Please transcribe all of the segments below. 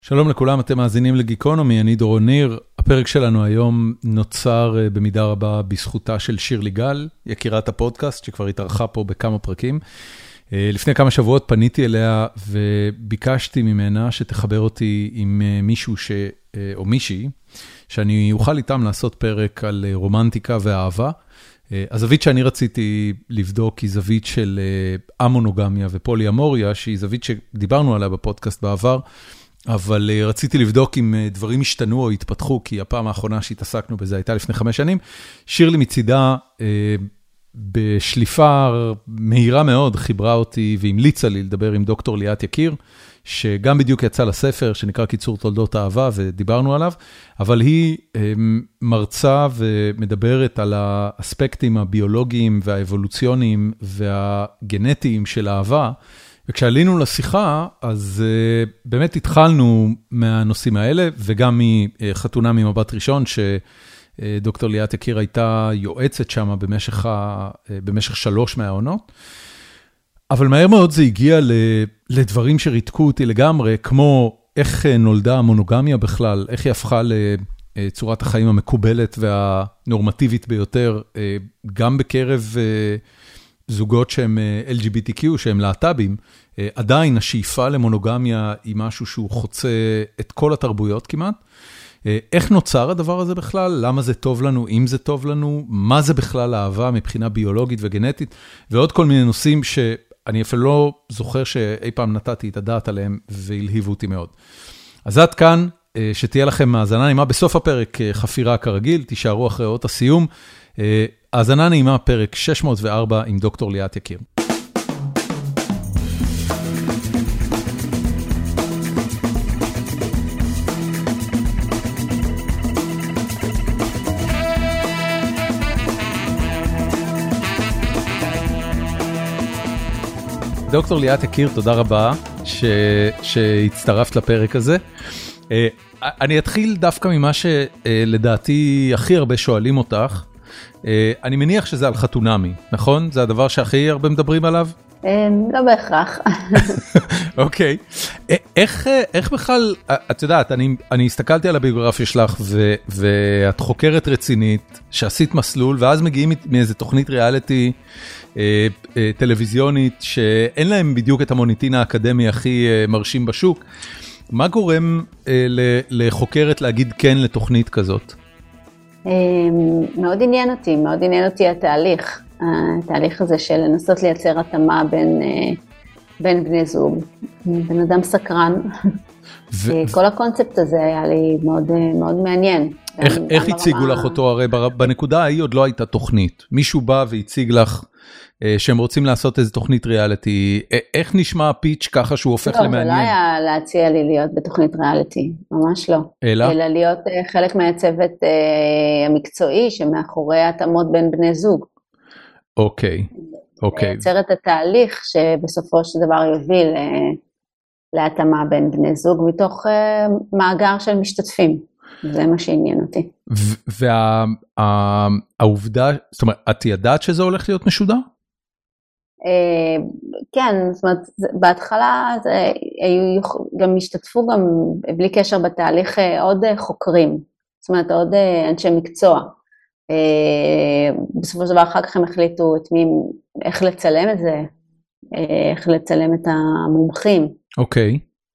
שלום לכולם, אתם מאזינים לגיקונומי, אני דורון ניר. הפרק שלנו היום נוצר במידה רבה בזכותה של שירלי גל, יקירת הפודקאסט שכבר התארחה פה בכמה פרקים. לפני כמה שבועות פניתי אליה וביקשתי ממנה שתחבר אותי עם מישהו או מישהי, שאני אוכל איתם לעשות פרק על רומנטיקה ואהבה. הזווית שאני רציתי לבדוק היא זווית של אמונוגמיה ופוליאמוריה, שהיא זווית שדיברנו עליה בפודקאסט בעבר, אבל רציתי לבדוק אם דברים השתנו או התפתחו, כי הפעם האחרונה שהתעסקנו בזה הייתה לפני 5 שנים. שירלי מצידה בשליפה מהירה מאוד חיברה אותי והמליצה לי לדבר עם דוקטור ליאת יקיר, שגם בדיוק יצא לספר שנקרא קיצור תולדות האהבה ודיברנו עליו, אבל היא מרצה ומדברת על האספקטים הביולוגיים והאבולוציוניים והגנטיים של האהבה, וכשעלינו לשיחה, אז באמת התחלנו מהנושאים האלה, וגם מחתונה ממבט ראשון, שדוקטור ליאת יקיר הייתה יועצת שם במשך 3 מהעונות. אבל מהר מאוד זה הגיע לדברים שריתקו אותי לגמרי, כמו איך נולדה המונוגמיה בכלל, איך היא הפכה לצורת החיים המקובלת והנורמטיבית ביותר, גם בקרב זוגות שהם LGBTQ, שהם להט"בים, עדיין השאיפה למונוגמיה היא משהו שהוא חוצה את כל התרבויות כמעט. איך נוצר הדבר הזה בכלל? למה זה טוב לנו? אם זה טוב לנו? מה זה בכלל אהבה מבחינה ביולוגית וגנטית? ועוד כל מיני נושאים שאני אפילו לא זוכר שאי פעם נתתי את הדעת עליהם והלהיבו אותי מאוד. אז עד כאן, שתהיה לכם מאזנה נעימה. בסוף הפרק חפירה כרגיל, תישארו אחרי אות הסיום. האזנה נעימה, פרק 604 עם דוקטור ליאת יקיר. דוקטור ליאת יקיר, תודה רבה שהצטרפת לפרק הזה. אני אתחיל דווקא ממה שלדעתי הכי הרבה שואלים אותך. אני מניח שזה על חתונמי, נכון? זה הדבר שהכי הרבה מדברים עליו? לא בהכרח. אוקיי. איך בכלל, את יודעת, אני הסתכלתי על הביוגרפיה שלך, ואת חוקרת רצינית, שעשית מסלול, ואז מגיעים מאיזה תוכנית ריאליטי טלוויזיונית, שאין להם בדיוק את המוניטין האקדמי הכי מרשים בשוק. מה גורם לחוקרת להגיד כן לתוכנית כזאת? מאוד עניין אותי התהליך הזה של לנסות לייצר התאמה בין בני זוג, בן אדם סקרן. כל הקונספט הזה היה לי מאוד מעניין. איך הציגו לך אותו? הרי בנקודה ההיא עוד לא הייתה תוכנית. מישהו בא והציג לך שהם רוצים לעשות איזו תוכנית ריאליטי. איך נשמע הפיץ' ככה שהוא הופך למעניין? לא, זה לא היה להציע לי להיות בתוכנית ריאליטי, ממש לא. אלא להיות חלק מהצוות המקצועי שמאחורי התאמות בין בני זוג. אוקיי. לייצר את התהליך שבסופו של דבר יוביל להתאמה בין בני זוג מתוך מאגר של משתתפים. זה מה שעניין אותי. והעובדה, זאת אומרת, את ידעת שזה הולך להיות משודר? כן, זאת אומרת, בהתחלה גם השתתפו גם בלי קשר בתהליך עוד חוקרים, זאת אומרת, עוד אנשי מקצוע. בסופו של דבר אחר כך הם החליטו איך לצלם את זה, איך לצלם את המומחים. אוקיי.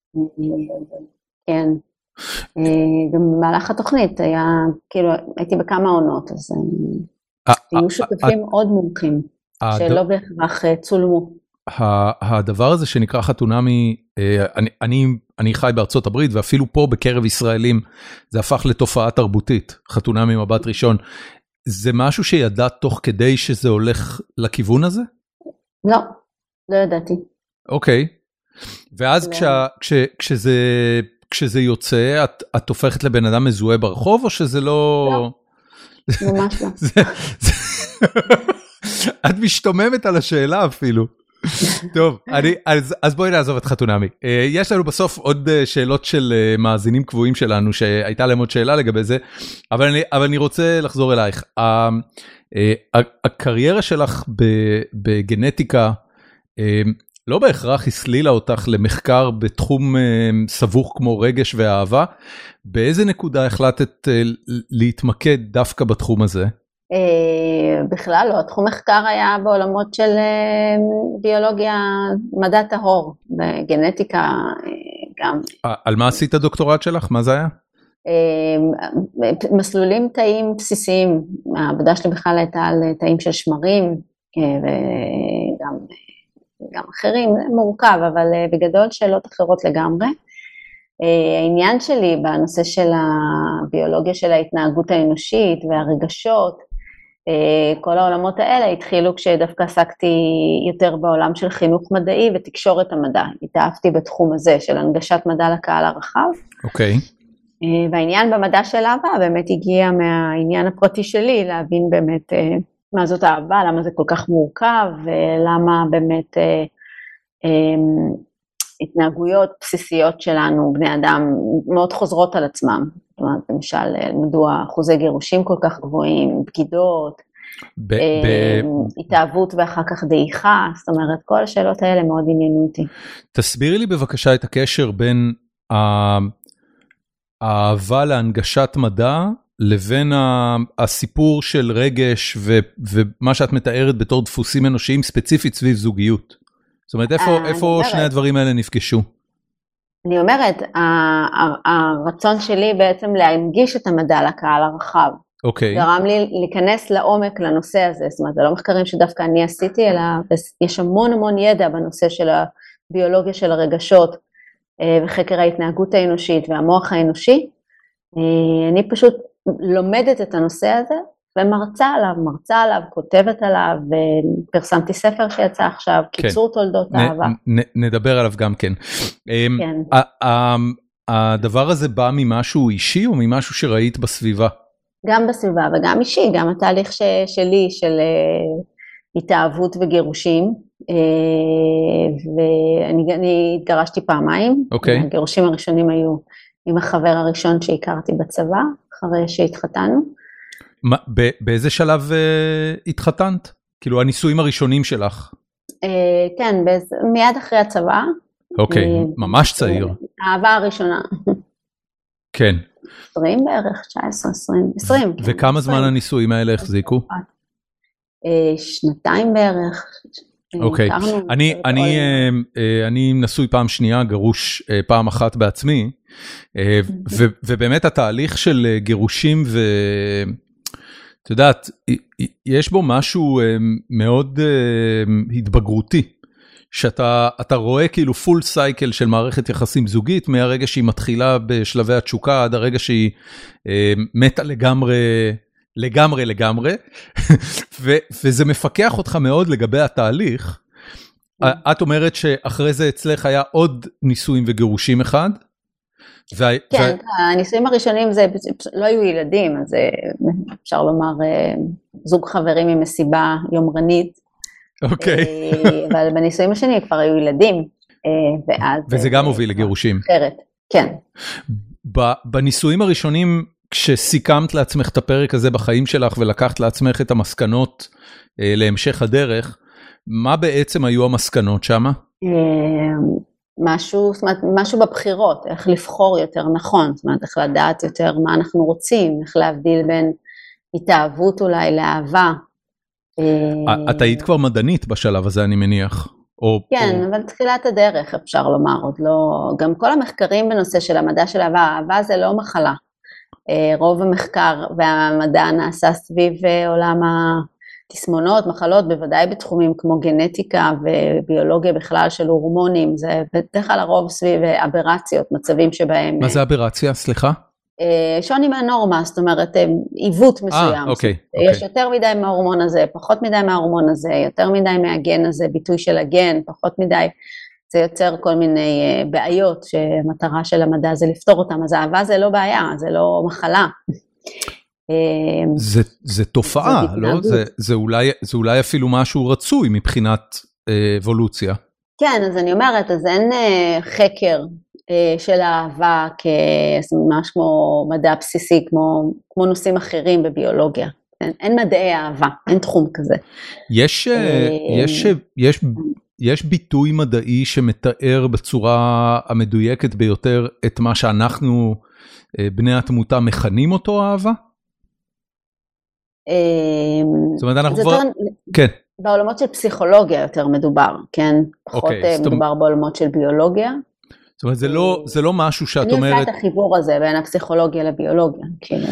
כן. גם במהלך התוכנית הייתי בכמה עונות, אז היו שותפים עוד מומחים שלא בהכרח צולמו. הדבר הזה שנקרא חתונמי, אני חי בארצות הברית, ואפילו פה בקרב ישראלים זה הפך לתופעה תרבותית, חתונמי מבט ראשון. זה משהו שידעת תוך כדי שזה הולך לכיוון הזה? לא ידעתי. אוקיי. ואז כשזה יוצא, את הופכת לבן אדם מזוהה ברחוב, או שזה לא... לא, ממש לא. את משתוממת על השאלה אפילו. טוב, אז בואי נעזוב את חתונמי. יש לנו בסוף עוד שאלות של מאזינים קבועים שלנו, שהייתה להם עוד שאלה לגבי זה, אבל אני רוצה לחזור אלייך. הקריירה שלך בגנטיקה, לא בהכרח הסלילה אותך למחקר בתחום סבוך כמו רגש ואהבה. באיזה נקודה החלטת להתמקד דווקא בתחום הזה? בכלל לא, תחום מחקר היה בעולמות של ביולוגיה, מדע טהור, וגנטיקה גם. על מה עשית הדוקטורט שלך? מה זה היה? מסלולים תאים בסיסיים, העבודה שלי בכלל הייתה על תאים של שמרים, וגם אחרים, מורכב, אבל בגדול שאלות אחרות לגמרי. העניין שלי בנושא של הביולוגיה של ההתנהגות האנושית והרגשות, כל העולמות האלה התחילו כשדווקא עסקתי יותר בעולם של חינוך מדעי ותקשורת המדע. התאהבתי בתחום הזה של הנגשת מדע לקהל הרחב. אוקיי. והעניין במדע של אהבה באמת הגיע מהעניין הפרטי שלי, להבין באמת מה זאת אהבה, למה זה כל כך מורכב, ולמה באמת התנהגויות בסיסיות שלנו, בני אדם, מאוד חוזרות על עצמם. זאת אומרת, למשל, מדוע אחוזי גירושים כל כך גבוהים, בגידות, התאהבות ואחר כך דעיכה, זאת אומרת, כל השאלות האלה מאוד עניינו אותי. תסבירי לי בבקשה את הקשר בין האהבה להנגשת מדע, לבין הסיפור של רגש ומה שאת מתארת בתור דפוסים אנושיים ספציפית סביב זוגיות. זאת אומרת, איפה שני הדברים האלה נפגשו? אני אומרת, הרצון שלי בעצם להנגיש את המדע לקהל הרחב. אוקיי. גרם לי להיכנס לעומק לנושא הזה, זאת אומרת, זה לא מחקרים שדווקא אני עשיתי, אלא יש המון המון ידע בנושא של הביולוגיה של הרגשות, וחקר ההתנהגות האנושית והמוח האנושי. אני פשוט לומדת את הנושא הזה, ומרצה עליו, כותבת עליו, ופרסמתי ספר שיצא עכשיו, קיצור תולדות האהבה. נדבר עליו גם כן. כן. הדבר הזה בא ממשהו אישי, או ממשהו שראית בסביבה? גם בסביבה, וגם אישי, גם התהליך שלי, של התאהבות וגירושים, ואני התגרשתי פעמיים, הגירושים הראשונים היו עם החבר הראשון שהכרתי בצבא, אחרי שהתחתנו. באיזה שלב התחתנת? כאילו הנישואים הראשונים שלך? כן, מיד אחרי הצבא. אוקיי, ממש צעיר. האהבה הראשונה. כן. 20 בערך, 19, 20. וכמה זמן הנישואים האלה החזיקו? שנתיים בערך. אוקיי, אני נשוי פעם שנייה, גרוש פעם אחת בעצמי, ובאמת התהליך של גירושים את יודעת, יש בו משהו מאוד התבגרותי, שאתה רואה כאילו פול סייקל של מערכת יחסים זוגית, מהרגע שהיא מתחילה בשלבי התשוקה, עד הרגע שהיא מתה לגמרי, וזה מפקח אותך מאוד לגבי התהליך. את אומרת שאחרי זה אצלך היה עוד נישואים וגירושים אחד? כן, הנישואים הראשונים זה לא היו ילדים, אז אפשר לומר זוג חברים עם מסיבה יומרנית. אוקיי. אבל בנישואים השני כבר היו ילדים. וזה גם הוביל לגירושים. אחרת, כן. בנישואים הראשונים, כשסיכמת לעצמך את הפרק הזה בחיים שלך, ולקחת לעצמך את המסקנות להמשך הדרך, מה בעצם היו המסקנות שמה? משהו בבחירות, איך לבחור יותר נכון, זאת אומרת, איך לדעת יותר מה אנחנו רוצים, איך להבדיל בין התאהבות אולי לאהבה. את היית כבר מדענית בשלב הזה, אני מניח. כן, אבל תחילת הדרך אפשר לומר, עוד לא, גם כל המחקרים בנושא של המדע של אהבה, אהבה זה לא מחלה. רוב המחקר והמדע נעשה סביב עולם תסמונות, מחלות, בוודאי בתחומים כמו גנטיקה וביולוגיה בכלל של הורמונים, זה בדרך כלל הרוב סביב אברציות, מצבים שבהם... מה זה אברציה? סליחה? שוני מהנורמה, זאת אומרת, עיוות מסוים. אוקיי. יש יותר מדי מההורמון הזה, פחות מדי מההורמון הזה, יותר מדי מהגן הזה, ביטוי של הגן, פחות מדי, זה יוצר כל מיני בעיות, שהמטרה של המדע זה לפתור אותם, אז אהבה זה לא בעיה, זה לא מחלה. זה תופעה, לא? זה אולי אפילו משהו רצוי מבחינת אבולוציה. כן, אז אני אומרת, אז אין חקר של האהבה כממש כמו מדע בסיסי, כמו נושאים אחרים בביולוגיה. אין מדעי אהבה, אין תחום כזה. יש יש ביטוי מדעי שמתאר בצורה המדויקת ביותר את מה שאנחנו, בני התמותה, מכנים אותו אהבה? זאת אומרת, אנחנו כבר... כן. בעולמות של פסיכולוגיה יותר מדובר, כן? פחות מדובר בעולמות של ביולוגיה. זאת אומרת, זה לא משהו שאת אומרת... אני עושה את החיבור הזה בין הפסיכולוגיה לביולוגיה, כאילו.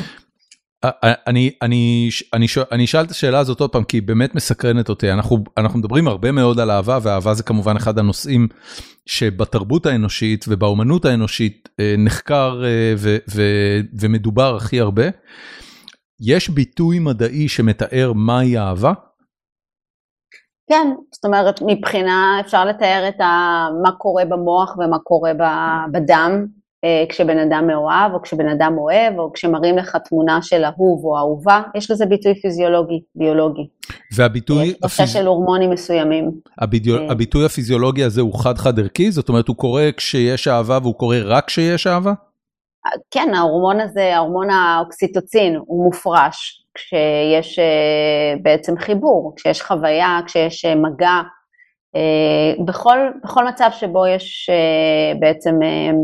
אני אשאל את השאלה הזאת עוד פעם, כי היא באמת מסקרנת אותי. אנחנו מדברים הרבה מאוד על אהבה, ואהבה זה כמובן אחד הנושאים שבתרבות האנושית ובאומנות האנושית נחקר ומדובר הכי הרבה. יש ביטוי מדעי שמתאר מהי אהבה? כן, זאת אומרת, מבחינה אפשר לתאר את מה קורה במוח ומה קורה בדם, כשבן אדם מאוהב, או כשבן אדם אוהב, או כשמראים לך תמונה של אהוב או אהובה, יש לזה ביטוי פיזיולוגי, ביולוגי. והביטוי... נושא של הורמונים מסוימים. הביטוי הפיזיולוגי הזה הוא חד ערכי? זאת אומרת, הוא קורה כשיש אהבה, והוא קורה רק כשיש אהבה? כן, ההורמון הזה, ההורמון האוקסיטוצין, הוא מופרש, כשיש בעצם חיבור, כשיש חוויה, כשיש מגע, בכל מצב שבו יש בעצם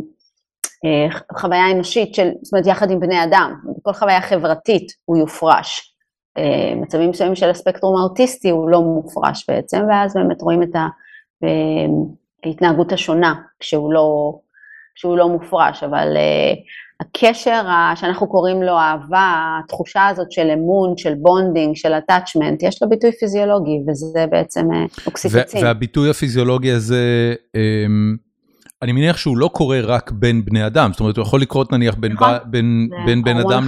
חוויה אנושית, זאת אומרת יחד עם בני אדם, בכל חוויה חברתית הוא יופרש. מצבים מסוימים של הספקטרום האוטיסטי הוא לא מופרש בעצם, ואז באמת רואים את ההתנהגות השונה כשהוא לא מופרש, אבל הקשר שאנחנו קוראים לו אהבה, התחושה הזאת של אמון, של בונדינג, של attachment, יש לו ביטוי פיזיולוגי, וזה בעצם אוקסיטוצין. והביטוי הפיזיולוגי הזה, אני מניח שהוא לא קורה רק בין בני אדם, זאת אומרת, הוא יכול לקרות נניח בין בן אדם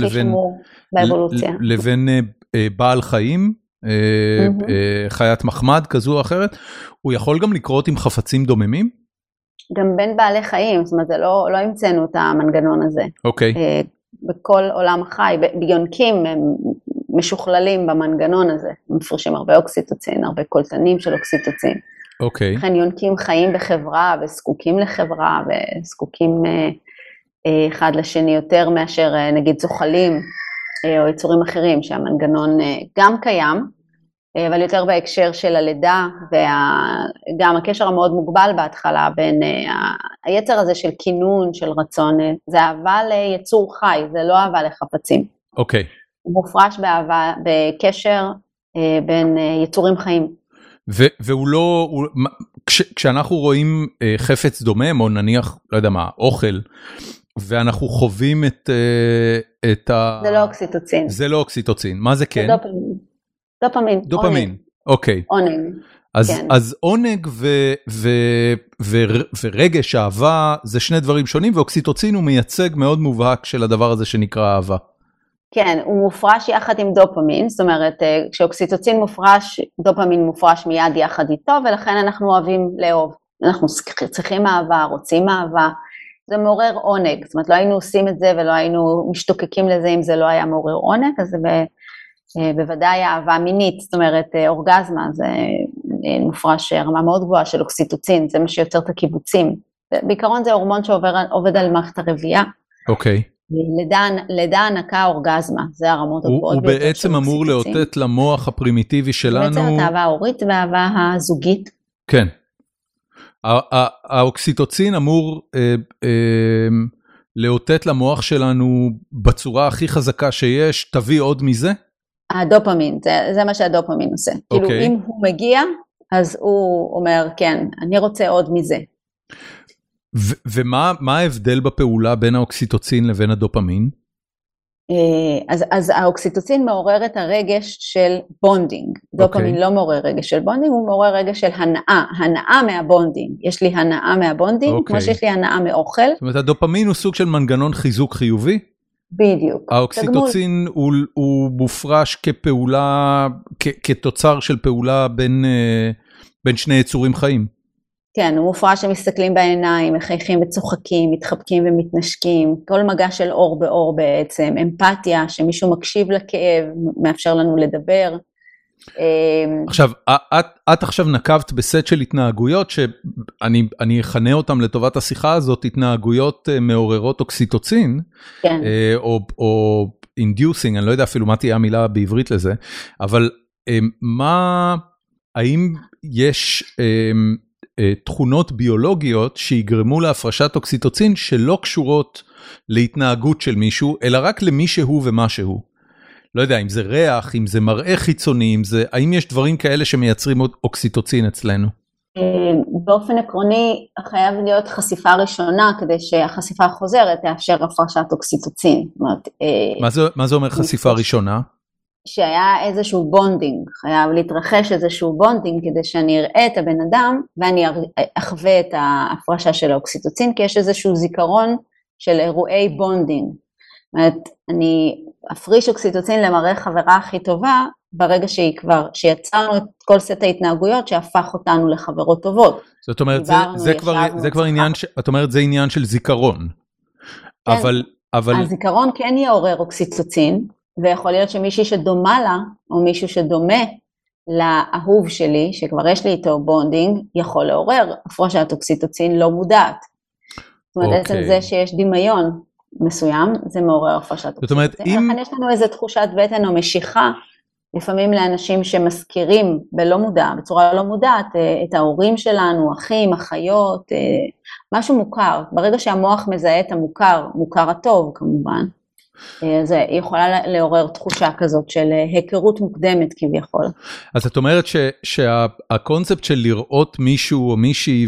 לבין בעל חיים, חיית מחמד כזו או אחרת, הוא יכול גם לקרות עם חפצים דוממים? גם בין בעלי חיים, זאת אומרת, לא המצאנו את המנגנון הזה. אוקיי. בכל עולם החי, ביונקים הם משוכללים במנגנון הזה, הם מפרישים הרבה אוקסיטוצין, הרבה קולטנים של אוקסיטוצין. אוקיי. לכן יונקים חיים בחברה, וזקוקים לחברה, וזקוקים אחד לשני יותר מאשר נגיד זוחלים, או יצורים אחרים, שהמנגנון גם קיים, אבל יותר בהקשר של הלידה, וגם הקשר המאוד מוגבל בהתחלה, בין היצר הזה של כינון, של רצון, זה אהבה ליצור חי, זה לא אהבה לחפצים. אוקיי. הוא מופרש באהבה, בקשר בין יצורים חיים. והוא לא, כשאנחנו רואים חפץ דומם, או נניח, לא יודע מה, אוכל, ואנחנו חווים את זה לא אוקסיטוצין. זה לא אוקסיטוצין, מה זה כן? זה דופמין. דופמין, אוקיי. עונג. אז עונג ורגש אהבה זה שני דברים שונים, ואוקסיטוצין הוא מייצג מאוד מובהק של הדבר הזה שנקרא אהבה. כן, הוא מופרש יחד עם דופמין, זאת אומרת, כשאוקסיטוצין מופרש, דופמין מופרש מיד יחד איתו, ולכן אנחנו אוהבים לאהוב. אנחנו צריכים אהבה, רוצים אהבה, זה מעורר עונג, זאת אומרת, לא היינו עושים את זה ולא היינו משתוקקים לזה אם זה לא היה מעורר עונג, אז זה בוודאי אהבה מינית, זאת אומרת, אורגזמה, זה מופרש רמה מאוד גבוהה של אוקסיטוצין, זה מה שיוצר את הקיבוצים. בעיקרון זה הורמון שעובד על מערכת הרבייה. אוקיי. לידה, הנקה, אורגזמה, זה הרמות הגבוהות. הוא בעצם אמור לאותת למוח הפרימיטיבי שלנו. בעצם את האהבה ההורית והאהבה הזוגית. כן. האוקסיטוצין אמור לאותת למוח שלנו בצורה הכי חזקה שיש, תביא עוד מזה? הדופמין, זה מה שהדופמין עושה. כאילו אם הוא מגיע, אז הוא אומר, כן, אני רוצה עוד מזה. ומה ההבדל בפעולה בין האוקסיטוצין לבין הדופמין? אז האוקסיטוצין מעורר את הרגש של בונדינג. דופמין לא מעורר רגש של בונדינג, הוא מעורר רגש של הנאה, הנאה מהבונדינג. יש לי הנאה מהבונדינג, כמו שיש לי הנאה מאוכל. זאת אומרת, הדופמין הוא סוג של מנגנון חיזוק חיובי? בדיוק. האוקסיטוצין הוא מופרש כפעולה, כתוצר של פעולה בין שני יצורים חיים. כן, הוא מופרש שמסתכלים בעיניים, מחייכים וצוחקים, מתחבקים ומתנשקים, כל מגע של אור באור בעצם, אמפתיה, שמישהו מקשיב לכאב, מאפשר לנו לדבר. עכשיו, את עכשיו נקבת בסט של התנהגויות, שאני אכנה אותם לטובת השיחה הזאת, התנהגויות מעוררות אוקסיטוצין, כן. או inducing, אני לא יודע אפילו מה תהיה המילה בעברית לזה, אבל האם יש תכונות ביולוגיות שיגרמו להפרשת אוקסיטוצין שלא קשורות להתנהגות של מישהו, אלא רק למי שהוא ומה שהוא? לא יודע, אם זה ריח, אם זה מראה חיצוני, האם יש דברים כאלה שמייצרים אוקסיטוצין אצלנו? באופן עקרוני חייב להיות חשיפה ראשונה, כדי שהחשיפה החוזרת תאפשר הפרשת אוקסיטוצין. מה זה אומר חשיפה ראשונה? שהיה איזשהו בונדינג, חייב להתרחש איזשהו בונדינג, כדי שאני אראה את הבן אדם, ואני אחווה את ההפרשה של האוקסיטוצין, כי יש איזשהו זיכרון של אירועי בונדינג. זאת אומרת, אני אפריש אוקסיטוצין למראה חברה הכי טובה, ברגע שיצרנו את כל סט ההתנהגויות, שהפך אותנו לחברות טובות. זאת אומרת, זה כבר עניין, את אומרת, זה עניין של זיכרון. כן, אבל הזיכרון כן יעורר אוקסיטוצין, ויכול להיות שמישהי שדומה לה, או מישהו שדומה לאהוב שלי, שכבר יש לי איתו בונדינג, יכול לעורר הפרשת אוקסיטוצין לא מודעת. זאת אומרת, עצם זה שיש דמיון מסוים, זה מעורר הפרשת אוקסיטוצין. זאת אומרת, לכן יש לנו איזו תחושת בטן או משיכה, לפעמים לאנשים שמזכירים בלא מודע, בצורה לא מודעת, את ההורים שלנו, אחים, אחיות, משהו מוכר. ברגע שהמוח מזהה את המוכר, מוכר הטוב כמובן, זה יכולה לעורר תחושה כזאת של היכרות מוקדמת כביכול. אז את אומרת שהקונספט של לראות מישהו או מישהי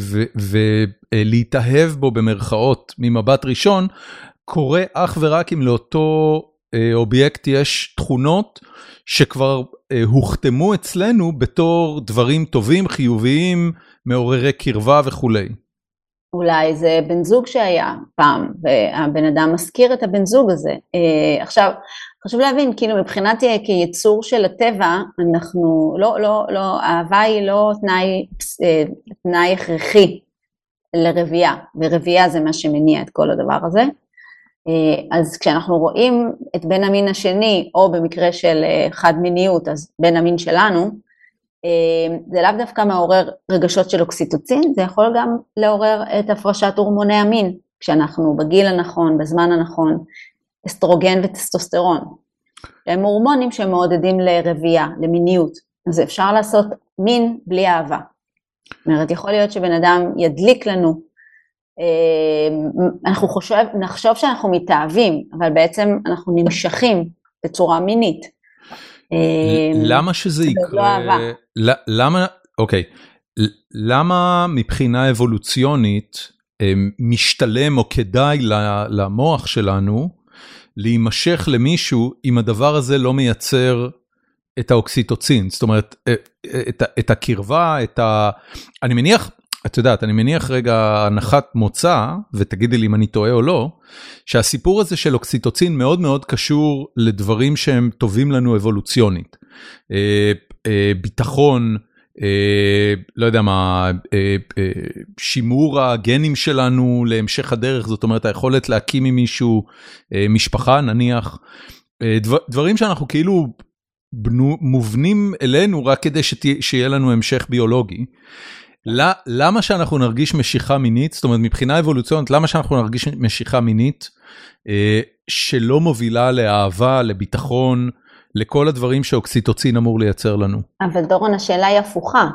ולהתאהב בו במרכאות ממבט ראשון, קורה אך ורק אם לאותו אובייקט יש תכונות שכבר הוכתמו אצלנו בתור דברים טובים, חיוביים, מעוררי קרבה וכולי. אולי זה בן זוג שהיה פעם, והבן אדם מזכיר את הבן זוג הזה. עכשיו, חשוב להבין, כאילו מבחינת כיצור של הטבע, אנחנו, לא, אהבה היא לא תנאי הכרחי לרבייה, ורבייה זה מה שמניע את כל הדבר הזה. אז כשאנחנו רואים את בן המין השני, או במקרה של חד מיניות, אז בן המין שלנו, זה לאו דווקא מעורר רגשות של אוקסיטוצין, זה יכול גם לעורר את הפרשת הורמוני המין, כשאנחנו בגיל הנכון, בזמן הנכון, אסטרוגן וטסטוסטרון. הם הורמונים שמעודדים לרבייה, למיניות, אז אפשר לעשות מין בלי אהבה. זאת אומרת, יכול להיות שבן אדם ידליק לנו, אנחנו נחשוב שאנחנו מתאהבים, אבל בעצם אנחנו נמשכים בצורה מינית. למה שזה יקרה? למה מבחינה אבולוציונית משתלם או כדאי למוח שלנו להימשך למישהו אם הדבר הזה לא מייצר את האוקסיטוצין? זאת אומרת, את הקרבה, אני מניח, את יודעת, אני מניח רגע הנחת מוצא, ותגידי לי אם אני טועה או לא, שהסיפור הזה של אוקסיטוצין מאוד מאוד קשור לדברים שהם טובים לנו אבולוציונית. ביטחון, לא יודע מה, שימור הגנים שלנו להמשך הדרך, זאת אומרת, היכולת להקים עם מישהו משפחה, נניח, דברים שאנחנו כאילו מובנים אלינו רק כדי שיהיה לנו המשך ביולוגי. למה שאנחנו נרגיש משיכה מינית, זאת אומרת מבחינה אבולוציונית, למה שאנחנו נרגיש משיכה מינית שלא מובילה לאהבה, לביטחון, לכל הדברים שאוקסיטוצין אמור לייצר לנו? אבל דורון, השאלה היא הפוכה,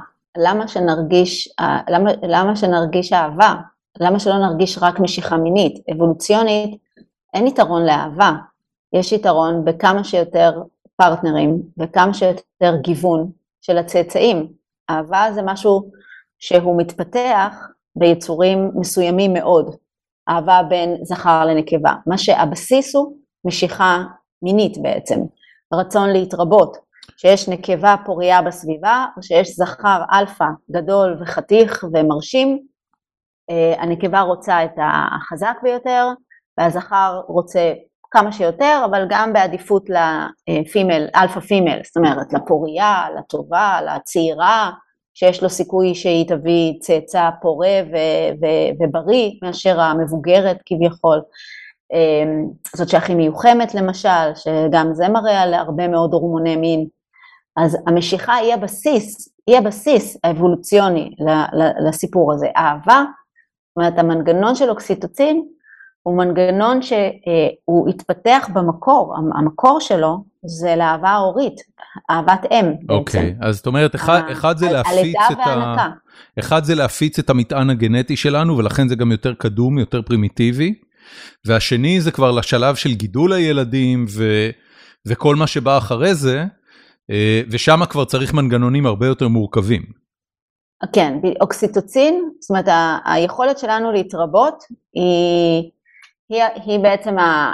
למה שנרגיש אהבה? למה שלא נרגיש רק משיכה מינית? אבולוציונית אין יתרון לאהבה, יש יתרון בכמה שיותר פרטנרים וכמה שיותר גיוון של הצאצאים. אהבה זה משהו שהוא מתפתח ביצורים מסוימים מאוד, אהבה בין זכר לנקבה, מה שהבסיס הוא משיכה מינית בעצם, רצון להתרבות, שיש נקבה פוריה בסביבה, או שיש זכר אלפא גדול וחתיך ומרשים, הנקבה רוצה את החזק ביותר, והזכר רוצה כמה שיותר, אבל גם בעדיפות לפימל, אלפא פימל, זאת אומרת לפוריה, לטובה, לצעירה, שיש לו סיכוי שהיא תביא צאצא פורה ובריא, מאשר המבוגרת כביכול, זאת שהכי מיוחמת למשל, שגם זה מראה על הרבה מאוד הורמוני מין, אז המשיכה היא הבסיס האבולוציוני לסיפור הזה. אהבה, זאת אומרת המנגנון של אוקסיטוצין, הוא מנגנון שהוא התפתח במקור, המקור שלו זה לאהבה ההורית, אהבת אם בעצם. אוקיי, אז זאת אומרת, אחד זה להפיץ אחד זה להפיץ את המטען הגנטי שלנו, ולכן זה גם יותר קדום, יותר פרימיטיבי, והשני זה כבר לשלב של גידול הילדים, וכל מה שבא אחרי זה, ושם כבר צריך מנגנונים הרבה יותר מורכבים. כן, אוקסיטוצין, זאת אומרת, היכולת שלנו להתרבות, היא בעצם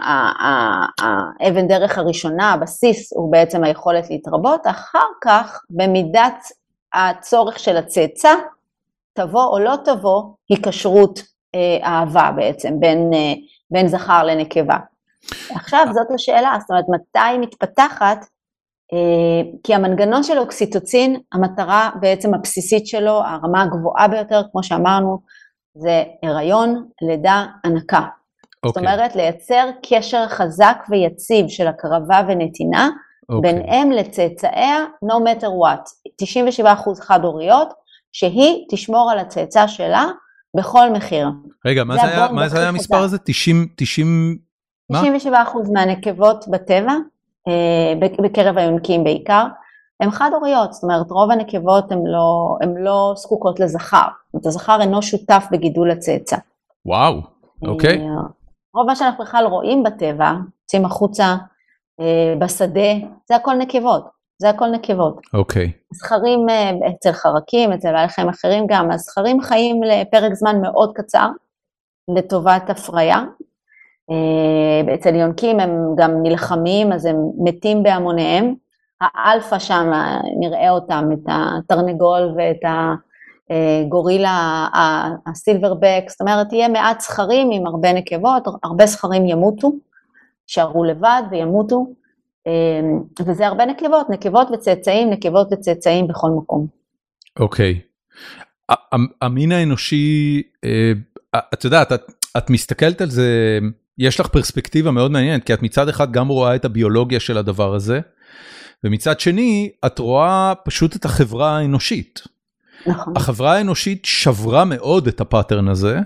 האבן דרך הראשונה, הבסיס הוא בעצם היכולת להתרבות, אחר כך במידת הצורך של הצאצא, תבוא או לא תבוא, היא קשרות אהבה בעצם, בין זכר לנקבה. עכשיו זאת השאלה, זאת אומרת, מתי היא מתפתחת, כי המנגנון של אוקסיטוצין, המטרה בעצם הבסיסית שלו, הרמה הגבוהה ביותר, כמו שאמרנו, זה הריון, לידה, הנקה. זאת אומרת, לייצר קשר חזק ויציב של הקרבה ונתינה, בין אם לצאצאיה, no matter what, 97% חד-הוריות, שהיא תשמור על הצאצא שלה בכל מחיר. רגע, מה זה היה המספר הזה? 90... 97% מהנקבות בטבע, בקרב היונקים בעיקר, הן חד-הוריות, זאת אומרת, רוב הנקבות הן לא זקוקות לזכר, זאת אומרת, הזכר אינו שותף בגידול הצאצא. וואו, אוקיי. רוב מה שאנחנו בכלל רואים בטבע, יוצאים החוצה, בשדה, זה הכל נקבות, זה הכל נקבות. אוקיי. זכרים אצל חרקים, אצל בעלי חיים אחרים גם, הזכרים חיים לפרק זמן מאוד קצר, לטובת הפריה, אצל יונקים הם גם נלחמים, אז הם מתים בהמוניהם, האלפא שם נראה אותם, את התרנגול ואת הגורילה, הסילברבק, זאת אומרת, תהיה מעט זכרים עם הרבה נקבות, הרבה זכרים ימותו, שערו לבד וימותו, וזה הרבה נקבות, נקבות וצאצאים בכל מקום. אוקיי. המין האנושי, את יודעת, את מסתכלת על זה, יש לך פרספקטיבה מאוד מעניינת, כי את מצד אחד גם רואה את הביולוגיה של הדבר הזה, ומצד שני, את רואה פשוט את החברה האנושית. נכון. החברה האנושית שברה מאוד את הפאטרן הזה,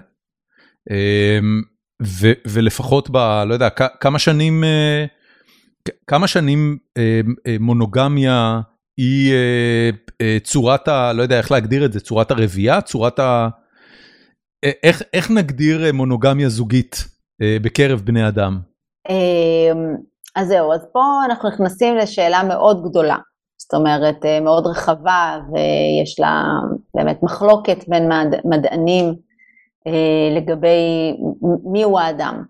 ולפחות לא יודע, כמה שנים מונוגמיה היא צורת לא יודע איך להגדיר את זה, צורת הרבייה, איך נגדיר מונוגמיה זוגית בקרב בני אדם? אז זהו, אז פה אנחנו נכנסים לשאלה מאוד גדולה, זאת אומרת מאוד רחבה, ויש לה באמת מחלוקת בין מדענים לגבי מיהו האדם.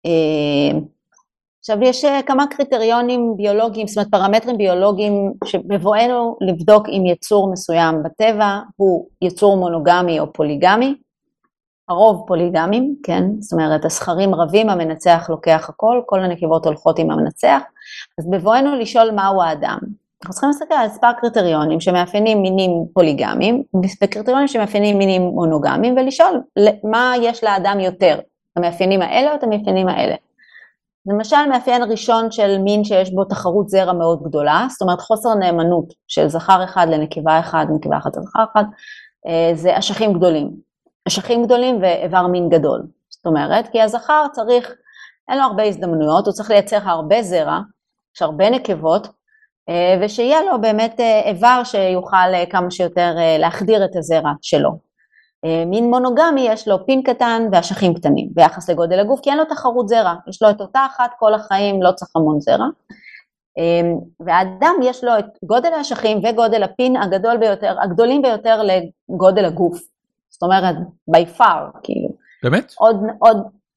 עכשיו יש כמה קריטריונים ביולוגיים, זאת אומרת פרמטרים ביולוגיים שבבואנו לבדוק אם יצור מסוים בטבע הוא יצור מונוגמי או פוליגמי, הרוב פוליגמים, כן, זאת אומרת הזכרים רבים, המנצח לוקח הכל, כל הנקבות הולכות עם המנצח, אז בבואנו לשאול מהו האדם, אנחנו צריכים להסתכל על מספר קריטריונים שמאפיינים מינים פוליגמיים, וקריטריונים שמאפיינים מינים מונוגמיים, ולשאול מה יש לאדם יותר, המאפיינים האלה או את המאפיינים האלה. למשל מאפיין ראשון של מין שיש בו תחרות זרע מאוד גדולה, זאת אומרת חוסר נאמנות של זכר אחד לנקבה אחד, נקבה אחת לזכר אחד, זה אשכים גדולים. אשכים גדולים ואיבר מין גדול. זאת אומרת, כי הזכר צריך, אין לו הרבה הזדמנויות, הוא צריך לייצר הרבה זרע, יש הרבה נקבות, ושיהיה לו באמת איבר שיוכל כמה שיותר להחדיר את הזרע שלו. מין מונוגמי יש לו פין קטן ואשכים קטנים, ביחס לגודל הגוף, כי אין לו תחרות זרע, יש לו את אותה אחת כל החיים, לא צריך המון זרע. והאדם יש לו את גודל האשכים וגודל הפין הגדולים ביותר לגודל הגוף. זאת אומרת, by far, כאילו. באמת? עוד,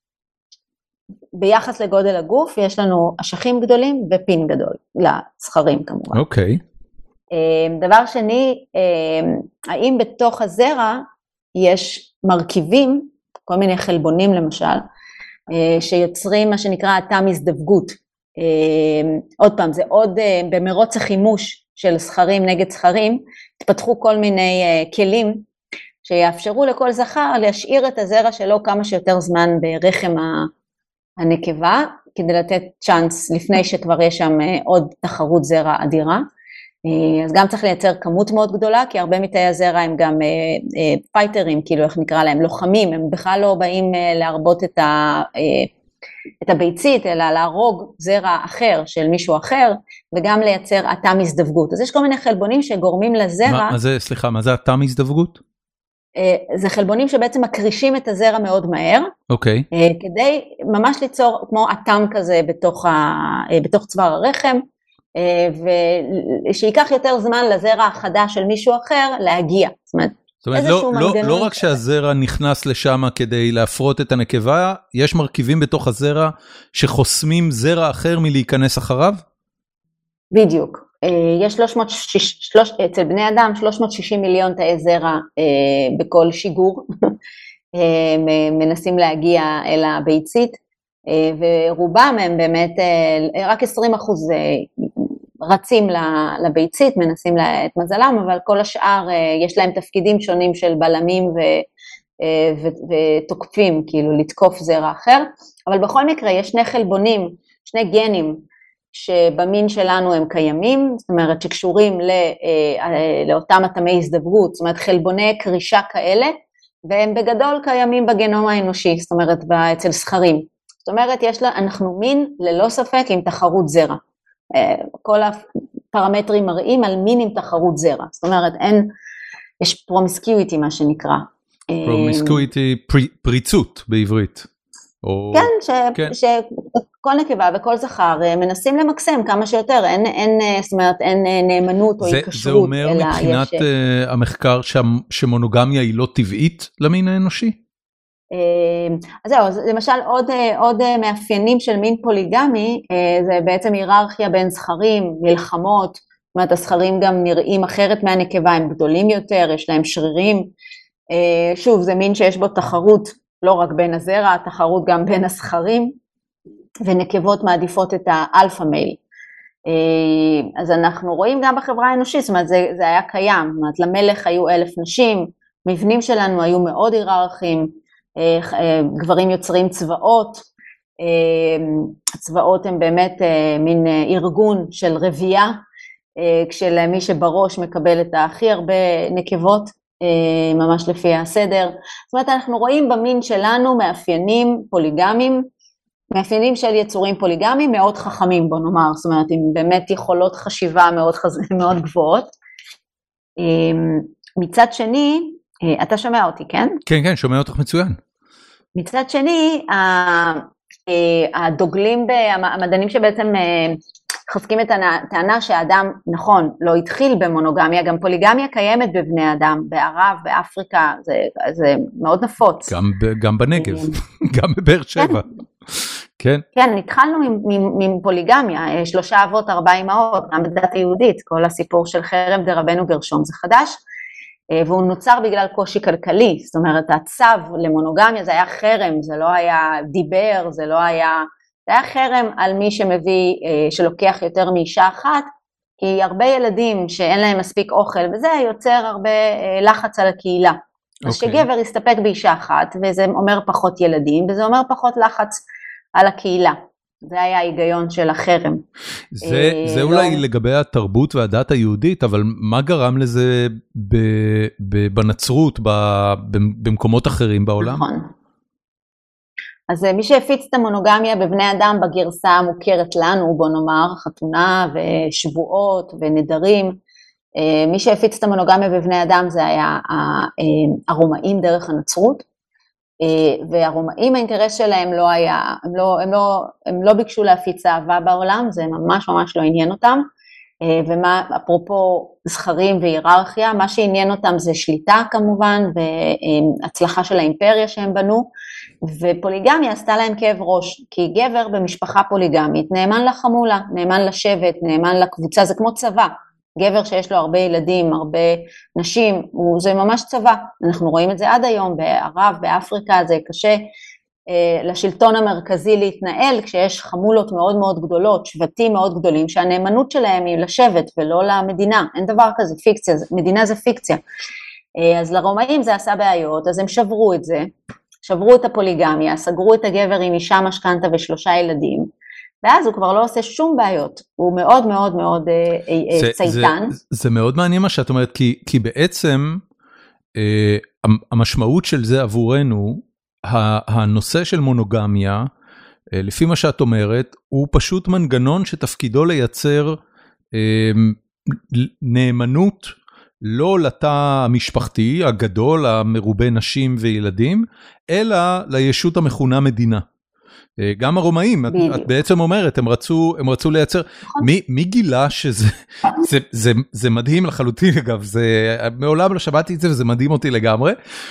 ביחס לגודל הגוף, יש לנו אשכים גדולים ופין גדול, לזכרים כמובן. אוקיי. דבר שני, האם בתוך הזרע יש מרכיבים, כל מיני חלבונים למשל, שיוצרים מה שנקרא תא מזדווגות. עוד פעם, זה עוד במרוץ החימוש של זכרים נגד זכרים, התפתחו כל מיני כלים, שיאפשרו לכל זכר להשאיר את הזרע שלו כמה שיותר זמן ברחם הנקבה, כדי לתת צ'אנס לפני שכבר יש שם עוד תחרות זרע אדירה. אז גם צריך לייצר כמות מאוד גדולה, כי הרבה מתאי הזרע הם גם פייטרים, כאילו איך נקרא להם, לוחמים, הם בכלל לא באים להרבות את את הביצית, אלא להרוג זרע אחר של מישהו אחר, וגם לייצר אטם הזדווגות. אז יש כל מיני חלבונים שגורמים לזרע. סליחה, מה זה אטם הזדווגות? זה חלבונים שבעצם מקרישים את הזרע מאוד מהר, אוקיי. כדי ממש ליצור כמו אטם כזה בתוך צוואר הרחם, ושיקח יותר זמן לזרע החדש של מישהו אחר להגיע. זאת אומרת, לא רק שהזרע נכנס לשם כדי להפרות את הנקבה, יש מרכיבים בתוך הזרע שחוסמים זרע אחר מלהיכנס אחריו? בדיוק. יש אצל בני אדם 360 מיליון תאי זרע בכל שיגור, מנסים להגיע אל הביצית, ורובם הם באמת, רק 20% רצים לביצית, מנסים את מזלם, אבל כל השאר יש להם תפקידים שונים של בלמים ותוקפים, כאילו לתקוף זרע אחר, אבל בכל מקרה יש שני חלבונים, שני גנים, שבמין שלנו הם קיימים, זאת אומרת שקשורים לאותם אטמי הזדווגות, זאת אומרת חלבוני קרישה כאלה, והם בגדול קיימים בגנום האנושי, זאת אומרת אצל זכרים. זאת אומרת אנחנו מין ללא ספק עם תחרות זרע. כל הפרמטרים מראים על מין עם תחרות זרע, זאת אומרת יש פרומיסקיויטי מה שנקרא. פרומיסקיויטי, פריצות בעברית. כן, שכל נקבה וכל זכר מנסים למקסם כמה שיותר, זאת אומרת, אין נאמנות או היקשרות. זה אומר מבחינת המחקר שמונוגמיה היא לא טבעית למין האנושי? אז זהו, למשל עוד מאפיינים של מין פוליגמי, זה בעצם היררכיה בין זכרים, מלחמות, זאת אומרת, הזכרים גם נראים אחרת מהנקבה, הם גדולים יותר, יש להם שרירים, שוב, זה מין שיש בו תחרות, לא רק בין הזרע, התחרות גם בין הזכרים, ונקבות מעדיפות את האלפא מייל. אז אנחנו רואים גם בחברה האנושית, זאת אומרת, זה היה קיים, זאת אומרת, למלך היו 1,000 נשים, מבנים שלנו היו מאוד היררכיים, גברים יוצרים צבאות, הצבאות הם באמת מין ארגון של רבייה, כשלמי שבראש מקבל את הכי הרבה נקבות, ממש לפי הסדר. זאת אומרת, אנחנו רואים במין שלנו מאפיינים פוליגמיים, מאפיינים של יצורים פוליגמיים מאוד חכמים, בוא נאמר, זאת אומרת, עם באמת יכולות חשיבה מאוד גבוהות. מצד שני, אתה שומע אותי, כן? כן, כן, שומע אותך מצוין. מצד שני, הדוגלים, המדענים שבעצם חזקים את הטענה שהאדם, נכון, לא התחיל במונוגמיה, גם פוליגמיה קיימת בבני אדם, בערב, באפריקה, זה מאוד נפוץ. גם בנגב, גם בבאר שבע. כן. כן, התחלנו עם פוליגמיה, 3 אבות, 4 אמהות, גם בדת היהודית, כל הסיפור של חרם דרבנו גרשום זה חדש, והוא נוצר בגלל קושי כלכלי, זאת אומרת, הצו למונוגמיה זה היה חרם, זה לא היה דיבר, זה היה חרם על מי שמביא, שלוקח יותר מאישה אחת, כי הרבה ילדים שאין להם מספיק אוכל, וזה יוצר הרבה לחץ על הקהילה. אז שגבר יסתפק באישה אחת, וזה אומר פחות ילדים, וזה אומר פחות לחץ על הקהילה. זה היה ההיגיון של החרם. זה אולי לגבי התרבות והדת היהודית, אבל מה גרם לזה בנצרות, במקומות אחרים בעולם? נכון. אז מי שהפיץ את המונוגמיה בבני אדם בגרסה המוכרת לנו, בוא נאמר, חתונה ושבועות ונדרים, מי שהפיץ את המונוגמיה בבני אדם זה היה הרומאים דרך הנצרות, והרומאים האינטרס שלהם לא היה, הם לא ביקשו להפיץ אהבה בעולם, זה ממש לא עניין אותם, ומה, אפרופו זכרים והיררכיה, מה שעניין אותם זה שליטה כמובן, והצלחה של האימפריה שהם בנו, ופוליגמיה עשתה להם כאב ראש, כי גבר במשפחה פוליגמית נאמן לחמולה, נאמן לשבט, נאמן לקבוצה, זה כמו צבא, גבר שיש לו הרבה ילדים, הרבה נשים, זה ממש צבא, אנחנו רואים את זה עד היום, בערב, באפריקה, זה קשה לשלטון המרכזי להתנהל, כשיש חמולות מאוד מאוד גדולות, שבטים מאוד גדולים, שהנאמנות שלהם היא לשבט ולא למדינה, אין דבר כזה, פיקציה, מדינה זה פיקציה, אז לרומאים זה עשה בעיות, אז הם שברו את זה, שברו את הפוליגמיה, סגרו את הגבר עם אישה משכנתה ו3 ילדים, ואז הוא כבר לא עושה שום בעיות, הוא מאוד מאוד מאוד צייתן. זה מאוד מעניין מה שאת אומרת, כי בעצם המשמעות של זה עבורנו, הנושא של מונוגמיה, לפי מה שאת אומרת, הוא פשוט מנגנון שתפקידו לייצר נאמנות, לא לתא המשפחתי הגדול, המרובה נשים וילדים, אלא לישות המכונה מדינה. גם הרומאים, את בעצם אומרת, הם רצו לייצר, מי גילה שזה, זה מדהים לחלוטין אגב, מעולם לא שמעתי את זה וזה מדהים אותי לגמרי,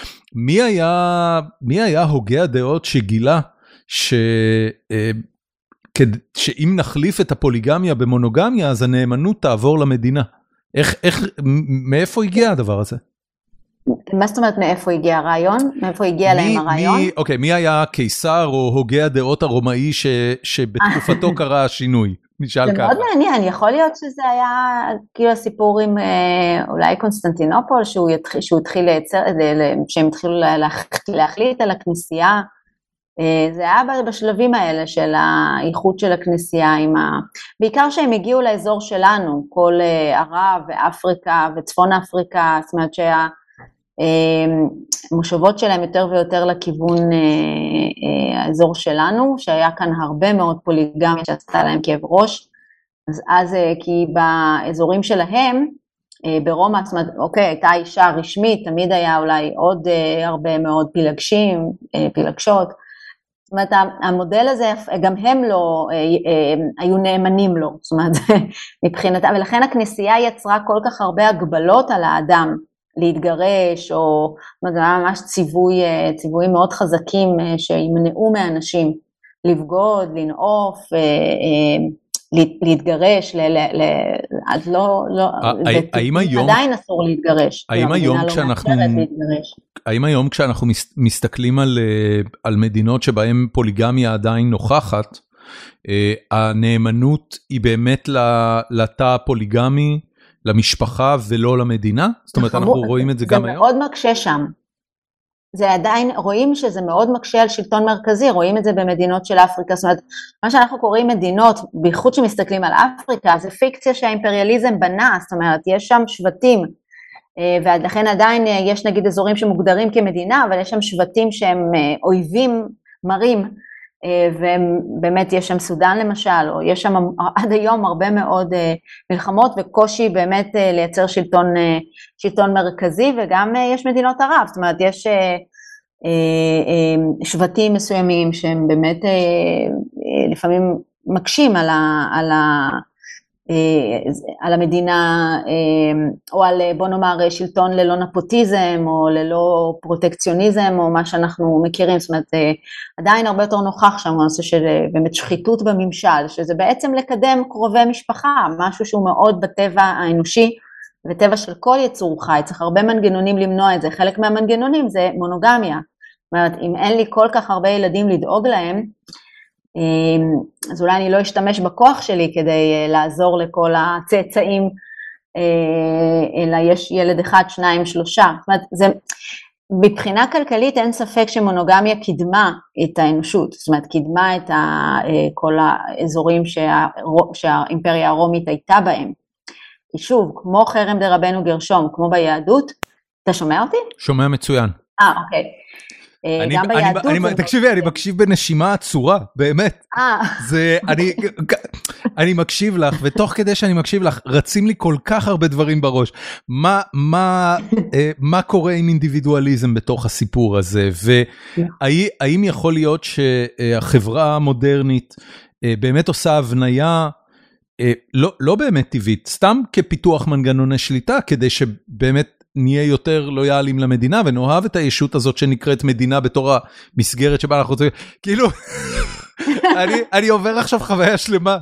מי היה הוגה הדעות שגילה שאם נחליף את הפוליגמיה במונוגמיה, אז הנאמנות תעבור למדינה? מאיפה הגיע הדבר הזה? מה זאת אומרת מאיפה הגיע הרעיון? מאיפה הגיע להם הרעיון? אוקיי, מי היה הקיסר או הוגה הדעות הרומאי שבתקופתו קרה השינוי? נשאל ככה. זה מאוד מעניין, יכול להיות שזה היה כאילו הסיפור עם אולי קונסטנטינופול, שהוא התחיל לייצר, שהם התחילו להחליט על הכנסייה, זה היה בשלבים האלה של האיחוד של הכנסייה, בעיקר שהם הגיעו לאזור שלנו, כל ערב ואפריקה וצפון אפריקה, זאת אומרת שהמושבות שלהם יותר ויותר לכיוון האזור שלנו, שהיה כאן הרבה מאוד פוליגמיה שעשתה להם כאב ראש, אז כי באזורים שלהם, ברומא, זאת אומרת, אוקיי, הייתה אישה רשמית, תמיד היה אולי עוד הרבה מאוד פילגשות, זאת אומרת, המודל הזה, גם הם לא היו נאמנים לו, זאת אומרת, מבחינתם, ולכן הכנסייה יצרה כל כך הרבה הגבלות על האדם, להתגרש, או זה היה ממש ציוויים מאוד חזקים, שימנעו מאנשים לבגוד, לנעוף, להתגרש, עדיין אסור להתגרש. האם היום כשאנחנו מסתכלים על מדינות שבהן פוליגמיה עדיין נוכחת, הנאמנות היא באמת לתא הפוליגמי, למשפחה ולא למדינה? זאת אומרת, אנחנו רואים את זה גם היום? זה מאוד מקשה שם. זה עדיין, רואים שזה מאוד מקשה על שלטון מרכזי, רואים את זה במדינות של אפריקה, זאת אומרת, מה שאנחנו קוראים מדינות, בייחוד שמסתכלים על אפריקה, זה פיקציה שהאימפריאליזם בנה, זאת אומרת, יש שם שבטים, ולכן עדיין יש נגיד אזורים שמוגדרים כמדינה, אבל יש שם שבטים שהם אויבים מרים, ובאמת יש שם סודן למשל, או יש שם עד היום הרבה מאוד מלחמות, וקושי באמת לייצר שלטון מרכזי, וגם יש מדינות ערב, זאת אומרת יש שבטים מסוימים, שהם באמת לפעמים מקשים על המדינה, או על, בוא נאמר, שלטון ללא נפוטיזם, או ללא פרוטקציוניזם, או מה שאנחנו מכירים, זאת אומרת, עדיין הרבה יותר נוכח שם, הנושא של באמת שחיתות בממשל, שזה בעצם לקדם קרובי משפחה, משהו שהוא מאוד בטבע האנושי, וטבע של כל יצור חי, צריך הרבה מנגנונים למנוע את זה, חלק מהמנגנונים זה מונוגמיה, זאת אומרת, אם אין לי כל כך הרבה ילדים לדאוג להם, אז אולי אני לא אשתמש בכוח שלי כדי לעזור לכל הצאצאים, אלא יש ילד אחד, שניים, שלושה. זאת אומרת, מבחינה כלכלית אין ספק שמונוגמיה קידמה את האנושות, זאת אומרת, קידמה את כל האזורים שהאימפריה הרומית הייתה בהם. כי שוב, כמו חרם דרבנו גרשום, כמו ביהדות, אתה שומע אותי? שומע מצוין. אוקיי. תקשיבי, אני מקשיב בנשימה עצורה, באמת. אני מקשיב לך, ותוך כדי שאני מקשיב לך, רצים לי כל כך הרבה דברים בראש. מה קורה עם אינדיבידואליזם בתוך הסיפור הזה, והאם יכול להיות שהחברה המודרנית באמת עושה הבניה, לא באמת טבעית, סתם כפיתוח מנגנוני שליטה, כדי שבאמת נהיה יותר לויאליים למדינה, ונאהב את הישות הזאת שנקראת מדינה בתור המסגרת שבה אנחנו רוצים, כאילו, אני עובר עכשיו חוויה שלמה.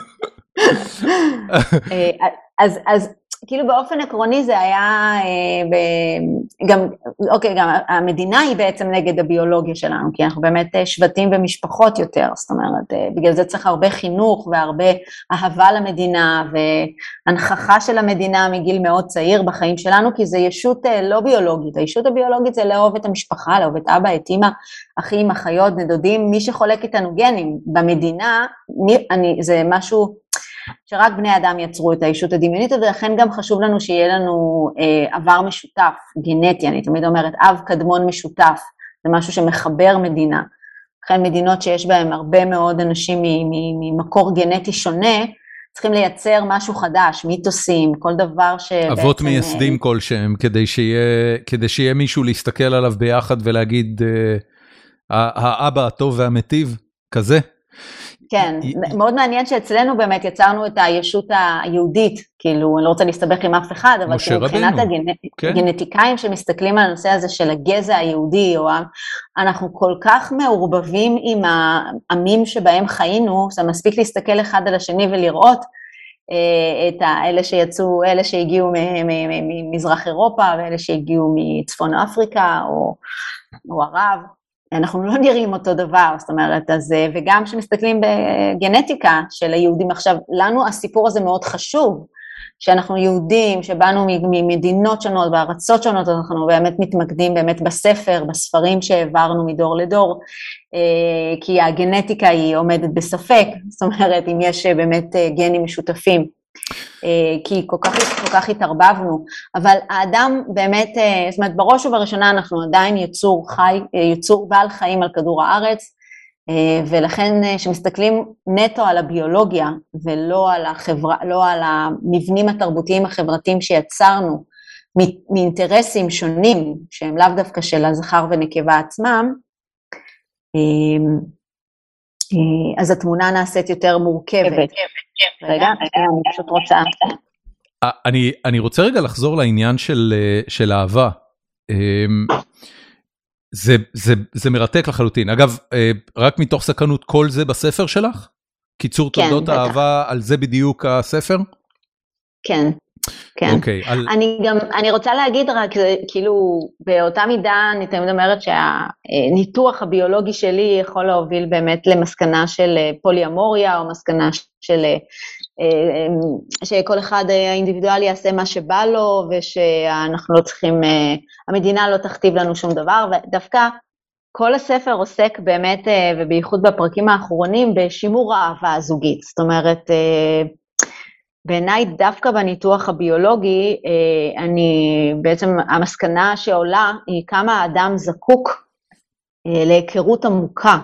אז כאילו באופן עקרוני זה היה, גם המדינה היא בעצם נגד הביולוגיה שלנו, כי אנחנו באמת שבטים ומשפחות יותר, זאת אומרת, בגלל זה צריך הרבה חינוך והרבה אהבה למדינה, והנכחה של המדינה מגיל מאוד צעיר בחיים שלנו, כי זה ישות לא ביולוגית, הישות הביולוגית זה לאהוב את המשפחה, לאהוב את אבא, את אמא, אחים, אחיות, נדודים, מי שחולק איתנו גנים, במדינה, זה משהו, שרק בני אדם יצרו את האישות הדמיונית, ולכן גם חשוב לנו שיהיה לנו עבר משותף, גנטי, אני תמיד אומרת, אב קדמון משותף, זה משהו שמחבר מדינה. לכן מדינות שיש בהן הרבה מאוד אנשים ממקור גנטי שונה, צריכים לייצר משהו חדש, מיתוסים, כל דבר שבעצם... אבות מייסדים כלשהם, כדי שיהיה מישהו להסתכל עליו ביחד ולהגיד, האבא הטוב והמטיב, כזה. כן, מאוד מעניין שאצלנו באמת יצרנו את הישות היהודית, כאילו, אני לא רוצה להסתבך עם אף אחד, אבל מבחינת הגנטיקאים שמסתכלים על הנושא הזה של הגזע היהודי, אנחנו כל כך מעורבבים עם העמים שבהם חיינו, זה מספיק להסתכל אחד על השני ולראות את אלה שהגיעו ממזרח אירופה, ואלה שהגיעו מצפון אפריקה או ערב, אנחנו לא נראים אותו דבר, זאת אומרת, אז, וגם כשמסתכלים בגנטיקה של היהודים עכשיו, לנו הסיפור הזה מאוד חשוב, שאנחנו יהודים, שבאנו ממדינות שונות, בארצות שונות, אנחנו באמת מתמקדים באמת בספר, בספרים שהעברנו מדור לדור, כי הגנטיקה היא עומדת בספק, זאת אומרת, אם יש באמת גנים משותפים, כי כל כך התערבבנו, אבל האדם באמת, זאת אומרת, בראש ובראשונה אנחנו עדיין יצור בעל חיים על כדור הארץ, ולכן שמסתכלים נטו על הביולוגיה, ולא על החברה, לא על המבנים התרבותיים החברתיים שיצרנו, מאינטרסים שונים, שהם לאו דווקא של הזכר ונקבה עצמם, אז התמונה נעשית יותר מורכבת. רגע, אני פשוט רוצה... אני רוצה רגע לחזור לעניין של אהבה. זה מרתק לחלוטין. אגב, רק מתוך סקרנות, כל זה בספר שלך? קיצור תולדות האהבה, על זה בדיוק הספר? כן. כן. אני רוצה להגיד רק, כאילו, באותה מידה אני תמיד אומרת שהניתוח הביולוגי שלי יכול להוביל באמת למסקנה של פוליאמוריה, או מסקנה של שכל אחד האינדיבידואלי יעשה מה שבא לו, ושאנחנו לא צריכים, המדינה לא תכתיב לנו שום דבר, ודווקא כל הספר עוסק באמת, ובייחוד בפרקים האחרונים, בשימור האהבה הזוגית, זאת אומרת, בעיניי דווקא בניתוח הביולוגי, בעצם המסקנה שעולה היא כמה האדם זקוק להיכרות עמוקה,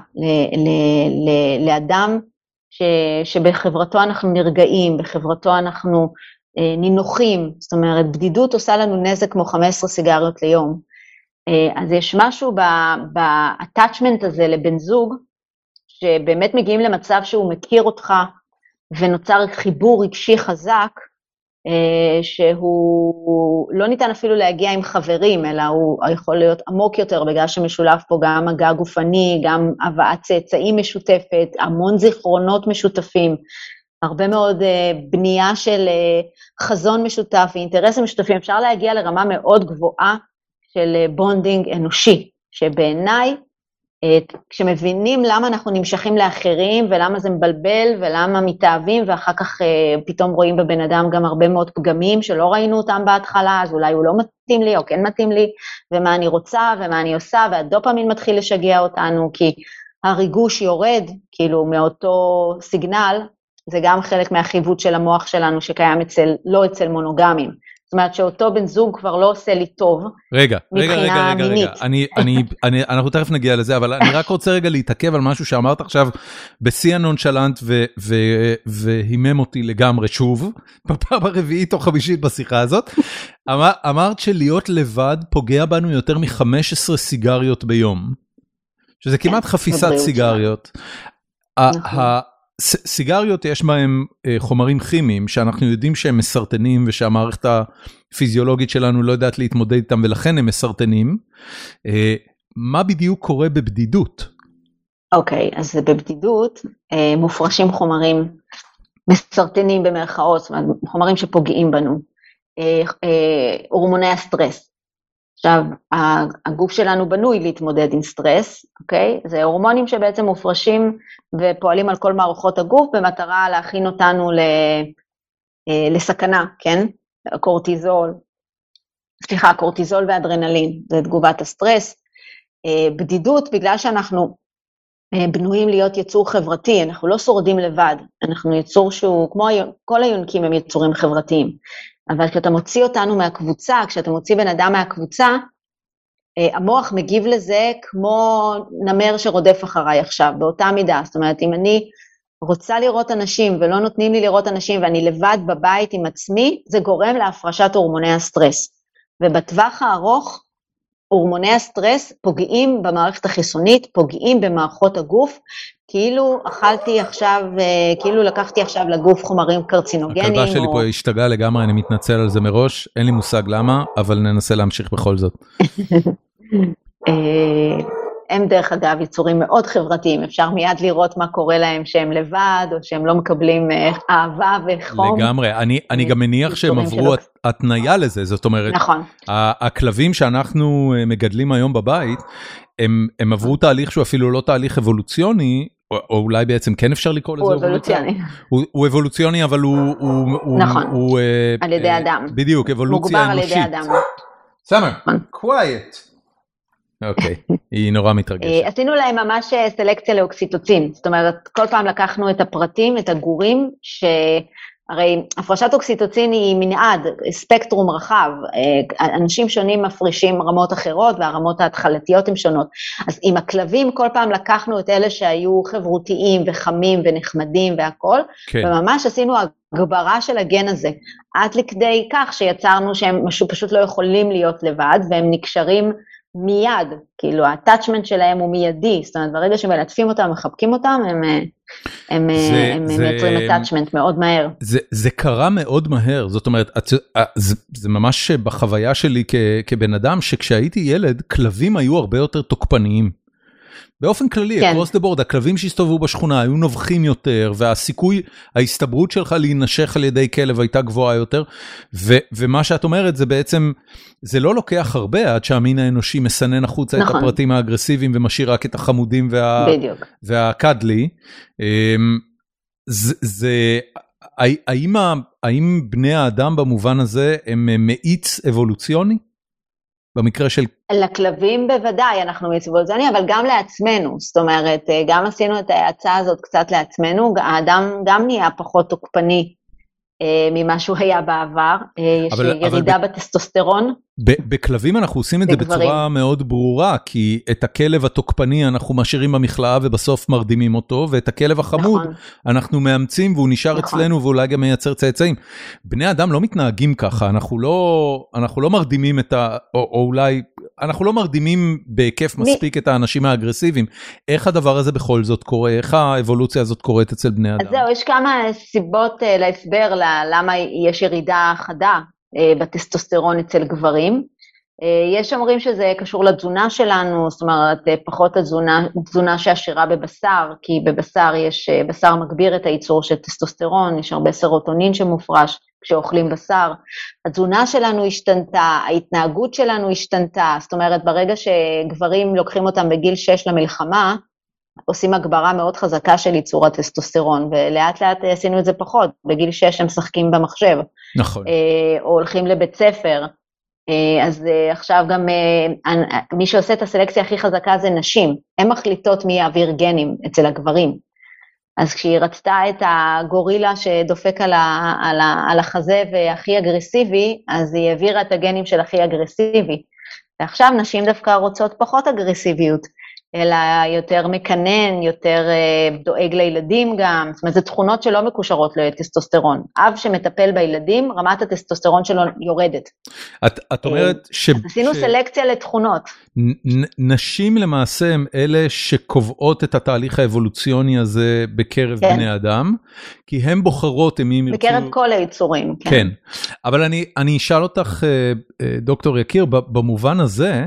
לאדם שבחברתו אנחנו נרגעים, בחברתו אנחנו נינוחים, זאת אומרת, בדידות עושה לנו נזק כמו 15 סיגריות ליום. אז יש משהו ב-attachment הזה לבן זוג, שבאמת מגיעים למצב שהוא מכיר אותך, ונוצר חיבור רגשי חזק, שהוא לא ניתן אפילו להגיע עם חברים, אלא הוא יכול להיות עמוק יותר, בגלל שמשולב פה גם מגע גופני, גם הבאת צאצאים משותפת, המון זיכרונות משותפים, הרבה מאוד בנייה של חזון משותף, ואינטרסים משותפים, אפשר להגיע לרמה מאוד גבוהה של בונדינג אנושי, שבעיניי, כשמבינים למה אנחנו נמשכים לאחרים, ולמה זה מבלבל, ולמה מתאהבים, ואחר כך פתאום רואים בבן אדם גם הרבה מאוד פגמים, שלא ראינו אותם בהתחלה, אז אולי הוא לא מתאים לי, או כן מתאים לי, ומה אני רוצה, ומה אני עושה, והדופמין מתחיל לשגע אותנו, כי הריגוש יורד, כאילו מאותו סיגנל, זה גם חלק מהחיווט של המוח שלנו, שקיים לא אצל מונוגמים. זאת אומרת שאותו בן זוג כבר לא עושה לי טוב, מבחינה מינית. אנחנו תכף נגיע לזה, אבל אני רק רוצה רגע להתעכב על משהו שאמרת עכשיו, בשיא הנונשלנט, והימם אותי לגמרי שוב, בפעם הרביעית או חמישית בשיחה הזאת, אמרת שלהיות לבד פוגע בנו יותר מ-15 סיגריות ביום, שזה כמעט חפיסת סיגריות. סיגריות יש בהם חומרים כימיים שאנחנו יודעים שהם מסרטנים ושהמערכת הפיזיולוגית שלנו לא יודעת להתמודד איתם ולכן הם מסרטנים. מה בדיוק קורה בבדידות? אוקיי, אז בבדידות מופרשים חומרים מסרטנים במרכאות, זאת אומרת חומרים שפוגעים בנו, הורמוני הסטרס. עכשיו, הגוף שלנו בנוי להתמודד עם סטרס, אוקיי? זה הורמונים שבעצם מופרשים ופועלים על כל מערכות הגוף, במטרה להכין אותנו לסכנה, כן? קורטיזול ואדרנלין, זה תגובת הסטרס. בדידות, בגלל שאנחנו בנויים להיות יצור חברתי, אנחנו לא שורדים לבד, אנחנו יצור שהוא, כמו כל היונקים הם יצורים חברתיים, אבל כשאתה מוציא אותנו מהקבוצה, כשאתה מוציא בן אדם מהקבוצה, המוח מגיב לזה כמו נמר שרודף אחריי עכשיו, באותה מידה. זאת אומרת, אם אני רוצה לראות אנשים ולא נותנים לי לראות אנשים ואני לבד בבית עם עצמי, זה גורם להפרשת הורמוני הסטרס. ובטווח הארוך, הורמוני הסטרס פוגעים במערכת החיסונית, פוגעים במערכות הגוף, כאילו אכלתי עכשיו, כאילו לקחתי עכשיו לגוף חומרים קרצינוגנים. הכלבה שלי פה השתגעה לגמרי, אני מתנצל על זה מראש, אין לי מושג למה, אבל ננסה להמשיך בכל זאת. הם דרך אגב יצורים מאוד חברתיים, אפשר מיד לראות מה קורה להם שהם לבד, או שהם לא מקבלים אהבה וחום. לגמרי, אני גם מניח שהם עברו התניה לזה, זאת אומרת, נכון. הכלבים שאנחנו מגדלים היום בבית, הם עברו תהליך שהוא אפילו לא תהליך אבולוציוני, או אולי בעצם כן אפשר לקרוא לזה אבולוציוני. הוא אבולוציוני, אבל הוא... נכון, על ידי אדם. בדיוק, אבולוציה אנושית. מוגבר על ידי אדם. סמר, quiet. אוקיי, היא נורא מתרגשת. עשינו להם ממש סלקציה לאוקסיטוצין, זאת אומרת, כל פעם לקחנו את הפרטים, את הגורים, הרי הפרשת אוקסיטוצין היא מנעד, ספקטרום רחב, אנשים שונים מפרישים רמות אחרות, והרמות ההתחלתיות הן שונות. אז עם הכלבים כל פעם לקחנו את אלה שהיו חברותיים וחמים ונחמדים והכל, כן. וממש עשינו הגברה של הגן הזה, עד לכדי כך שיצרנו שהם פשוט לא יכולים להיות לבד, והם נקשרים מיד, כאילו ה-attachment שלהם הוא מיידי, זאת אומרת, ברגע שמלטפים אותם, מחבקים אותם, הם מייצרים attachment מאוד מהר. זה קרה מאוד מהר, זאת אומרת, זה ממש בחוויה שלי כבן אדם, שכשהייתי ילד, כלבים היו הרבה יותר תוקפניים. באופן כללי, across the board, הכלבים שהסתובבו בשכונה היו נובחים יותר, והסיכוי, ההסתברות שלך להינשך על ידי כלב הייתה גבוהה יותר, ומה שאת אומרת זה בעצם, זה לא לוקח הרבה עד שהמין האנושי מסנן החוצה את הפרטים האגרסיביים, ומשאיר רק את החמודים והקדלי. האם בני האדם במובן הזה הם מאיץ אבולוציוני? במקרה של... לכלבים בוודאי, אנחנו מאיצבולציוני, אבל גם לעצמנו, זאת אומרת, גם עשינו את ההצעה הזאת קצת לעצמנו, האדם גם נהיה פחות תוקפני ממה שהוא היה בעבר, יש ירידה בטסטוסטרון. בכלבים אנחנו עושים את זה בצורה מאוד ברורה, כי את הכלב התוקפני אנחנו משאירים במכלאה ובסוף מרדימים אותו, ואת הכלב החמוד אנחנו מאמצים והוא נשאר אצלנו ואולי גם מייצר צאצאים. בני אדם לא מתנהגים ככה, אנחנו לא מרדימים או אולי, אנחנו לא מרדימים בהיקף מספיק את האנשים האגרסיביים. איך הדבר הזה בכל זאת קורה? איך האבולוציה הזאת קורית אצל בני אדם? אז זהו, יש כמה סיבות להסבר למה יש ירידה חדה בטסטוסטרון אצל גברים. יש אומרים שזה קשור לתזונה שלנו, זאת אומרת, פחות התזונה שעשירה בבשר, כי בשר מגביר את הייצור של טסטוסטרון, יש הרבה סרוטונין שמופרש כשאוכלים בשר. התזונה שלנו השתנתה, ההתנהגות שלנו השתנתה, זאת אומרת, ברגע שגברים לוקחים אותם בגיל 6 למלחמה, עושים הגברה מאוד חזקה של ייצור הטסטוסטרון, ולאט לאט עשינו את זה פחות, בגיל 6 הם משחקים במחשב, נכון. או הולכים לבית ספר, אז עכשיו גם מי שעושה את הסלקציה הכי חזקה זה נשים, הן מחליטות מי יעביר גנים אצל הגברים, אז כשהיא רצתה את הגורילה שדופק על החזה והכי אגרסיבי, אז היא העבירה את הגנים של הכי אגרסיבי, ועכשיו נשים דווקא רוצות פחות אגרסיביות, אלא יותר מקנן, יותר דואג לילדים גם, זאת אומרת, זה תכונות שלא מקושרות לטסטוסטרון. אב שמטפל בילדים, רמת הטסטוסטרון שלו יורדת. את אומרת עשינו סלקציה לתכונות. נשים למעשה הם אלה שקובעות את התהליך האבולוציוני הזה בקרב בני אדם, כי הם בוחרות הם אם ירצו... בקרב כל היצורים, כן. כן, אבל אני אשאל אותך, דוקטור יקיר, במובן הזה,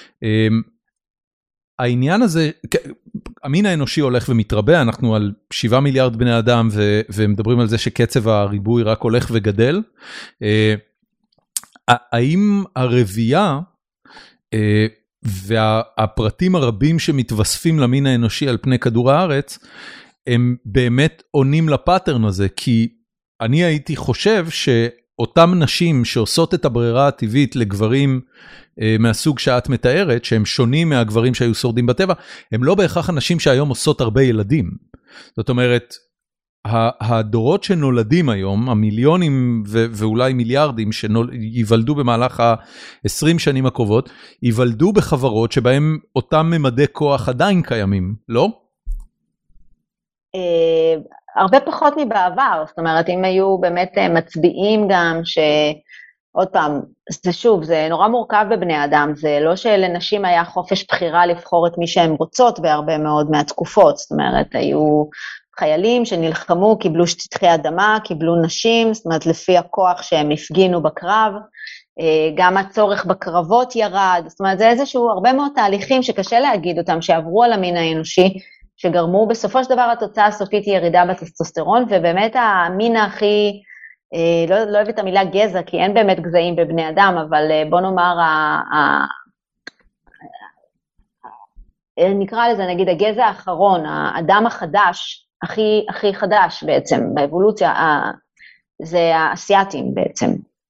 העניין הזה, המין האנושי הולך ומתרבה, אנחנו על 7 מיליארד בני אדם, ומדברים על זה שקצב הריבוי רק הולך וגדל. האם הרבייה, והפרטים הרבים שמתווספים למין האנושי על פני כדור הארץ, הם באמת עונים לפאטרן הזה, כי אני הייתי חושב אותם נשים שעושות את הברירה הטבעית לגברים מהסוג שאת מתארת, שהם שונים מהגברים שהיו שורדים בטבע, הם לא בהכרח אנשים שהיום עושות הרבה ילדים. זאת אומרת, הדורות שנולדים היום, המיליונים ואולי מיליארדים שיוולדו במהלך ה-20 שנים הקרובות, ייוולדו בחברות שבהם אותם ממדי כוח עדיין קיימים, לא? הרבה פחות מבעבר, זאת אומרת, אם היו באמת מצביעים גם עוד פעם, זה שוב, זה נורא מורכב בבני אדם, זה לא שלנשים היה חופש בחירה לבחור את מי שהן רוצות בהרבה מאוד מהתקופות, זאת אומרת, היו חיילים שנלחמו, קיבלו שטחי אדמה, קיבלו נשים, זאת אומרת, לפי הכוח שהם הפגינו בקרב, גם הצורך בקרבות ירד, זאת אומרת, זה איזשהו הרבה מאוד תהליכים שקשה להגיד אותם, שעברו על המין האנושי, שגרמו בסופו של דבר התוצאה הסופית היא ירידה בטסטוסטרון, ובאמת המין הכי, לא אוהב את המילה גזע, כי אין באמת גזעים בבני אדם, אבל בוא נאמר, נקרא לזה נגיד הגזע האחרון, האדם החדש, הכי חדש בעצם, באבולוציה, זה האסייתים בעצם.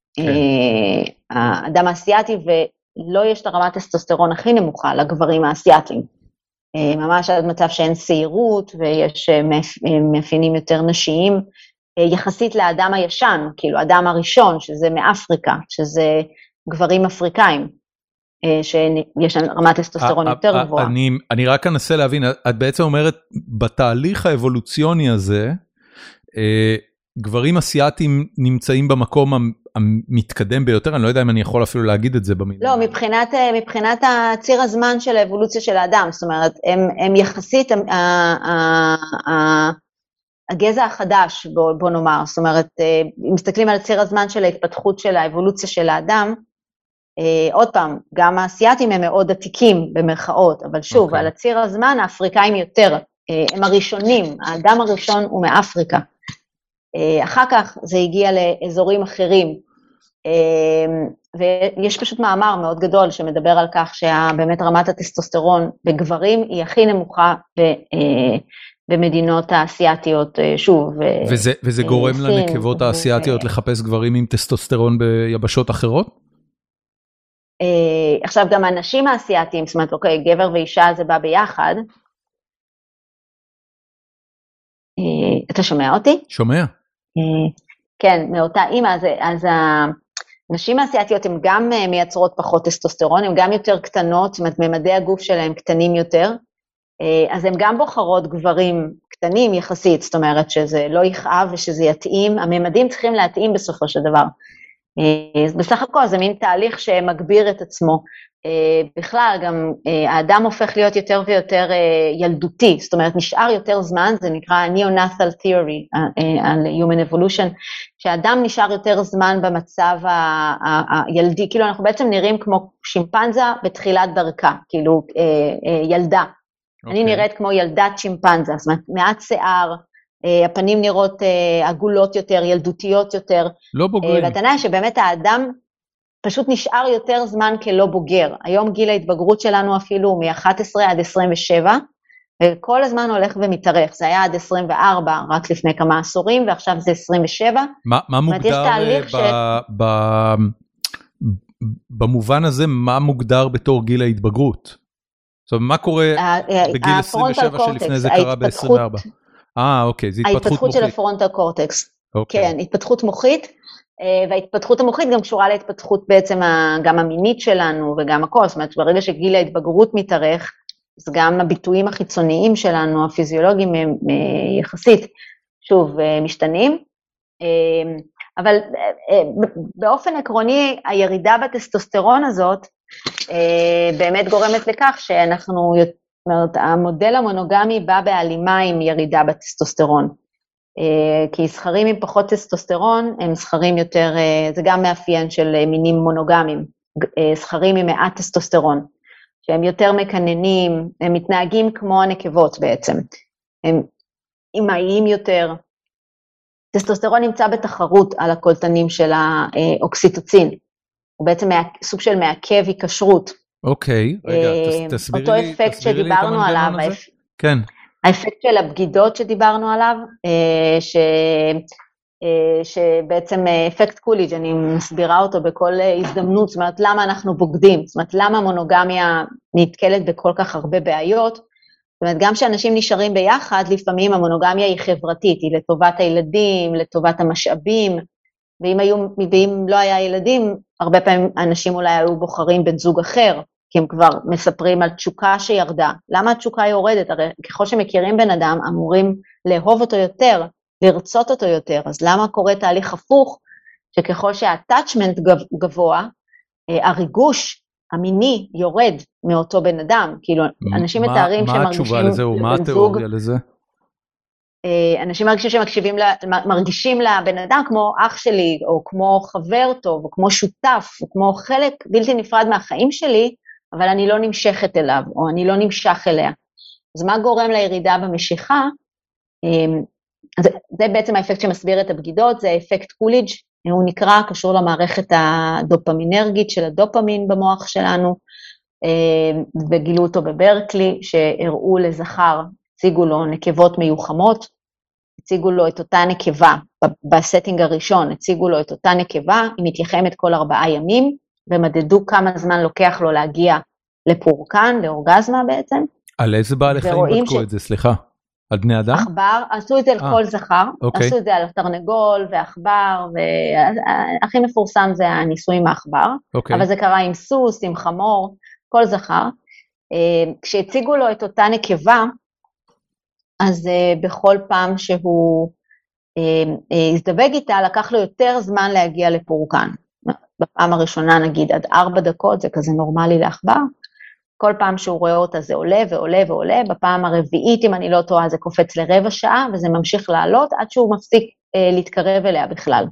האדם האסייתי, ולא יש את הרמת טסטוסטרון הכי נמוכה לגברים האסייתים. ממש עד מצב שאין שעירות, ויש מאפיינים יותר נשיים, יחסית לאדם הישן, כאילו האדם הראשון, שזה מאפריקה, שזה גברים אפריקאים, שיש להם רמת טסטוסטרון יותר גבוהה. אני רק אנסה להבין, את בעצם אומרת, בתהליך האבולוציוני הזה, גברים אסיאטים נמצאים במקום המתקדם ביותר, אני לא יודע אם אני יכול אפילו להגיד את זה במילה. לא, מבחינת הציר הזמן של האבולוציה של האדם, זאת אומרת, הם יחסית, הגזע החדש, בוא נאמר, זאת אומרת, אם מסתכלים על ציר הזמן של ההתפתחות של האבולוציה של האדם, עוד פעם, גם האסייתים הם מאוד עתיקים במרכאות, אבל שוב, על הציר הזמן האפריקאים יותר, הם הראשונים, האדם הראשון הוא מאפריקה. אחר כך זה הגיע לאזורים אחרים, ויש פשוט מאמר מאוד גדול שמדבר על כך שבאמת רמת הטסטוסטרון בגברים היא הכי נמוכה במדינות האסייתיות, שוב. וזה גורם לנקבות האסייתיות לחפש גברים עם טסטוסטרון ביבשות אחרות? עכשיו גם האנשים האסייתיים, זאת אומרת, אוקיי, גבר ואישה זה בא ביחד. אתה שומע אותי? שומע. כן, מאותה אימא, אז הנשים האסייתיות הן גם מייצרות פחות טסטוסטרון, הן גם יותר קטנות, זאת אומרת, ממדי הגוף שלהן קטנים יותר, אז הן גם בוחרות גברים קטנים יחסית, זאת אומרת שזה לא יכאב ושזה יתאים, הממדים צריכים להתאים בסופו של דבר. אז בסך הכל זה מין תהליך שמגביר את עצמו, בכלל גם האדם הופך להיות יותר ויותר ילדותי, זאת אומרת נשאר יותר זמן, זה נקרא Neonatal Theory על Human Evolution, שהאדם נשאר יותר זמן במצב הילדי, כאילו אנחנו בעצם נראים כמו שימפנזה בתחילת דרכה, כאילו ילדה, אני נראית כמו ילדת שימפנזה, זאת אומרת מעט שיער, הפנים נראות עגולות יותר, ילדותיות יותר, לא בוגרים. והטענה שבאמת האדם פשוט נשאר יותר זמן כלא בוגר. היום גיל ההתבגרות שלנו אפילו מ-11 עד 27, וכל הזמן הולך ומתארך. זה היה עד 24 רק לפני כמה עשורים, ועכשיו זה 27. מה מוגדר במובן הזה, מה מוגדר בתור גיל ההתבגרות? זאת אומרת, מה קורה בגיל 27 שלפני זה קרה ב-24? אוקיי, זה התפתחות מוחית. ההתפתחות של הפרונטל קורטקס. כן, התפתחות מוחית, וההתפתחות המוחית גם קשורה להתפתחות בעצם גם המינית שלנו וגם הכל, זאת אומרת, ברגע שגיל ההתבגרות מתארך, אז גם הביטויים החיצוניים שלנו, הפיזיולוגיים, הם יחסית, שוב, משתנים, אבל באופן עקרוני, הירידה בטסטוסטרון הזאת, באמת גורמת לכך שאנחנו, זאת אומרת, המודל המונוגמי בא בהלימה עם ירידה בטסטוסטרון, כי זכרים עם פחות טסטוסטרון, הם זכרים יותר, זה גם מאפיין של מינים מונוגמיים, זכרים עם מעט טסטוסטרון, שהם יותר מקננים, הם מתנהגים כמו הנקבות בעצם, הם אימהיים יותר, טסטוסטרון נמצא בתחרות על הקולטנים של האוקסיטוצין, הוא בעצם סוג של מעכב היקשרות. אוקיי, רגע, תסבירי לי, אותו אפקט שדיברנו עליו, כן. האפקט של הבגידות שדיברנו עליו, שבעצם אפקט קוליג', אני מסבירה אותו בכל הזדמנות, זאת אומרת, למה אנחנו בוגדים, זאת אומרת, למה מונוגמיה נתקלת בכל כך הרבה בעיות, אומרת, גם כשאנשים נשארים ביחד, לפעמים המונוגמיה היא חברתית, היא לטובת הילדים, לטובת המשאבים, ואם לא היה ילדים, הרבה פעמים אנשים אולי היו בוחרים בן זוג אחר, כי הם כבר מספרים על תשוקה שירדה. למה התשוקה יורדת? הרי ככל שמכירים בן אדם, אמורים לאהוב אותו יותר, לרצות אותו יותר, אז למה קורה תהליך הפוך, שככל שהאטאצ'מנט גבוה, הריגוש המיני יורד מאותו בן אדם, כאילו אנשים מתארים מה התשובה לזה או מה התיאוריה לזה? אנשים מרגישים לבן אדם כמו אח שלי, או כמו חבר טוב, או כמו שותף, או כמו חלק בלתי נפרד מהחיים שלי, אבל אני לא נמשכת אליו, או אני לא נמשך אליה. אז מה גורם לירידה במשיכה? זה בעצם האפקט שמסביר את הבגידות, זה האפקט קוליג', הוא נקרא, קשור למערכת הדופמינרגית של הדופמין במוח שלנו, וגילו אותו בברקלי, שהראו לזכר, הציגו לו נקבות מיוחמות, הציגו לו את אותה נקבה, בסטינג הראשון, הציגו לו את אותה נקבה, היא מתייחמת כל 4 ימים, ומדדו כמה זמן לוקח לו להגיע לפורקן, לאורגזמה בעצם. על איזה בעלי חיים בדקו את זה, סליחה? על בני אדם? עכבר, עשו את זה על כל זכר, עשו את זה על תרנגול ועכבר, והכי מפורסם זה הניסוי עם העכבר, אבל זה קרה עם סוס, עם חמור, כל זכר. כשהציגו לו את אותה נקבה, אז בכל פעם שהוא הזדווג איתה, לקח לו יותר זמן להגיע לפורקן. בפעם הראשונה נגיד עד 4 דקות, זה כזה נורמלי לעכבר, כל פעם שהוא רואה אותה זה עולה ועולה ועולה, בפעם הרביעית אם אני לא טועה זה קופץ ל15 שעה, וזה ממשיך לעלות עד שהוא מפסיק להתקרב אליה בכלל.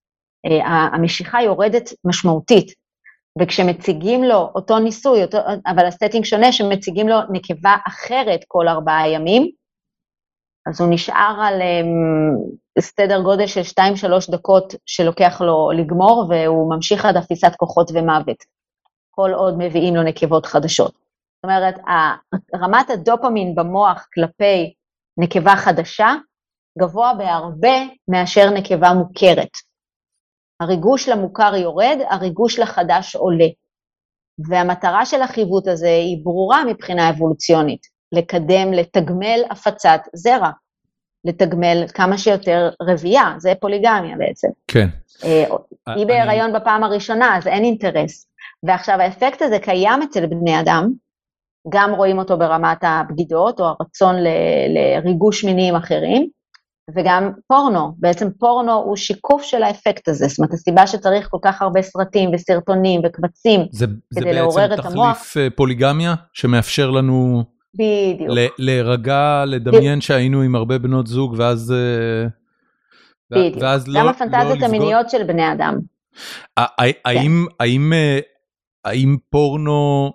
המשיכה יורדת משמעותית, וכשמציגים לו אותו ניסוי, אבל הסטינג שונה, שמציגים לו נקבה אחרת כל 4 ימים, אז הוא נשאר על סדר גודל של 2-3 דקות שלוקח לו לגמור, והוא ממשיך עד אפיסת כוחות ומוות, כל עוד מביאים לו נקבות חדשות. זאת אומרת, רמת הדופמין במוח כלפי נקבה חדשה, גבוה בהרבה מאשר נקבה מוכרת. הריגוש למוכר יורד, הריגוש לחדש עולה. והמטרה של החיווט הזה היא ברורה מבחינה אבולוציונית, לקדם, לתגמל הפצת זרע, לתגמל כמה שיותר רבייה, זה פוליגמיה בעצם. כן. היא בהיריון בפעם הראשונה, אז אין אינטרס. ועכשיו האפקט הזה קיים אצל בני אדם, גם רואים אותו ברמת הבגידות, או הרצון לריגוש מיניים אחרים, וגם פורנו, בעצם פורנו הוא שיקוף של האפקט הזה, זאת אומרת, הסיבה שצריך כל כך הרבה סרטים וסרטונים וקבצים, כדי לעורר את המוח. זה בעצם תחליף פוליגמיה, שמאפשר לנו בדיוק. להירגע, לדמיין שהיינו עם הרבה בנות זוג, ואז בדיוק, גם הפנטזיות המיניות של בני אדם. האם פורנו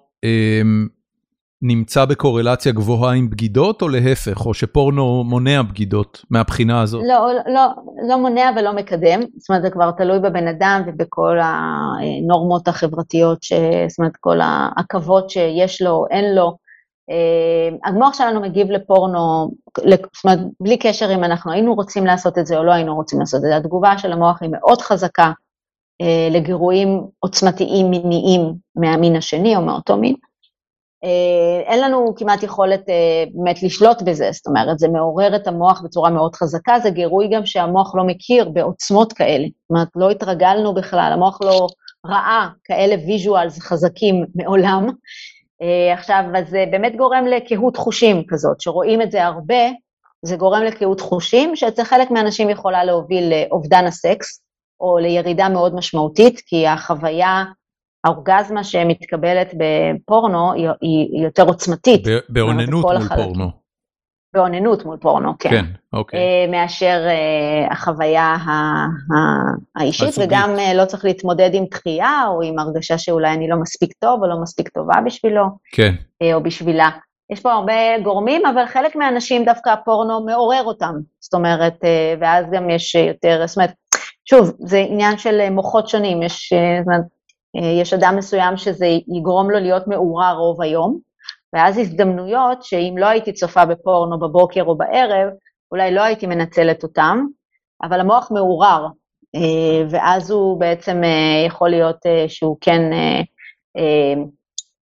נמצא בקורלציה גבוהה עם בגידות, או להפך, או שפורנו מונע בגידות מהבחינה הזאת? לא מונע ולא מקדם, זאת אומרת, זה כבר תלוי בבן אדם, ובכל הנורמות החברתיות, זאת אומרת, כל העכבות שיש לו, אין לו. המוח שלנו מגיב לפורנו, זאת אומרת, בלי קשר אם אנחנו היינו רוצים לעשות את זה, או לא היינו רוצים לעשות את זה. התגובה של המוח היא מאוד חזקה, לגירויים עוצמתיים מיניים מהמין השני או מאותו מין. אין לנו כמעט יכולת באמת לשלוט בזה, זאת אומרת, זה מעורר את המוח בצורה מאוד חזקה, זה גירוי גם שהמוח לא מכיר בעוצמות כאלה, זאת אומרת, לא התרגלנו בכלל, המוח לא ראה כאלה ויז'ואלס חזקים מעולם, עכשיו, אז זה באמת גורם לקהות חושים כזאת, שרואים את זה הרבה, זה גורם לקהות חושים, שאצל חלק מהאנשים יכולה להוביל לאובדן הסקס, או לירידה מאוד משמעותית, כי החוויה, האורגזמה שמתקבלת בפורנו, היא יותר עוצמתית. בעוננות מול פורנו. בעוננות מול פורנו, כן. כן, אוקיי. מאשר החוויה האישית, וגם לא צריך להתמודד עם דחייה, או עם הרגשה שאולי אני לא מספיק טוב, או לא מספיק טובה בשבילו, כן. או בשבילה. יש פה הרבה גורמים, אבל חלק מהאנשים דווקא הפורנו מעורר אותם, זאת אומרת, ואז גם יש יותר, זאת אומרת, שוב, זה עניין של מוחות שונים, יש אדם מסוים שזה יגרום לו להיות מעורר רוב היום, ואז הזדמנויות שאם לא הייתי צופה בפורנו בבוקר או בערב, אולי לא הייתי מנצלת אותם, אבל המוח מעורר, ואז הוא בעצם יכול להיות שהוא כן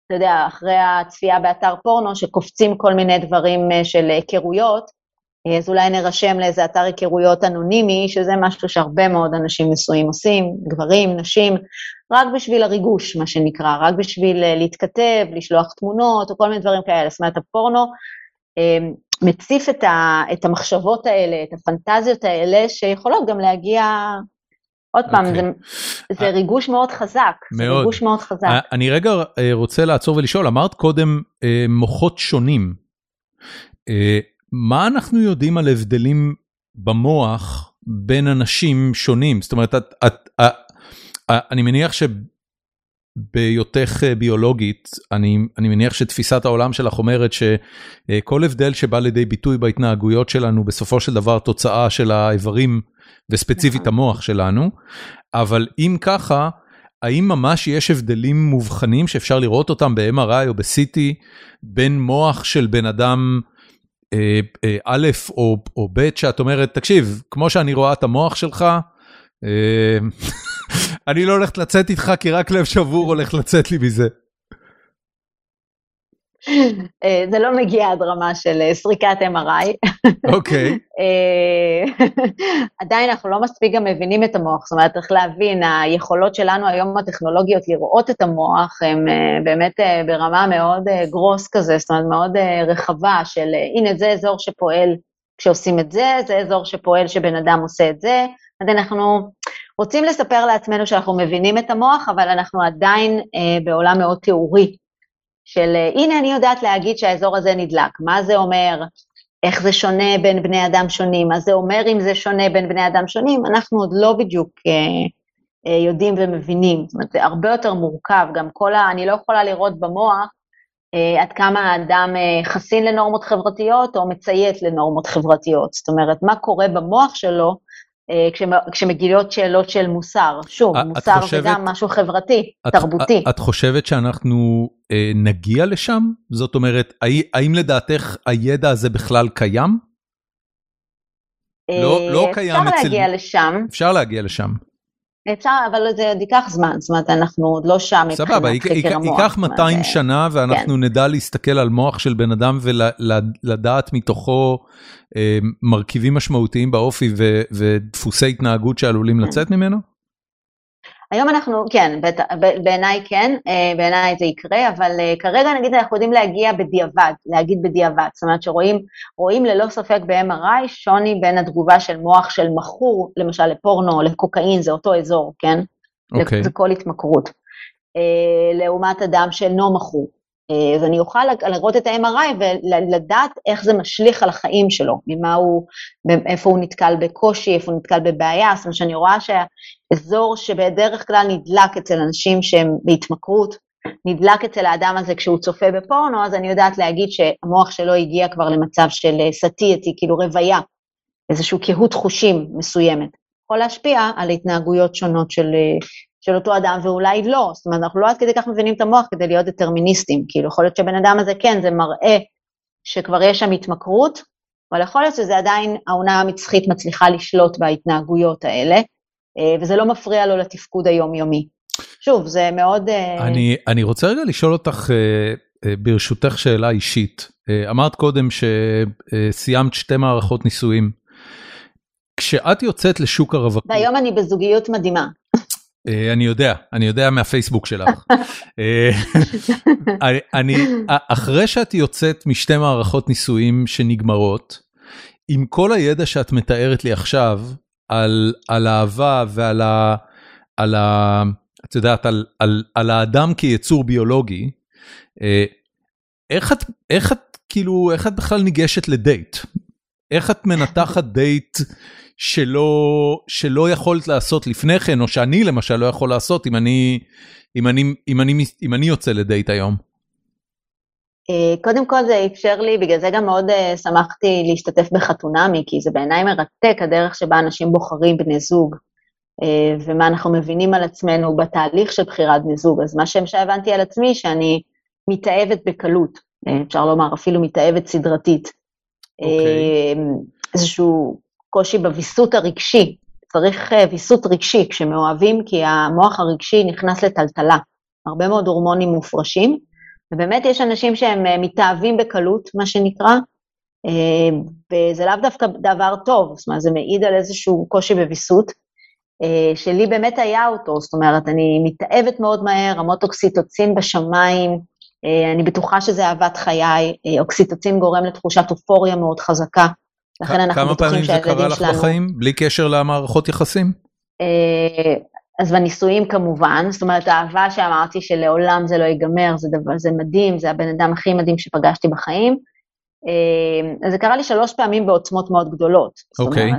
אתה יודע, אחרי הצפייה באתר פורנו, שקופצים כל מיני דברים של היכרויות, אז אולי נרשם לאיזה אתר היכרויות אנונימי, שזה משהו שהרבה מאוד אנשים נשואים עושים, גברים, נשים, רק בשביל הריגוש, מה שנקרא, רק בשביל להתכתב, לשלוח תמונות, או כל מיני דברים כאלה. זאת אומרת, הפורנו מציף את המחשבות האלה, את הפנטזיות האלה, שיכולות גם להגיע, עוד פעם, זה ריגוש מאוד חזק, זה ריגוש מאוד חזק. אני רגע רוצה לעצור ולשאול, אמרת קודם מוחות שונים, מה אנחנו יודעים על הבדלים במוח בין אנשים שונים? זאת אומרת, אני מניח שביותך ביולוגית, אני מניח שתפיסת העולם שלך אומרת שכל הבדל שבא לידי ביטוי בהתנהגויות שלנו, בסופו של דבר תוצאה של האיברים וספציפית המוח שלנו, אבל אם ככה, האם ממש יש הבדלים מובחנים שאפשר לראות אותם ב-MRI או ב-CT, בין מוח של בן אדם א' או ב' שאת אומרת, תקשיב, כמו שאני רואה את המוח שלך, אני לא הולכת לצאת איתך, כי רק לב שבור הולך לצאת לי מזה. זה לא מגיע עד רמה של סריקת MRI. אוקיי. עדיין אנחנו לא מספיק גם מבינים את המוח, זאת אומרת, צריך להבין, היכולות שלנו היום הטכנולוגיות לראות את המוח, הן באמת ברמה מאוד גרוס כזה, זאת אומרת, מאוד רחבה של, הנה זה אזור שפועל כשעושים את זה, זה אזור שפועל שבן אדם עושה את זה, אז אנחנו רוצים לספר לעצמנו שאנחנו מבינים את המוח, אבל אנחנו עדיין בעולם מאוד תיאורי, של הנה אני יודעת להגיד שהאזור הזה נדלק, מה זה אומר, איך זה שונה בין בני אדם שונים, מה זה אומר אם זה שונה בין בני אדם שונים, אנחנו עוד לא בדיוק יודעים ומבינים, זאת אומרת, זה הרבה יותר מורכב, גם אני לא יכולה לראות במוח, עד כמה האדם חסין לנורמות חברתיות, או מציית לנורמות חברתיות, זאת אומרת, מה קורה במוח שלו, כשמגיעות שאלות של מוסר, שוב, מוסר זה גם משהו חברתי, תרבותי. את חושבת שאנחנו נגיע לשם? זאת אומרת, האם לדעתך הידע הזה בכלל קיים? לא קיים אצל... אפשר להגיע לשם. אפשר להגיע לשם. אפשר, אבל זה ייקח זמן, זאת אומרת, אנחנו עוד לא שם מבחינת חקר המוח. ייקח 200 שנה, ואנחנו נדע להסתכל על מוח של בן אדם, ולדעת מתוכו מרכיבים משמעותיים באופי, ודפוסי התנהגות שעלולים לצאת ממנו? היום אנחנו, כן, בעיניי כן, בעיניי זה יקרה, אבל כרגע נגיד אנחנו יודעים להגיד בדיעבד, זאת אומרת שרואים ללא ספק ב-MRI שוני בין התגובה של מוח של מכור, למשל לפורנו, לקוקאין, זה אותו אזור, כן? אוקיי. זה כל התמכרות. לעומת אדם שאינו מכור. אז אני אוכל לראות את ה-MRI ולדעת איך זה משליך על החיים שלו, איפה הוא נתקל בקושי, איפה הוא נתקל בבעיה, זאת אומרת שאני רואה שהאזור שבדרך כלל נדלק אצל אנשים שהם בהתמכרות, נדלק אצל האדם הזה כשהוא צופה בפורנו, אז אני יודעת להגיד שהמוח שלו הגיע כבר למצב של סטייטי, כאילו רוויה, איזשהו קהות חושים מסוימת, יכול להשפיע על התנהגויות שונות של אותו אדם, ואולי לא, זאת אומרת, אנחנו לא עד כדי כך מבינים את המוח כדי להיות דטרמיניסטים, כאילו יכול להיות שבן אדם הזה כן, זה מראה שכבר יש שם התמכרות, אבל יכול להיות שזה עדיין העונה המצחית מצליחה לשלוט בהתנהגויות האלה, וזה לא מפריע לו לתפקוד היומיומי. שוב, זה מאוד... אני רוצה רגע לשאול אותך, ברשותך שאלה אישית, אמרת קודם שסיימת 2 מערכות נישואים, כשאת יוצאת לשוק הרווקות... והיום אני בזוגיות מדהימה. אני יודע מהפייסבוק שלך. אחרי שאת יוצאת מ2 מערכות נישואים שנגמרות, עם כל הידע שאת מתארת לי עכשיו, על האהבה ועל את יודעת, על האדם כיצור ביולוגי, איך את בכלל ניגשת לדייט? איך את מנתחת דייט שלא יכולת לעשות לפני כן, או שאני למשל לא יכול לעשות אם אני יוצא לדייט היום? קודם כל זה אפשר לי, בגלל זה גם מאוד שמחתי להשתתף בחתונמי, כי זה בעיניי מרתק הדרך שבה אנשים בוחרים בני זוג, ומה אנחנו מבינים על עצמנו בתהליך של בחירת בני זוג. אז מה שהבנתי על עצמי, שאני מתאהבת בקלות, אפשר לומר אפילו מתאהבת סדרתית. איזשהו קושי בוויסות הרגשי, צריך ויסות רגשי כשמאוהבים, כי המוח הרגשי נכנס לטלטלה, הרבה מאוד הורמונים מופרשים, ובאמת יש אנשים שהם מתאהבים בקלות, מה שנקרא, וזה לאו דווקא דבר טוב, זאת אומרת, זה מעיד על איזשהו קושי בביסות, שלי באמת היה אותו, זאת אומרת, אני מתאהבת מאוד מהר, רמות אוקסיטוצין בשמיים, אני בטוחה שזה אהבת חיי, אוקסיטוצין גורם לתחושת אופוריה מאוד חזקה, לכן אנחנו בטוחים שהילדים שלנו... כמה פעמים זה קרה לך בחיים, בלי קשר למערכות יחסים? אז בנישואים כמובן, זאת אומרת, האהבה שאמרתי שלעולם זה לא ייגמר, זה מדהים, זה הבן אדם הכי מדהים שפגשתי בחיים, אז זה קרה לי 3 פעמים בעוצמות מאוד גדולות, זאת אומרת,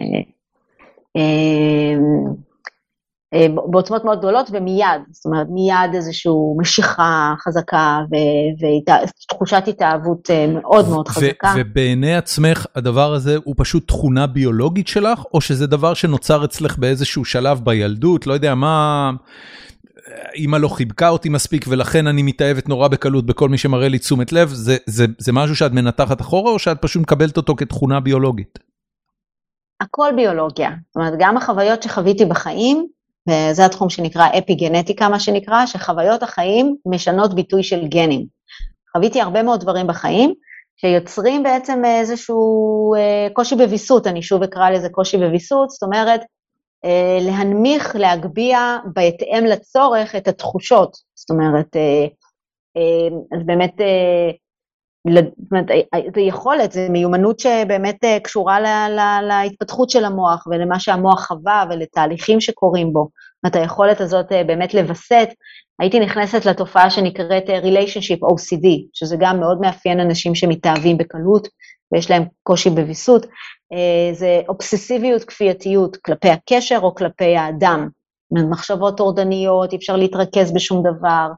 בעוצמות מאוד גדולות ומיד, זאת אומרת, מיד איזושהי משיכה חזקה ותחושת התאהבות מאוד מאוד חזקה. ובעיני עצמך הדבר הזה הוא פשוט תכונה ביולוגית שלך, או שזה דבר שנוצר אצלך באיזשהו שלב בילדות, לא יודע מה, אמא לא חיבקה אותי מספיק ולכן אני מתאהבת נורא בקלות בכל מי שמראה לי תשומת לב, זה משהו שאת מנתחת אחורה או שאת פשוט מקבלת אותו כתכונה ביולוגית? הכל ביולוגיה, זאת אומרת, גם החוויות שחוויתי בחיים, וזה התחום שנקרא אפיגנטיקה, מה שנקרא, שחוויות החיים משנות ביטוי של גנים. חוויתי הרבה מאוד דברים בחיים, שיוצרים בעצם איזשהו קושי בביסות, אני שוב אקרא לזה קושי בביסות, זאת אומרת, להנמיך, להגביע בהתאם לצורך את התחושות, זאת אומרת, אז באמת, זה יכולת, זה מיומנות שבאמת קשורה להתפתחות של המוח, ולמה שהמוח חווה, ולתהליכים שקורים בו. זאת אומרת, היכולת הזאת באמת לבסט, הייתי נכנסת לתופעה שנקראת relationship OCD, שזה גם מאוד מאפיין אנשים שמתאהבים בקלות, ויש להם קושי בביסות, זה אובססיביות, כפייתיות, כלפי הקשר או כלפי האדם, מחשבות טורדניות, אי אפשר להתרכז בשום דבר,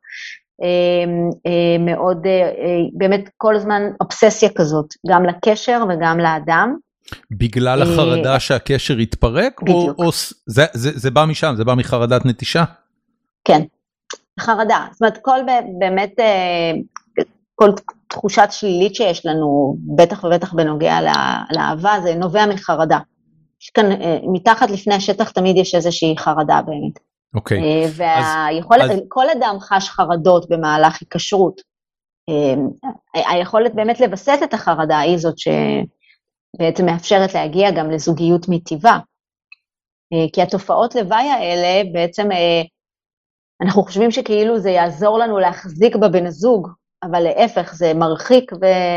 מאוד, באמת כל הזמן אובססיה כזאת, גם לקשר וגם לאדם. בגלל החרדה שהקשר יתפרק? בדיוק. או זה בא משם, זה בא מחרדת נטישה? כן, חרדה, זאת אומרת כל באמת, כל תחושת שלילית שיש לנו, בטח ובטח בנוגע לאהבה, זה נובע מחרדה. שכאן, מתחת לפני השטח תמיד יש איזושהי חרדה באמת. אוקיי. והיכולת, כל אדם חש חרדות במהלך היקשרות. היכולת באמת לבסס את החרדה היא זאת שבעצם מאפשרת להגיע גם לזוגיות מטבעה. כי התופעות לוואי האלה בעצם, אנחנו חושבים שכאילו זה יעזור לנו להחזיק בבן הזוג, אבל להפך זה מרחיק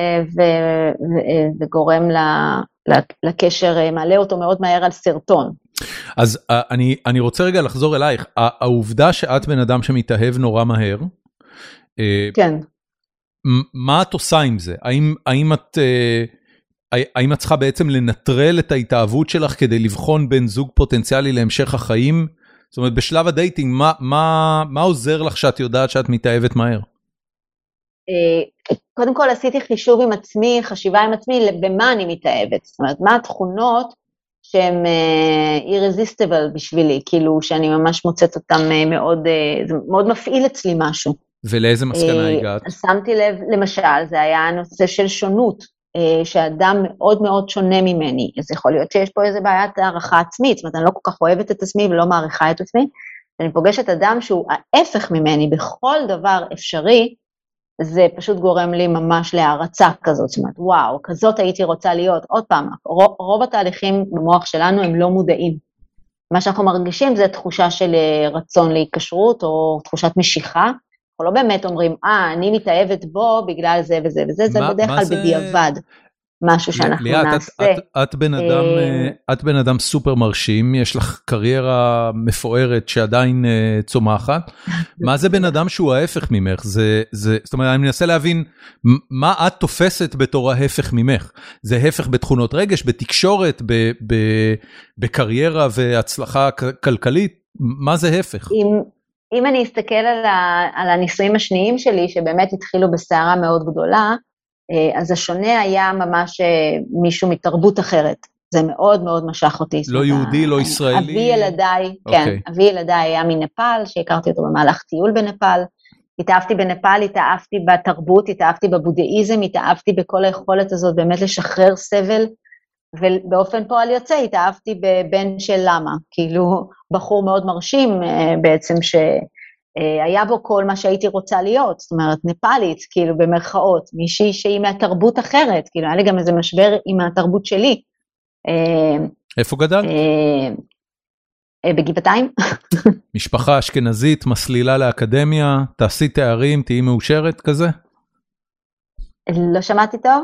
וגורם לקשר, מעלה אותו מאוד מהר על סרטון. אז אני רוצה רגע לחזור אלייך, העובדה שאת בן אדם שמתאהב נורא מהר, כן. מה את עושה עם זה? האם את צריכה בעצם לנטרל את ההתאהבות שלך כדי לבחון בן זוג פוטנציאלי להמשך החיים? זאת אומרת, בשלב הדייטינג, מה עוזר לך שאת יודעת שאת מתאהבת מהר? קודם כל עשיתי חישוב עם עצמי, חשיבה עם עצמי, במה אני מתאהבת. זאת אומרת, מה התכונות שהן irresistible בשבילי, כאילו שאני ממש מוצאת אותן מאוד, זה מאוד מפעיל אצלי משהו. ולאיזה מסקנה הגעת? שמתי לב, למשל, זה היה הנושא של שונות, שאדם מאוד מאוד שונה ממני, אז יכול להיות שיש פה איזה בעיית הערכה עצמית, זאת אומרת, אני לא כל כך אוהבת את עצמי ולא מעריכה את עצמי, אני פוגשת אדם שהוא ההפך ממני בכל דבר אפשרי, זה פשוט גורם לי ממש להערצה כזאת, זאת אומרת, וואו, כזאת הייתי רוצה להיות. עוד פעם, רוב התהליכים במוח שלנו הם לא מודעים. מה שאנחנו מרגישים זה תחושה של רצון להיקשרות, או תחושת משיכה, אנחנו לא באמת אומרים, אני מתאהבת בו בגלל זה וזה וזה, זה בדרך כלל בדיעבד. משהו שאנחנו נעשה. את בן אדם סופר מרשים, יש לך קריירה מפוארת שעדיין צומחת, מה זה בן אדם שהוא ההפך ממך? זאת אומרת, אני מנסה להבין, מה את תופסת בתור ההפך ממך? זה הפך בתכונות רגש, בתקשורת, בקריירה והצלחה כלכלית, מה זה הפך? אם אני אסתכל על הניסויים השניים שלי, שבאמת התחילו בסערה מאוד גדולה, אז השונה היה ממש מישהו מתרבות אחרת. זה מאוד מאוד משך אותי. לא יהודי, לא ישראלי? אבי ילדיי, כן, אבי ילדיי היה מנפאל, שהכרתי אותו במהלך טיול בנפאל, התאהבתי בנפאל, התאהבתי בתרבות, התאהבתי בבודהיזם, התאהבתי בכל היכולת הזאת באמת לשחרר סבל, ובאופן פועל יוצא התאהבתי בבן של למה, כאילו בחור מאוד מרשים בעצם היה בו כל מה שהייתי רוצה להיות, זאת אומרת, נפלית, כאילו במרכאות, מישהי שהיא מהתרבות אחרת, כאילו היה לי גם איזה משבר עם התרבות שלי. איפה גדלת? בגבעתיים. משפחה אשכנזית, מסלילה לאקדמיה, תעשי תארים, תהיי מאושרת כזה? לא שמעתי טוב?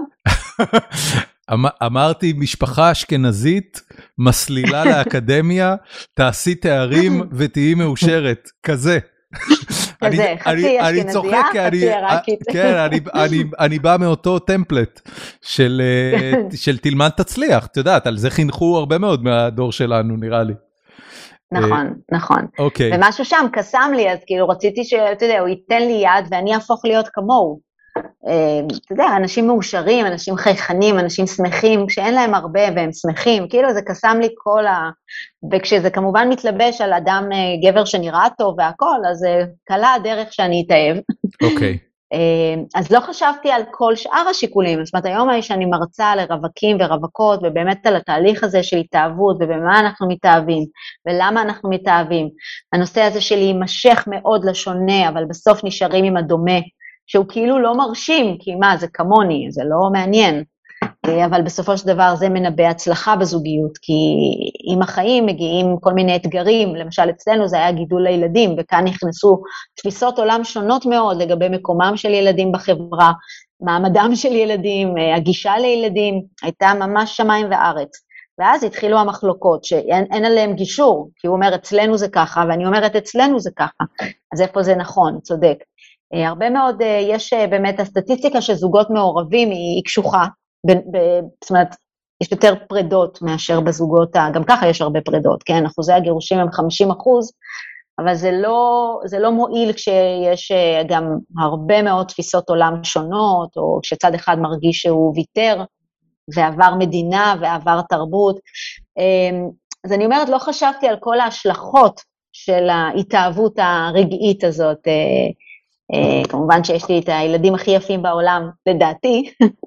אמרתי, משפחה אשכנזית, מסלילה לאקדמיה, תעשי תארים ותהיי מאושרת, כזה. כזה, חצי אשכנזיה, חצי עיראקית. כן, אני בא מאותו טמפלט של תלמד תצליח, את יודעת, על זה חינכו הרבה מאוד מהדור שלנו, נראה לי. נכון, נכון. ומשהו שם קסם לי, אז כאילו רציתי שאתה יודע, הוא ייתן לי יד ואני אהפוך להיות כמוהו. אתה יודע, אנשים מאושרים, אנשים חייכנים, אנשים שמחים, שאין להם הרבה והם שמחים, כאילו זה קסם לי וכשזה כמובן מתלבש על אדם גבר שנראה טוב והכל, אז קלה הדרך שאני אתאהב. אוקיי. אז לא חשבתי על כל שאר השיקולים, זאת אומרת, היום שאני מרצה לרווקים ורווקות, ובאמת על התהליך הזה של התאהבות, ובמה אנחנו מתאהבים, ולמה אנחנו מתאהבים. הנושא הזה של להימשך מאוד לשונה, אבל בסוף נשארים עם הדומה, שהוא כאילו לא מרשים, כי מה, זה כמוני, זה לא מעניין, אבל בסופו של דבר זה מנבא הצלחה בזוגיות, כי עם החיים מגיעים כל מיני אתגרים, למשל אצלנו זה היה גידול לילדים, וכאן נכנסו תפיסות עולם שונות מאוד לגבי מקומם של ילדים בחברה, מעמדם של ילדים, הגישה לילדים, הייתה ממש שמיים וארץ, ואז התחילו המחלוקות, שאין עליהם גישור, כי הוא אומר אצלנו זה ככה, ואני אומרת אצלנו זה ככה, אז איפה זה נכון, צודק. הרבה מאוד, יש באמת הסטטיסטיקה שזוגות מעורבים היא קשוחה, זאת אומרת, יש יותר פרדות מאשר בזוגות, גם ככה יש הרבה פרדות, כן, אחוזי הגירושים הם 50%, אבל זה לא מועיל כשיש גם הרבה מאוד תפיסות עולם שונות, או כשצד אחד מרגיש שהוא ויתר, ועבר מדינה ועבר תרבות, אז אני אומרת, לא חשבתי על כל ההשלכות של ההתאהבות הרגעית הזאת, כמובן שיש לי את הילדים הכי יפים בעולם, לדעתי.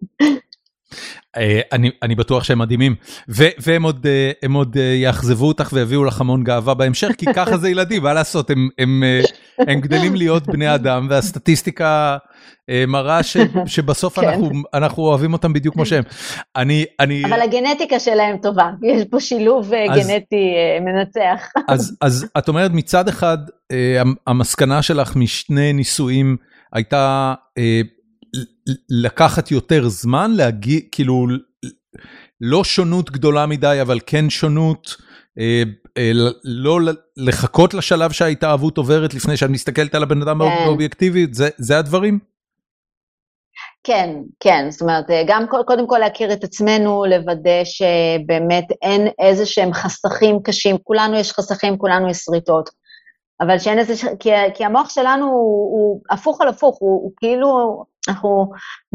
אני בטוח שהם מדהימים, והם עוד יאכזבו אותך ויביאו לך המון גאווה בהמשך, כי ככה זה ילדים, מה לעשות, הם גדלים להיות בני אדם, והסטטיסטיקה מראה שבסוף אנחנו אוהבים אותם בדיוק כמו שהם. אבל הגנטיקה שלהם טובה, יש פה שילוב גנטי מנצח. אז את אומרת, מצד אחד, המסקנה שלך משני ניסויים הייתה לקחת יותר זמן, להגיד, כאילו, לא שונות גדולה מדי, אבל כן שונות, לא לחכות לשלב שההתאהבות עוברת, לפני שאת מסתכלת על הבן אדם באובייקטיבית, זה הדברים? כן, כן, זאת אומרת, גם קודם כל להכיר את עצמנו, לוודא שבאמת אין איזה שהם חסכים קשים, כולנו יש חסכים, כולנו יש שריטות, אבל שאין איזה, כי המוח שלנו הוא הפוך על הפוך, הוא כאילו, אנחנו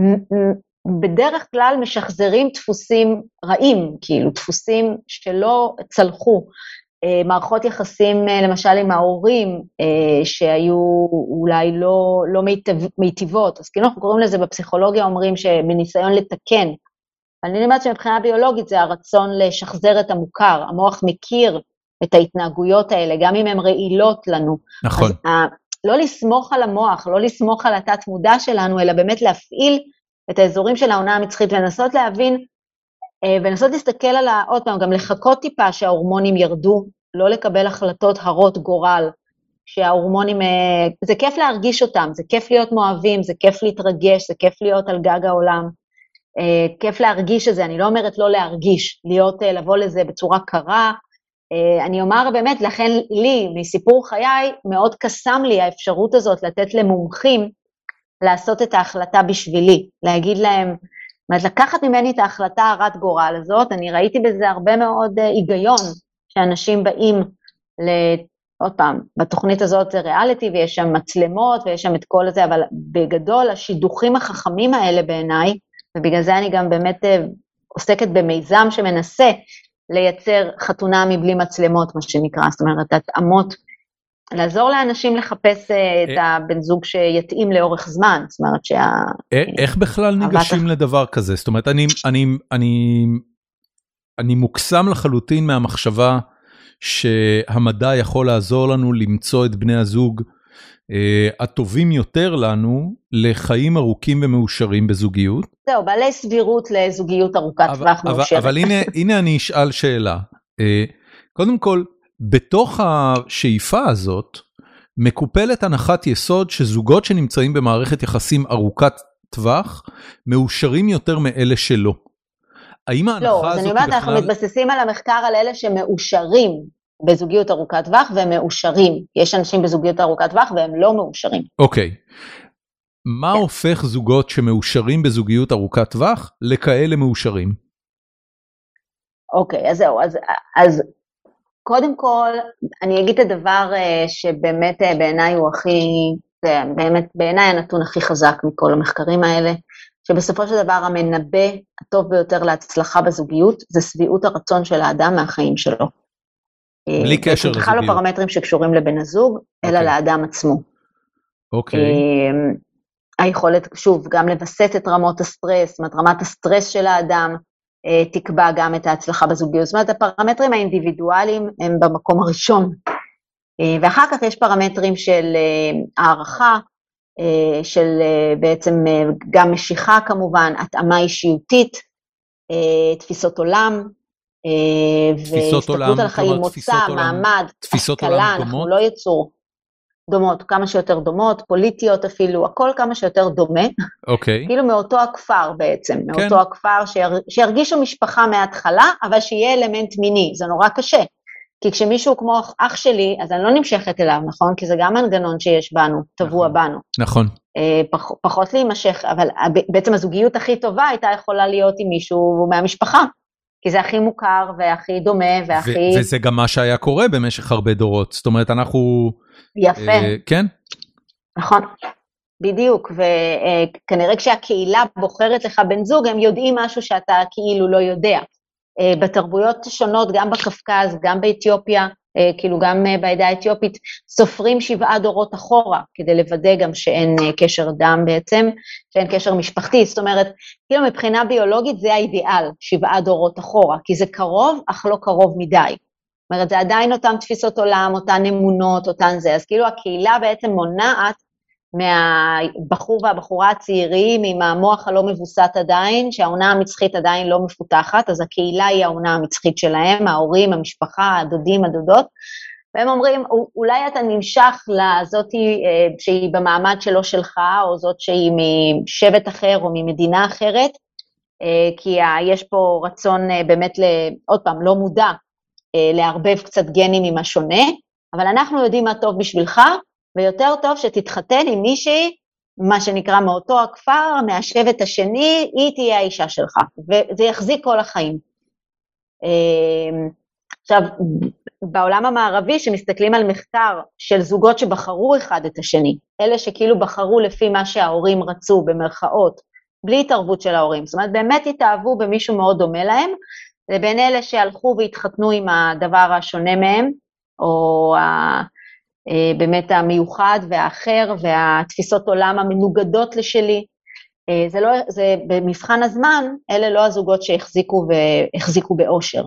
בדרך כלל משחזרים דפוסים רעים, כאילו דפוסים שלא צלחו, מערכות יחסים למשל עם ההורים, שהיו אולי לא מיטיבות, אז כאילו אנחנו קוראים לזה בפסיכולוגיה, אומרים שבניסיון לתקן, אני אומרת שמבחינה ביולוגית זה הרצון לשחזר את המוכר, המוח מכיר את ההתנהגויות האלה, גם אם הן רעילות לנו. נכון. אז לא לסמוך על המוח, לא לסמוך על התת מודע שלנו, אלא באמת להפעיל את האזורים של העונה המצחית, ולנסות להבין, ולנסות להסתכל על עוד פעם, גם לחכות טיפה שההורמונים ירדו, לא לקבל החלטות הרות גורל, שההורמונים, זה כיף להרגיש אותם, זה כיף להיות מאוהבים, זה כיף להתרגש, זה כיף להיות על גג העולם, כיף להרגיש את זה, אני לא אומרת לא להרגיש, לבוא לזה בצורה קרה, אני אומר באמת, לכן לי, מסיפור חיי, מאוד קסם לי האפשרות הזאת לתת למומחים, לעשות את ההחלטה בשבילי, להגיד להם, לקחת ממני את ההחלטה הרת גורל הזאת, אני ראיתי בזה הרבה מאוד היגיון, שאנשים באים, עוד פעם, בתוכנית הזאת זה ריאליטי, ויש שם מצלמות, ויש שם את כל זה, אבל בגדול, השידוכים החכמים האלה בעיניי, ובגלל זה אני גם באמת עוסקת במיזם שמנסה, לייצר חתונה מבלי מצלמות, מה שנקרא, זאת אומרת, התאמות, לעזור לאנשים לחפש את הבן זוג שיתאים לאורך זמן, זאת אומרת איך בכלל ניגשים לדבר כזה? זאת אומרת, אני מוקסם לחלוטין מהמחשבה שהמדע יכול לעזור לנו למצוא את בני הזוג הטובים יותר לנו לחיים ארוכים ומאושרים בזוגיות. זהו, בעלי סבירות לזוגיות ארוכת טווח מאושרת. אבל הנה אני אשאל שאלה. קודם כל, בתוך השאיפה הזאת, מקופלת הנחת יסוד שזוגות שנמצאים במערכת יחסים ארוכת טווח, מאושרים יותר מאלה שלא. האם ההנחה הזאת לא, אז אני אומרת, אנחנו מתבססים על המחקר על אלה שמאושרים בזוגיות ארוכת טווח, והם מאושרים. יש אנשים בזוגיות ארוכת טווח, והם לא מאושרים. אוקיי. מה הופך זוגות שמאושרים בזוגיות ארוכת טווח, לכאלה מאושרים? אוקיי, אז זהו, אז קודם כל, אני אגיד את הדבר שבאמת בעיניי הוא באמת בעיניי הנתון הכי חזק מכל המחקרים האלה, שבסופו של דבר המנבא הטוב ביותר להצלחה בזוגיות, זה שביעות הרצון של האדם מהחיים שלו. בלי קשר לזוגיות. בכלל לא פרמטרים שקשורים לבן הזוג, אלא לאדם עצמו. אוקיי. היכולת, שוב, גם לבסט את רמות הסטרס, רמת הסטרס של האדם, תקבע גם את ההצלחה בזוגיות. זאת אומרת, הפרמטרים האינדיבידואליים הם במקום הראשון. ואחר כך יש פרמטרים של הערכה, של בעצם גם משיכה כמובן, התאמה אישיותית, תפיסות עולם, והסתכלות על חיים, מוצא, מעמד, השכלה, אנחנו לא יצור דומות, כמה שיותר דומות, פוליטיות אפילו, הכל כמה שיותר דומה, כאילו מאותו הכפר בעצם, מאותו הכפר שירגישו משפחה מההתחלה, אבל שיהיה אלמנט מיני, זה נורא קשה, כי כשמישהו כמו אח שלי, אז אני לא נמשכת אליו, נכון? כי זה גם מנגנון שיש בנו, טבוע בנו. נכון. פחות להימשך, אבל בעצם הזוגיות הכי טובה הייתה יכולה להיות עם מישהו מהמשפחה, כי זה הכי מוכר והכי דומה והכי... וזה גם מה שהיה קורה במשך הרבה דורות, זאת אומרת אנחנו... יפה. כן? נכון, בדיוק, וכנראה כשהקהילה בוחרת לך בן זוג, הם יודעים משהו שאתה כאילו לא יודע. בתרבויות שונות, גם בקפקז, גם באתיופיה, כאילו גם בעדה האתיופית, סופרים 7 דורות אחורה, כדי לוודא גם שאין קשר דם בעצם, שאין קשר משפחתי, זאת אומרת, כאילו מבחינה ביולוגית זה האידיאל, 7 דורות אחורה, כי זה קרוב, אך לא קרוב מדי. זאת אומרת, זה עדיין אותן תפיסות עולם, אותן אמונות, אותן זה, אז כאילו הקהילה בעצם מונעת מהבחור והבחורה הצעירים עם המוח הלא מבוסת עדיין, שהעונה המצחית עדיין לא מפותחת, אז הקהילה היא העונה המצחית שלהם, ההורים, המשפחה, הדודים, הדודות, והם אומרים, אולי אתה נמשך לזאת שהיא במעמד שלו שלך, או זאת שהיא משבט אחר או ממדינה אחרת, כי יש פה רצון באמת, עוד פעם, לא מודע, לערבב קצת גנים עם השונה, אבל אנחנו יודעים מה טוב בשבילך, ויותר טוב שתתחתן עם מישהי, מה שנקרא מאותו הכפר, מהשבט השני, היא תהיה האישה שלך, וזה יחזיק כל החיים. עכשיו, בעולם המערבי, שמסתכלים על מחקר של זוגות שבחרו אחד את השני, אלה שכאילו בחרו לפי מה שההורים רצו, במרכאות, בלי התערבות של ההורים, זאת אומרת, באמת התאהבו במישהו מאוד דומה להם, לבין אלה שהלכו והתחתנו עם הדבר השונה מהם, או באמת המיוחד והאחר, והתפיסות עולם המנוגדות לשלי, זה במבחן הזמן, אלה לא הזוגות שהחזיקו באושר.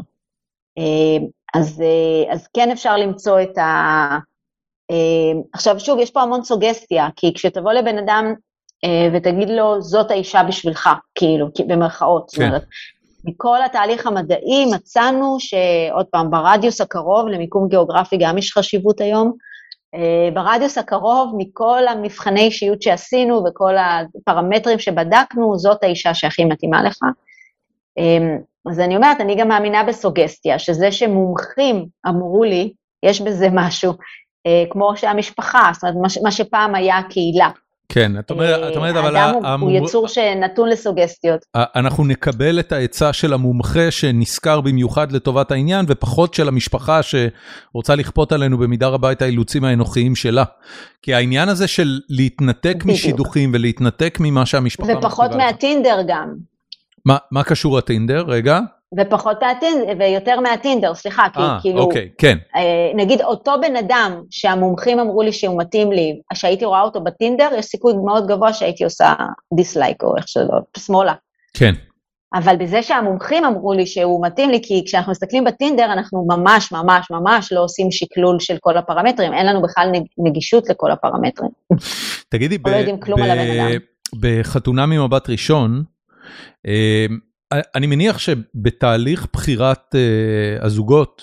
אז כן אפשר למצוא את עכשיו שוב, יש פה המון סוגסטיה, כי כשתבוא לבן אדם ותגיד לו, זאת האישה בשבילך, כאילו, במרכאות, זאת אומרת, מכל התהליך המדעי מצאנו שעוד פעם, ברדיוס הקרוב, למיקום גיאוגרפי גם יש חשיבות היום, ברדיוס הקרוב, מכל המבחני אישיות שעשינו, וכל הפרמטרים שבדקנו, זאת האישה שהכי מתאימה לך. אז אני אומרת, אני גם מאמינה בסוגסטיה, שזה שמומחים אמרו לי, יש בזה משהו, כמו שהמשפחה, זאת אומרת, מה שפעם היה הקהילה. כן, את אומרת, אבל... האדם הוא יצור שנתון לסוגסטיות. אנחנו נקבל את העצה של המומחה שנזכר במיוחד לטובת העניין, ופחות של המשפחה שרוצה לכפות עלינו במידה רבה את האילוצים האנוכיים שלה. כי העניין הזה של להתנתק משידוכים ולהתנתק ממה שהמשפחה... ופחות מהטינדר גם. מה קשור הטינדר? רגע. ופחות מהטינדר, ויותר מהטינדר, סליחה, כי כאילו, אוקיי, כן. נגיד אותו בן אדם שהמומחים אמרו לי שהוא מתאים לי, שהייתי רואה אותו בטינדר, יש סיכוי מאוד גבוה שהייתי עושה דיסלייק או איך שלא, שמאלה. כן. אבל בזה שהמומחים אמרו לי שהוא מתאים לי, כי כשאנחנו מסתכלים בטינדר, אנחנו ממש ממש ממש לא עושים שקלול של כל הפרמטרים, אין לנו בכלל נגישות לכל הפרמטרים. תגידי, לא יודעים כלום על הבן אדם. בחתונה ממבט ראשון, אני מניח שבתהליך בחירת הזוגות,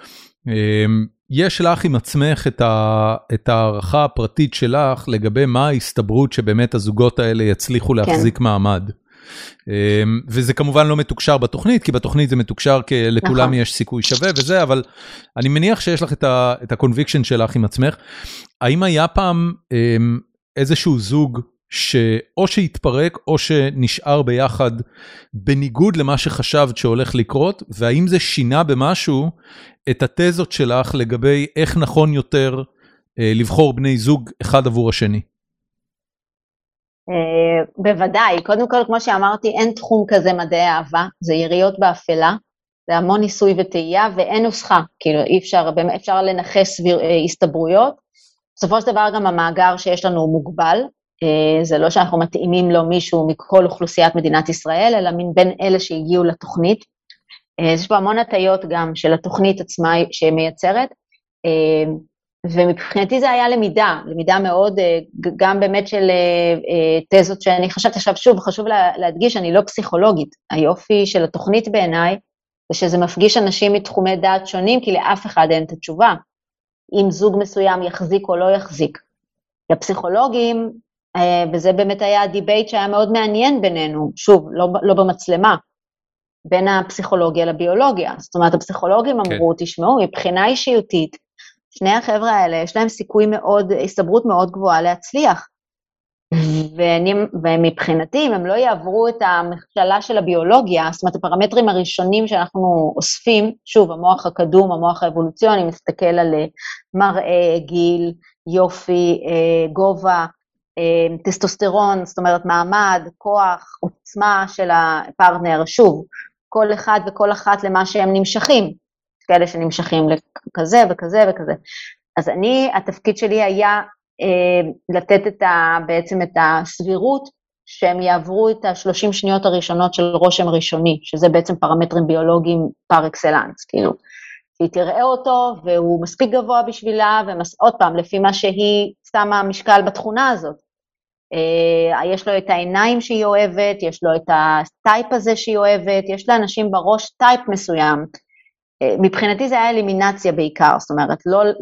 יש לך עם עצמך את הערכה הפרטית שלך לגבי מה ההסתברות שבאמת הזוגות האלה יצליחו להחזיק מעמד. וזה כמובן לא מתוקשר בתוכנית, כי בתוכנית זה מתוקשר לכולם יש סיכוי שווה וזה, אבל אני מניח שיש לך את הקונביקשן שלך עם עצמך. האם היה פעם איזשהו זוג שאו שהתפרק או שנשאר ביחד בניגוד למה שחשבת שהולך לקרות, והאם זה שינה במשהו את התזות שלך לגבי איך נכון יותר לבחור בני זוג אחד עבור השני? בוודאי, קודם כל כמו שאמרתי, אין תחום כזה מדעי אהבה, זה יריות באפלה, זה המון ניסוי וטעייה ואין נוסחה, כאילו אפשר לנחש הסתברויות, בסופו של דבר גם המאגר שיש לנו הוא מוגבל, זה לא שאנחנו מתאימים לו מישהו מכל אוכלוסיית מדינת ישראל, אלא בין אלה שהגיעו לתוכנית, יש פה המון הטיות גם של התוכנית עצמה שמייצרת, ומבחינתי זה היה למידה מאוד, גם באמת של תזות שאני חשבתי עכשיו שוב, חשוב להדגיש, אני לא פסיכולוגית, היופי של התוכנית בעיניי, זה שזה מפגיש אנשים מתחומי דעת שונים, כי לאף אחד אין את התשובה, אם זוג מסוים יחזיק או לא יחזיק. הפסיכולוגים, וזה באמת היה הדיבייט שהיה מאוד מעניין בינינו, שוב, לא במצלמה, בין הפסיכולוגיה לביולוגיה, זאת אומרת, הפסיכולוגים אמרו, תשמעו, מבחינה אישיותית, שני החבר'ה האלה, יש להם סיכוי מאוד, הסתברות מאוד גבוהה להצליח, ומבחינתי, אם הם לא יעברו את המכשלה של הביולוגיה, זאת אומרת, הפרמטרים הראשונים שאנחנו אוספים, שוב, המוח הקדום, המוח האבולוציוני, מסתכל על מראה, גיל, יופי, גובה, טסטוסטרון, זאת אומרת, מעמד, כוח, עוצמה של הפרטנר, שוב, כל אחד וכל אחת למה שהם נמשכים, כאלה שנמשכים לכזה וכזה וכזה. אז התפקיד שלי היה לתת בעצם את הסבירות, שהם יעברו את ה-30 שניות הראשונות של רושם ראשוני, שזה בעצם פרמטרים ביולוגיים פר אקסלנס, כאילו, שהיא תראה אותו, והוא מספיק גבוה בשבילה, ועוד פעם, לפי מה שהיא שמה משקל בתכונה הזאת. יש לו את העיניים שהיא אוהבת, יש לו את הטייפ הזה שהיא אוהבת, יש לאנשים בראש טייפ מסוים. מבחינתי זה היה אלימינציה בעיקר, זאת אומרת,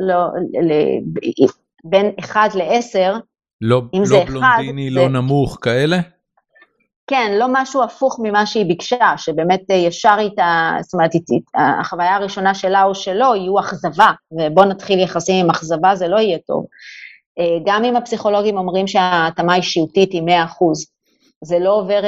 בין 1 ל-10, אם זה 1, לא בלונדיני, לא נמוך, כאלה? כן, לא משהו הפוך ממה שהיא ביקשה, שבאמת ישר איתה, זאת אומרת, החוויה הראשונה שלה או שלו יהיו אכזבה, ובוא נתחיל יחסים עם אכזבה, זה לא יהיה טוב. גם אם הפסיכולוגים אומרים שההתאמה אישיותית היא 100%, זה לא עובר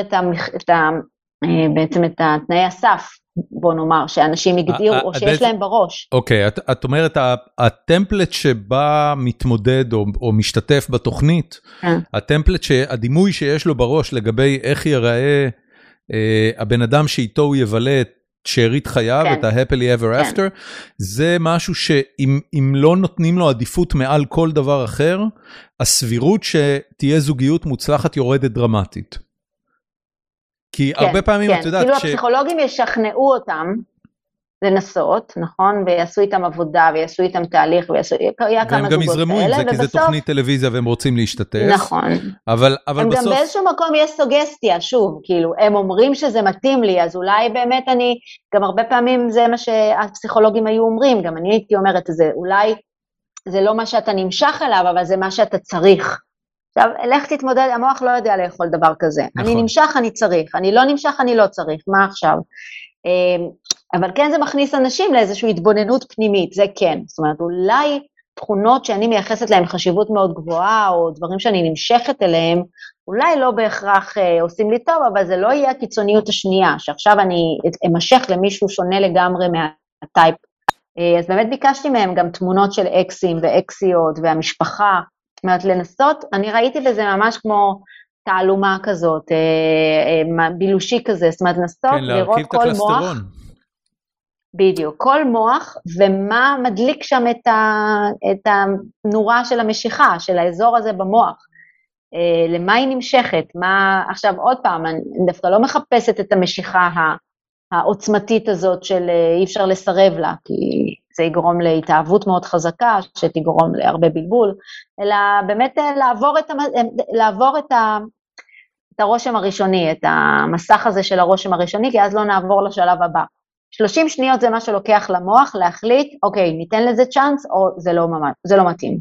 בעצם את תנאי הסף, בוא נאמר, שאנשים יגדירו, או שיש להם בראש. אוקיי, את אומרת, הטמפלט שבה מתמודד או משתתף בתוכנית, הטמפלט, הדימוי שיש לו בראש לגבי איך ייראה הבן אדם שאיתו הוא יבלה את שארית חייו, את ה-happily ever after, זה משהו שאם לא נותנים לו עדיפות מעל כל דבר אחר, הסבירות שתהיה זוגיות מוצלחת יורדת דרמטית. כי הרבה פעמים את יודעת כאילו הפסיכולוגים ישכנעו אותם לנסות, נכון? ויעשו איתם עבודה, ויעשו איתם תהליך, והם גם יזרמו עם זה, כי זה תוכנית טלוויזיה והם רוצים להשתתף. נכון. אבל הם בסוף... גם באיזשהו מקום יש סוגסטיה, שוב, כאילו, הם אומרים שזה מתאים לי, אז אולי באמת גם הרבה פעמים זה מה שהפסיכולוגים היו אומרים, גם אני הייתי אומרת, אולי זה לא מה שאתה נמשך אליו, אבל זה מה שאתה צריך. עכשיו, לך תתמודד, המוח לא יודע לאכול דבר כזה. נכון. אני נמשך, אני צריך. אני לא נמשך, אני לא צריך. מה עכשיו? אבל כן זה מכניס אנשים לאיזושהי התבוננות פנימית, זה כן. זאת אומרת, אולי תכונות שאני מייחסת להם חשיבות מאוד גבוהה, או דברים שאני נמשכת אליהם, אולי לא בהכרח עושים לי טוב, אבל זה לא יהיה הקיצוניות השנייה, שעכשיו אני אמשך למישהו שונה לגמרי מהטייפ. אז באמת ביקשתי מהם גם תמונות של אקסים ואקסיות והמשפחה, זאת אומרת, לנסות, אני ראיתי בזה ממש כמו תעלומה כזאת, בילושי כזה, זאת אומרת, לנסות לראות כל מוח, בדיוק, כל מוח, ומה מדליק שם את הנורה של המשיכה, של האזור הזה במוח, למה היא נמשכת, עכשיו עוד פעם, אני דווקא לא מחפשת את המשיכה העוצמתית הזאת של אי אפשר לסרב לה, כי זה יגרום להתאהבות מאוד חזקה, שתגרום להרבה בלבול, אלא באמת לעבור את הרושם הראשוני, את המסך הזה של הרושם הראשוני, כי אז לא נעבור לשלב הבא. 30 שניות זה מה שלוקח למוח להחליט, אוקיי, ניתן לזה צ'אנס, או זה לא מתאים.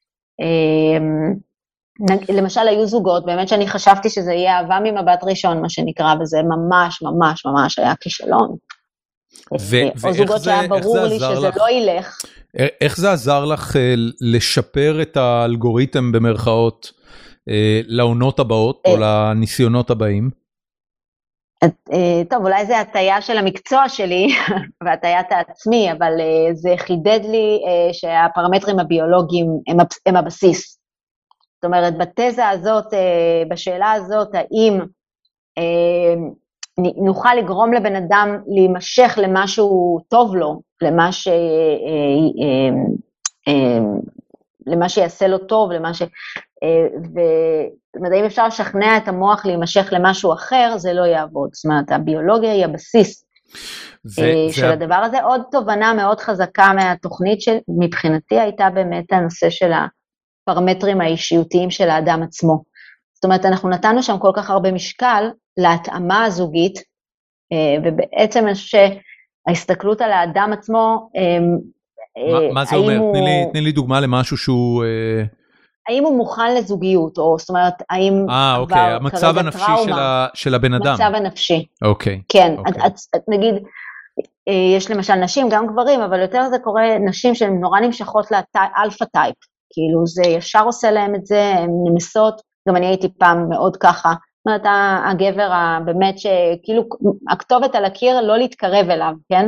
למשל, היו זוגות, באמת שאני חשבתי שזה יהיה אהבה ממבט ראשון, מה שנקרא, וזה ממש, ממש, ממש היה כישלון. או זוגות שהיה ברור לי שזה לא ילך. איך זה עזר לך לשפר את האלגוריתם במרכאות לעונות הבאות, או לניסיונות הבאים? טוב, אולי זה הטיה של המקצוע שלי, והטיית העצמי, אבל זה חידד לי שהפרמטרים הביולוגיים הם הבסיס. זאת אומרת, בתזה הזאת, בשאלה הזאת, האם נוכל לגרום לבן אדם להימשך למשהו טוב לו, למה שיעשה לו טוב, אם אפשר לשכנע את המוח להימשך למשהו אחר, זה לא יעבוד. זאת אומרת, הביולוגיה היא הבסיס של הדבר הזה. עוד תובנה מאוד חזקה מהתוכנית שמבחינתי הייתה באמת הנושא של הפרמטרים האישיותיים של האדם עצמו. זאת אומרת, אנחנו נתנו שם כל כך הרבה משקל להתאמה הזוגית, ובעצם אני חושב שההסתכלות על האדם עצמו, מה זה אומר? תני לי דוגמה למשהו שהוא... האם הוא מוכן לזוגיות, או זאת אומרת, האם... אוקיי, המצב הנפשי של הבן אדם. המצב הנפשי. אוקיי. כן, נגיד, יש למשל נשים, גם גברים, אבל יותר זה קורה נשים שהן נורא נמשכות לאלפא טייפ, כאילו זה ישר עושה להם את זה, הן נמסות, גם אני הייתי פעם מאוד ככה, זאת אומרת, הגבר באמת שכאילו, הכתובת על הקיר לא להתקרב אליו, כן?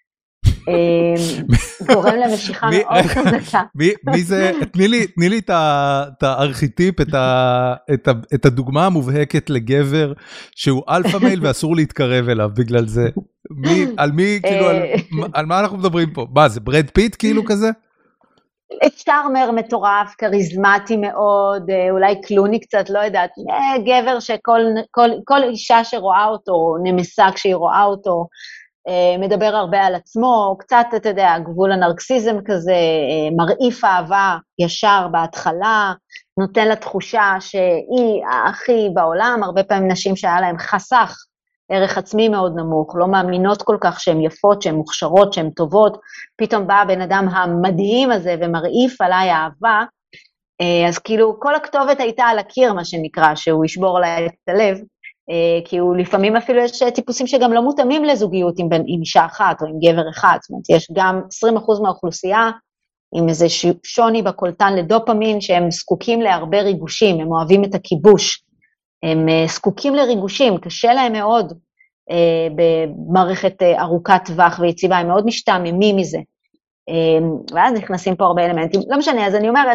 גורם למשיכה מאוד חזקה. מי זה, תני לי את הארכיטיפ, את הדוגמה המובהקת לגבר שהוא אלפא מייל ואסור להתקרב אליו בגלל זה. על מי, כאילו, על מה אנחנו מדברים פה? מה, זה ברד פיט כאילו כזה? צ'ארמר מטורף, כריזמטי מאוד, אולי קלוני קצת, לא יודעת, גבר שכל אישה שרואה אותו, נמסה כשהיא רואה אותו, מדבר הרבה על עצמו, קצת, אתה יודע, גבול הנרקסיזם כזה, מרעיף אהבה ישר בהתחלה, נותן לה תחושה שהיא הכי בעולם, הרבה פעמים נשים שהיה להם חסך, ערך עצמי מאוד נמוך, לא מאמינות כל כך שהן יפות, שהן מוכשרות, שהן טובות, פתאום בא הבן אדם המדהים הזה ומרעיף עליי אהבה, אז כאילו כל הכתובת הייתה על הקיר, מה שנקרא, שהוא ישבור עליי את הלב, כי הוא לפעמים אפילו יש טיפוסים שגם לא מותאמים לזוגיות עם אישה אחת או עם גבר אחד, זאת אומרת, יש גם 20% מהאוכלוסייה עם איזה שוני בקולטן לדופמין, שהם זקוקים להרבה ריגושים, הם אוהבים את הכיבוש, הם זקוקים לריגושים, קשה להם מאוד במערכת ארוכת טווח ויציבה, הם מאוד משתעממים מזה, ואז נכנסים פה הרבה אלמנטים, לא משנה, אז אני אומרת,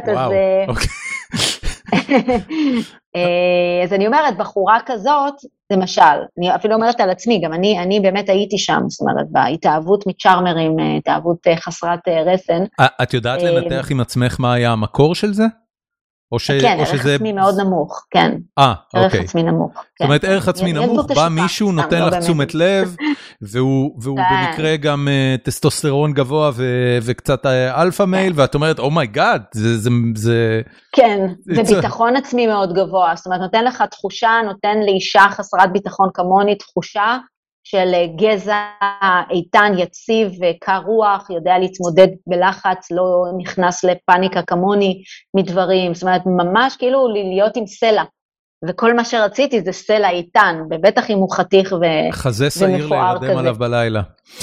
אז אני אומרת, בחורה כזאת, למשל, אני אפילו אומרת על עצמי, גם אני באמת הייתי שם, זאת אומרת, בהתאהבות מצ'ארמרים, התאהבות חסרת רסן. את יודעת לנתח עם עצמך מה היה המקור של זה? כן, ערך עצמי מאוד נמוך, כן. ערך עצמי נמוך. זאת אומרת, ערך עצמי נמוך, בא מישהו, נותן לך תשומת לב, והוא במקרה גם טסטוסטרון גבוה וקצת אלפא מייל, ואת אומרת, אומייגאד, זה... כן, וביטחון עצמי מאוד גבוה, זאת אומרת, נותן לך תחושה, נותן לאישה חסרת ביטחון כמוני, תחושה של גזע איתן, יציב וקר רוח, יודע להתמודד בלחץ, לא נכנס לפאניקה כמוני מדברים, זאת אומרת, ממש כאילו להיות עם סלע, וכל מה שרציתי זה סלע איתן, בטח אם הוא חתיך ומפואר כזה. חזה שעיר להירדם עליו בלילה.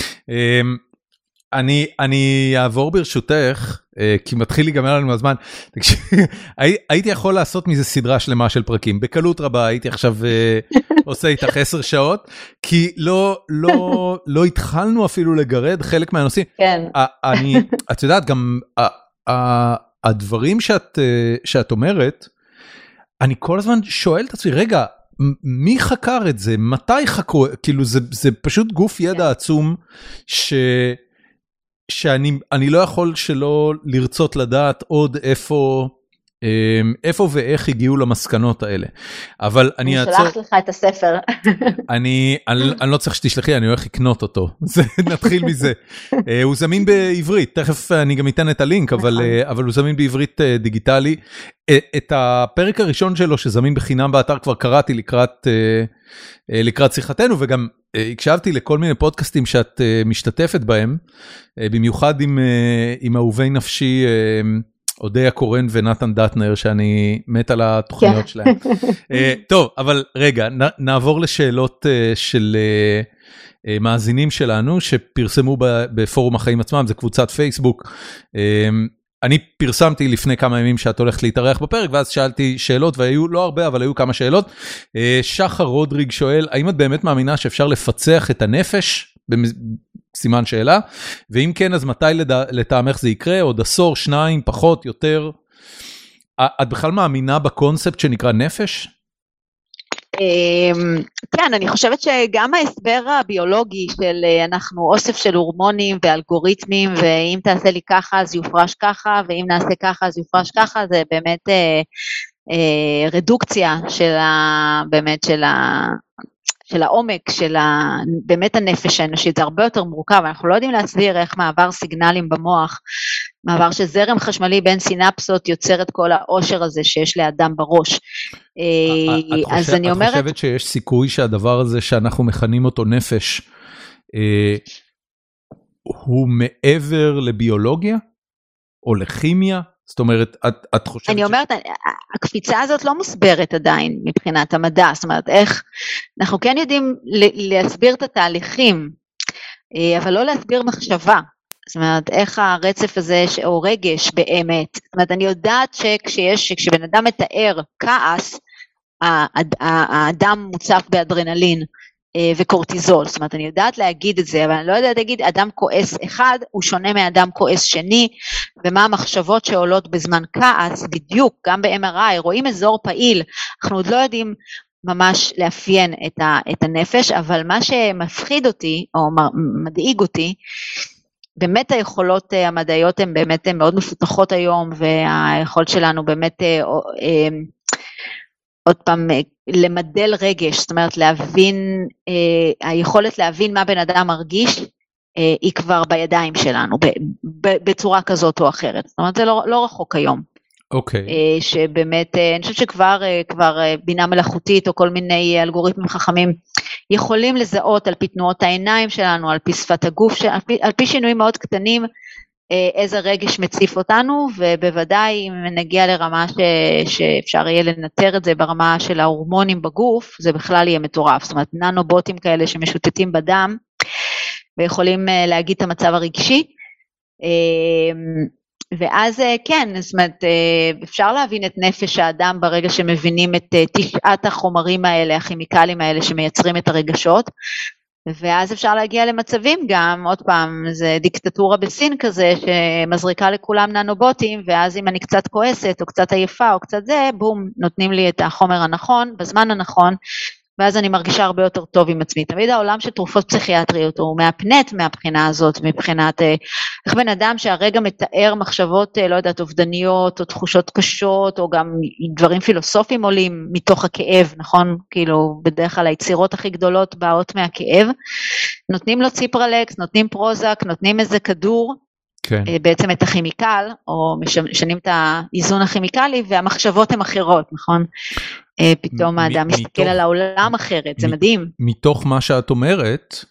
אני אעבור ברשותך, כי מתחיל להיגמר לנו הזמן, הייתי יכול לעשות מזה סדרה שלמה של פרקים, בקלות רבה הייתי עכשיו עושה איתך 10 שעות, כי לא התחלנו אפילו לגרד חלק מהנושאים. כן. את יודעת, גם הדברים שאת אומרת, אני כל הזמן שואל את עצמי, רגע, מי חקר את זה? מתי חקרו? כאילו זה פשוט גוף ידע עצום שאני לא יכול שלא לרצות לדעת עוד איפה איפה ואיך הגיעו למסקנות האלה. אבל אני אעצור... אני שלחת לך את הספר. אני לא צריך שתשלחי, אני הולך לקנות אותו. נתחיל מזה. הוא זמין בעברית, תכף אני גם אתן את הלינק, אבל הוא זמין בעברית דיגיטלי. את הפרק הראשון שלו שזמין בחינם באתר כבר קראתי לקראת שיחתנו, וגם הקשבתי לכל מיני פודקאסטים שאת משתתפת בהם, במיוחד עם אהובי נפשי, אודיה קורן ונתן דטנר, שאני מת על התוכניות שלהם. טוב, אבל רגע, נעבור לשאלות של מאזינים שלנו, שפרסמו בפורום החיים עצמם, זה קבוצת פייסבוק. אני פרסמתי לפני כמה ימים שאת הולכת להתארח בפרק, ואז שאלתי שאלות, והיו לא הרבה, אבל היו כמה שאלות. שחר רודריג שואל, האם את באמת מאמינה שאפשר לפצח את הנפש? סימן שאלה, ואם כן, אז מתי לטעמך זה יקרה? עוד עשור, שניים, פחות, יותר? את בכלל מאמינה בקונספט שנקרא נפש? כן, אני חושבת שגם ההסבר הביולוגי של אנחנו אוסף של הורמונים ואלגוריתמים, ואם תעשה לי ככה אז יופרש ככה, ואם נעשה ככה אז יופרש ככה, זה באמת רדוקציה של העומק, של באמת הנפש האנושית, זה הרבה יותר מורכב, אנחנו לא יודעים להסביר איך מעבר סיגנלים במוח, מעבר של זרם חשמלי בין סינפסות יוצר את כל העושר הזה שיש לאדם בראש. אז אני אומרת... את חושבת שיש סיכוי שהדבר הזה שאנחנו מכנים אותו נפש, הוא מעבר לביולוגיה? או לכימיה? זאת אומרת, את חושבת... אני אומרת, הקפיצה הזאת לא מוסברת עדיין מבחינת המדע, זאת אומרת, איך, אנחנו כן יודעים להסביר את התהליכים, אבל לא להסביר מחשבה, זאת אומרת, איך הרצף הזה, או רגש באמת, זאת אומרת, אני יודעת שכשבן אדם מתאר כעס, האדם מוצף באדרנלין, וקורטיזול, זאת אומרת, אני יודעת להגיד את זה, אבל אני לא יודעת להגיד, אדם כועס אחד, הוא שונה מאדם כועס שני, ומה המחשבות שעולות בזמן כעס, בדיוק, גם ב-MRI, רואים אזור פעיל, אנחנו עוד לא יודעים ממש לאפיין את הנפש, אבל מה שמפחיד אותי, או מדאיג אותי, באמת היכולות המדעיות הן באמת מאוד מפותחות היום, והיכולת שלנו באמת, עוד פעם, למדל רגש, זאת אומרת להבין, היכולת להבין מה בן אדם מרגיש, היא כבר בידיים שלנו, בצורה כזאת או אחרת, זאת אומרת זה לא רחוק היום. אוקיי. שבאמת, אני חושבת שכבר בינה מלאכותית, או כל מיני אלגוריתמים חכמים, יכולים לזהות על פי תנועות העיניים שלנו, על פי שפת הגוף, על פי שינויים מאוד קטנים, איזה רגש מציף אותנו, ובוודאי אם נגיע לרמה שאפשר יהיה לנטר את זה ברמה של ההורמונים בגוף, זה בכלל יהיה מטורף, זאת אומרת ננובוטים כאלה שמשוטטים בדם, ויכולים להגיד את המצב הרגשי, ואז כן, זאת אומרת אפשר להבין את נפש האדם ברגע שמבינים את 9 החומרים האלה, הכימיקלים האלה שמייצרים את הרגשות, ואז אפשר להגיע למצבים גם, עוד פעם, זה דיקטטורה בסין כזה, שמזריקה לכולם ננובוטים, ואז אם אני קצת כועסת, או קצת עייפה, או קצת זה, בום, נותנים לי את החומר הנכון, בזמן הנכון, ואז אני מרגישה הרבה יותר טוב עם עצמי. תמיד העולם של תרופות פסיכיאטריות, הוא מהפנט מהבחינה הזאת, מבחינת, איך בן אדם שהרגע מתאר מחשבות, לא יודעת, אובדניות, או תחושות קשות, או גם דברים פילוסופיים עולים מתוך הכאב, נכון? כאילו, בדרך כלל היצירות הכי גדולות באות מהכאב, נותנים לו ציפרלקס, נותנים פרוזק, נותנים איזה כדור, כן. בעצם את הכימיקל, או משנים את האיזון הכימיקלי, והמחשבות הן אחרות, נכון? פתאום האדם מסתכל על העולם אחרת, זה מדהים. מתוך מה שאת אומרת,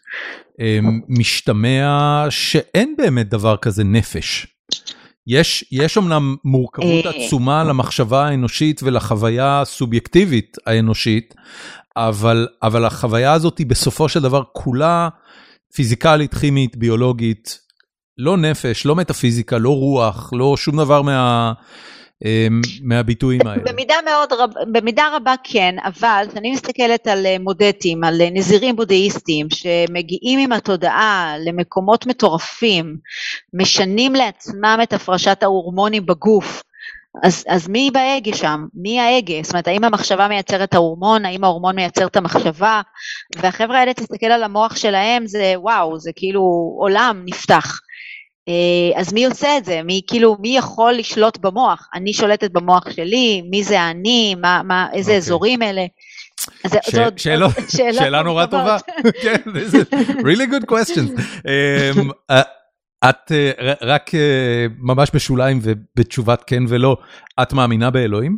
משתמע שאין באמת דבר כזה נפש. יש אומנם מורכבות עצומה למחשבה האנושית ולחוויה הסובייקטיבית האנושית, אבל החוויה הזאת היא בסופו של דבר כולה פיזיקלית, כימית, ביולוגית, לא נפש, לא מטאפיזיקה, לא רוח, לא שום דבר מהביטויים האלה. במידה רבה כן, אבל אני מסתכלת על מודטים, על נזירים בודהיסטים, שמגיעים עם התודעה למקומות מטורפים, משנים לעצמם את הפרשת ההורמונים בגוף, אז מי בהגה שם? מי ההגה? זאת אומרת, האם המחשבה מייצרת את ההורמון, האם ההורמון מייצר את המחשבה, והחבר'ה האלה תסתכל על המוח שלהם, זה וואו, זה כאילו עולם נפתח. אז מי עושה את זה? מי יכול לשלוט במוח? אני שולטת במוח שלי, מי זה אני, איזה אזורים אלה? שאלה נורא טובה. כן, really good question. את רק ממש בשוליים ובתשובת כן ולא, את מאמינה באלוהים?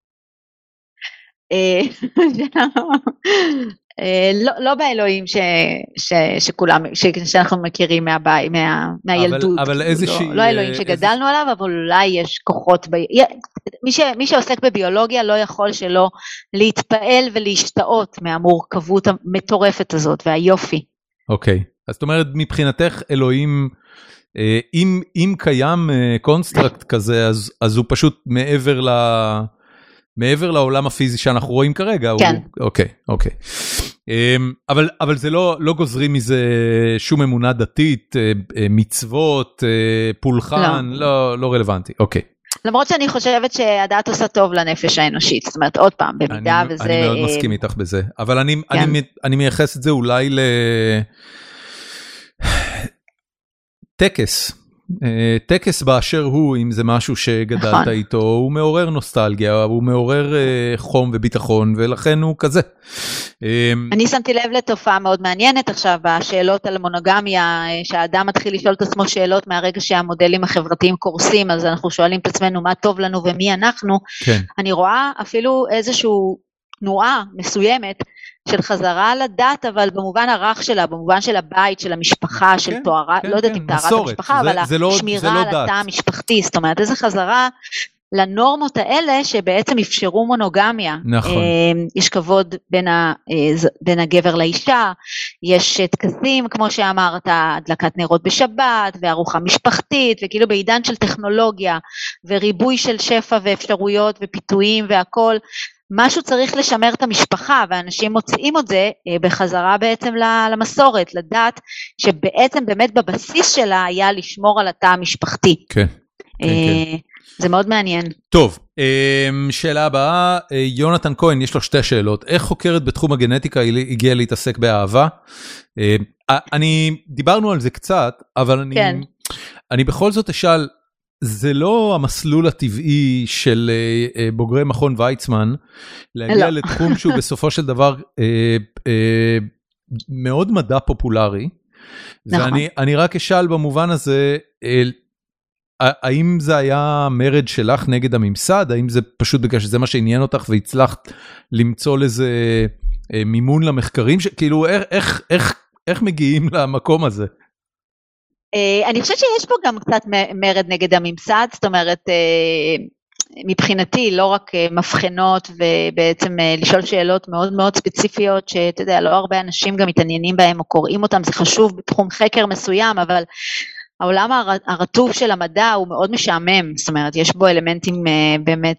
לא באלוהים שאנחנו מכירים מהילדות, לא האלוהים שגדלנו עליו, אבל אולי יש כוחות, מי שעוסק בביולוגיה לא יכול שלא להתפעל ולהשתאות מהמורכבות המטורפת הזאת והיופי. אוקיי, אז זאת אומרת מבחינתך אלוהים, אם קיים קונסטרקט כזה, אז הוא פשוט מעבר לעולם הפיזי שאנחנו רואים כרגע. כן. אוקיי. אבל זה לא גוזרים מזה שום אמונה דתית, מצוות, פולחן, לא רלוונטי. אוקיי. למרות שאני חושבת שהדת עושה טוב לנפש האנושית, זאת אומרת עוד פעם, במידה וזה... אני מאוד מסכים איתך בזה, אבל אני מייחס את זה אולי טקס באשר הוא, אם זה משהו שגדלת איתו, הוא מעורר נוסטלגיה, הוא מעורר חום וביטחון, ולכן הוא כזה. אני שמתי לב לתופעה מאוד מעניינת עכשיו, בשאלות על מונוגמיה, שהאדם מתחיל לשאול את עצמו שאלות מהרגע שהמודלים החברתיים קורסים, אז אנחנו שואלים את עצמנו מה טוב לנו ומי אנחנו. אני רואה אפילו איזשהו תנועה מסוימת, של חזרה לדת, אבל במובן הרך שלה, במובן של הבית, של המשפחה, של תוארה, לא יודעת אם תארת המשפחה, אבל השמירה על התא המשפחתי, זאת אומרת, איזו חזרה לנורמות האלה, שבעצם אפשרו מונוגמיה. נכון. יש כבוד בין הגבר לאישה, יש טקסים, כמו שאמרת, הדלקת נרות בשבת, וארוחה משפחתית, וכאילו בעידן של טכנולוגיה, וריבוי של שפע ואפשרויות, ופיתויים והכל, משהו צריך לשמר את המשפחה, ואנשים מוצאים את זה בחזרה בעצם למסורת, לדת, שבעצם באמת בבסיס שלה היה לשמור על התא המשפחתי. כן. זה מאוד מעניין. טוב, שאלה הבאה, יונתן כהן, יש לו שתי שאלות. איך חוקרת בתחום הגנטיקה הגיעה להתעסק באהבה? דיברנו על זה קצת, אבל אני בכל זאת אשאל, זה לא המסלול הטבעי של בוגרי מכון ויצמן, להגיע לתחום שהוא בסופו של דבר מאוד מדע פופולרי, ואני רק אשאל במובן הזה, האם זה היה מרד שלך נגד הממסד, האם זה פשוט בגלל שזה מה שעניין אותך, והצלחת למצוא לזה מימון למחקרים, כאילו איך מגיעים למקום הזה? אני חושבת שיש פה גם קצת מרד נגד הממסד, זאת אומרת, מבחינתי לא רק מבחנות ובעצם לשאול שאלות מאוד מאוד ספציפיות, שאתה יודע, לא הרבה אנשים גם מתעניינים בהם או קוראים אותם, זה חשוב בתחום חקר מסוים, אבל העולם הרטוב של המדע הוא מאוד משעמם, זאת אומרת, יש בו אלמנטים באמת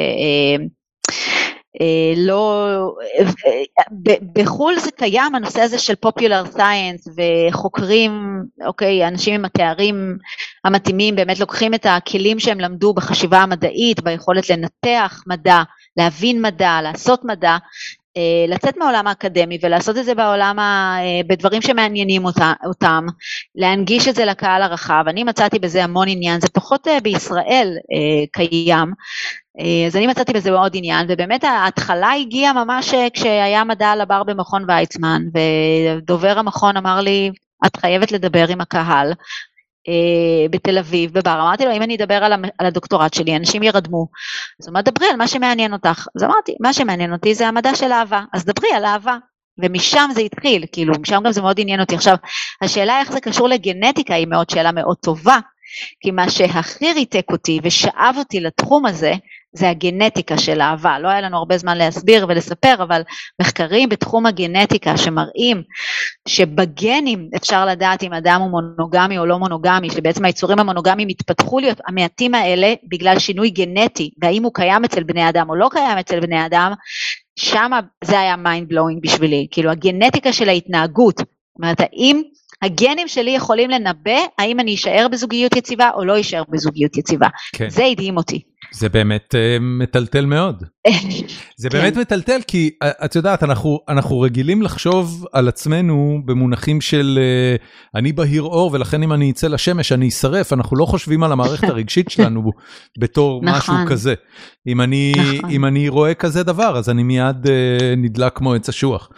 לא, בחול זה קיים הנושא הזה של פופולר סיינס, וחוקרים, אוקיי, אנשים עם התארים המתאימים באמת לוקחים את הכלים שהם למדו בחשיבה המדעית, ביכולת לנתח מדע, להבין מדע, לעשות מדע, לצאת מהעולם האקדמי ולעשות את זה בעולם, בדברים שמעניינים אותם, להנגיש את זה לקהל הרחב. אני מצאתי בזה המון עניין, זה פחות בישראל קיים, אז אני מצאתי בזה מאוד עניין, ובאמת ההתחלה הגיעה ממש כשהיה מדע על הבר במכון ויצמן, ודובר המכון אמר לי, את חייבת לדבר עם הקהל, בתל אביב, בבר, אמרתי לו, אם אני אדבר על הדוקטורט שלי, אנשים ירדמו, אז הוא אמר, דברי על מה שמעניין אותך, אז אמרתי, מה שמעניין אותי זה המדע של אהבה, אז דברי על אהבה, ומשם זה התחיל, כאילו, משם גם זה מאוד עניין אותי. עכשיו, השאלה איך זה קשור לגנטיקה, היא מאוד שאלה מאוד טובה, כי מה שהכי ריתק אותי ושאב אותי לתחום הזה, זה הגנטיקה של אהבה. לא היה לנו הרבה זמן להסביר ולספר, אבל מחקרים בתחום הגנטיקה שמראים שבגנים אפשר לדעת אם אדם הוא מונוגמי או לא מונוגמי, שבעצם היצורים המונוגמיים התפתחו להיות המעטים האלה בגלל שינוי גנטי, והאם הוא קיים אצל בני אדם או לא קיים אצל בני אדם, שם זה היה mind blowing בשבילי, כאילו הגנטיקה של ההתנהגות, זאת אומרת, האם הגנים שלי יכולים לנבא האם אני אשאר בזוגיות יציבה או לא אשאר בזוגיות יציבה. כן. זה הדהים אותי. זה באמת מטלטל מאוד. זה באמת מטלטל, כי את יודעת, אנחנו רגילים לחשוב על עצמנו במונחים של אני בהיר אור, ולכן אם אני אצא לשמש, אני אשרף. אנחנו לא חושבים על המערכת הרגשית שלנו בתור משהו כזה. אם אני רואה כזה דבר, אז אני מיד נדלק כמו עץ אשוח.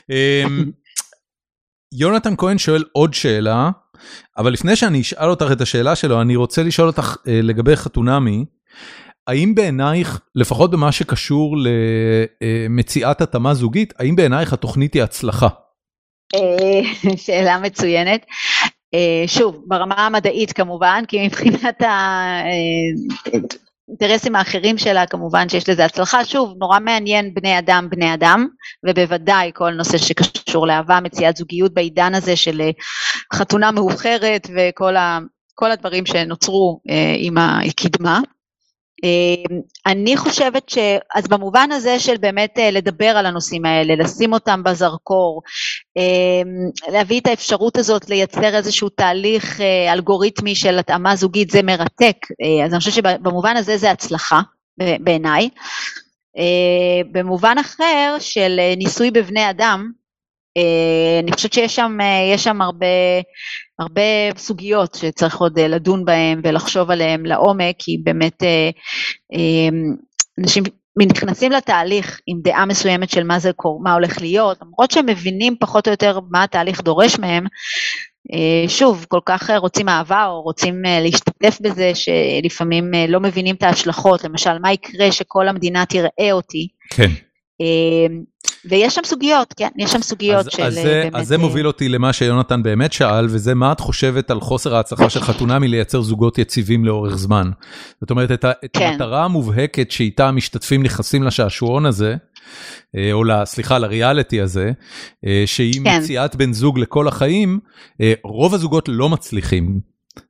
יונתן כהן שואל עוד שאלה, אבל לפני שאני אשאל אותך את השאלה שלו, אני רוצה לשאול אותך לגבי חתונמי, האם בעינייך, לפחות במה שקשור למציאת התאמה זוגית, האם בעינייך התוכנית היא הצלחה? שאלה מצוינת. שוב, ברמה המדעית כמובן, כי מבחינת האינטרסים האחרים שלה, כמובן שיש לזה הצלחה. שוב, נורא מעניין בני אדם, ובוודאי כל נושא שקשור לאהבה, מציאת זוגיות בעידן הזה של חתונה מאוחרת, וכל הדברים שנוצרו עם הקדמה. אני חושבת אז במובן הזה של באמת לדבר על הנושאים האלה, לשים אותם בזרקור, להביא את האפשרות הזאת לייצר איזשהו תהליך אלגוריתמי של התאמה זוגית, זה מרתק. אז אני חושבת שבמובן הזה זה הצלחה בעיניי. במובן אחר של ניסוי בבני אדם, אני חושבת שיש שם הרבה סוגיות שצריך עוד לדון בהן ולחשוב עליהן לעומק, כי באמת אנשים נכנסים לתהליך עם דעה מסוימת של מה הולך להיות, למרות שהם מבינים פחות או יותר מה התהליך דורש מהם, שוב, כל כך רוצים אהבה או רוצים להשתתף בזה, שלפעמים לא מבינים את ההשלכות, למשל מה יקרה שכל המדינה תראה אותי. כן. ויש שם סוגיות, כן, יש שם סוגיות של באמת... אז זה מוביל אותי למה שיונתן באמת שאל, וזה מה את חושבת על חוסר ההצלחה של חתונמי לייצר זוגות יציבים לאורך זמן. זאת אומרת, את המטרה המובהקת שאיתה המשתתפים נכנסים לשעשועון הזה, או סליחה, לריאליטי הזה, שהיא מציאת בן זוג לכל החיים, רוב הזוגות לא מצליחים.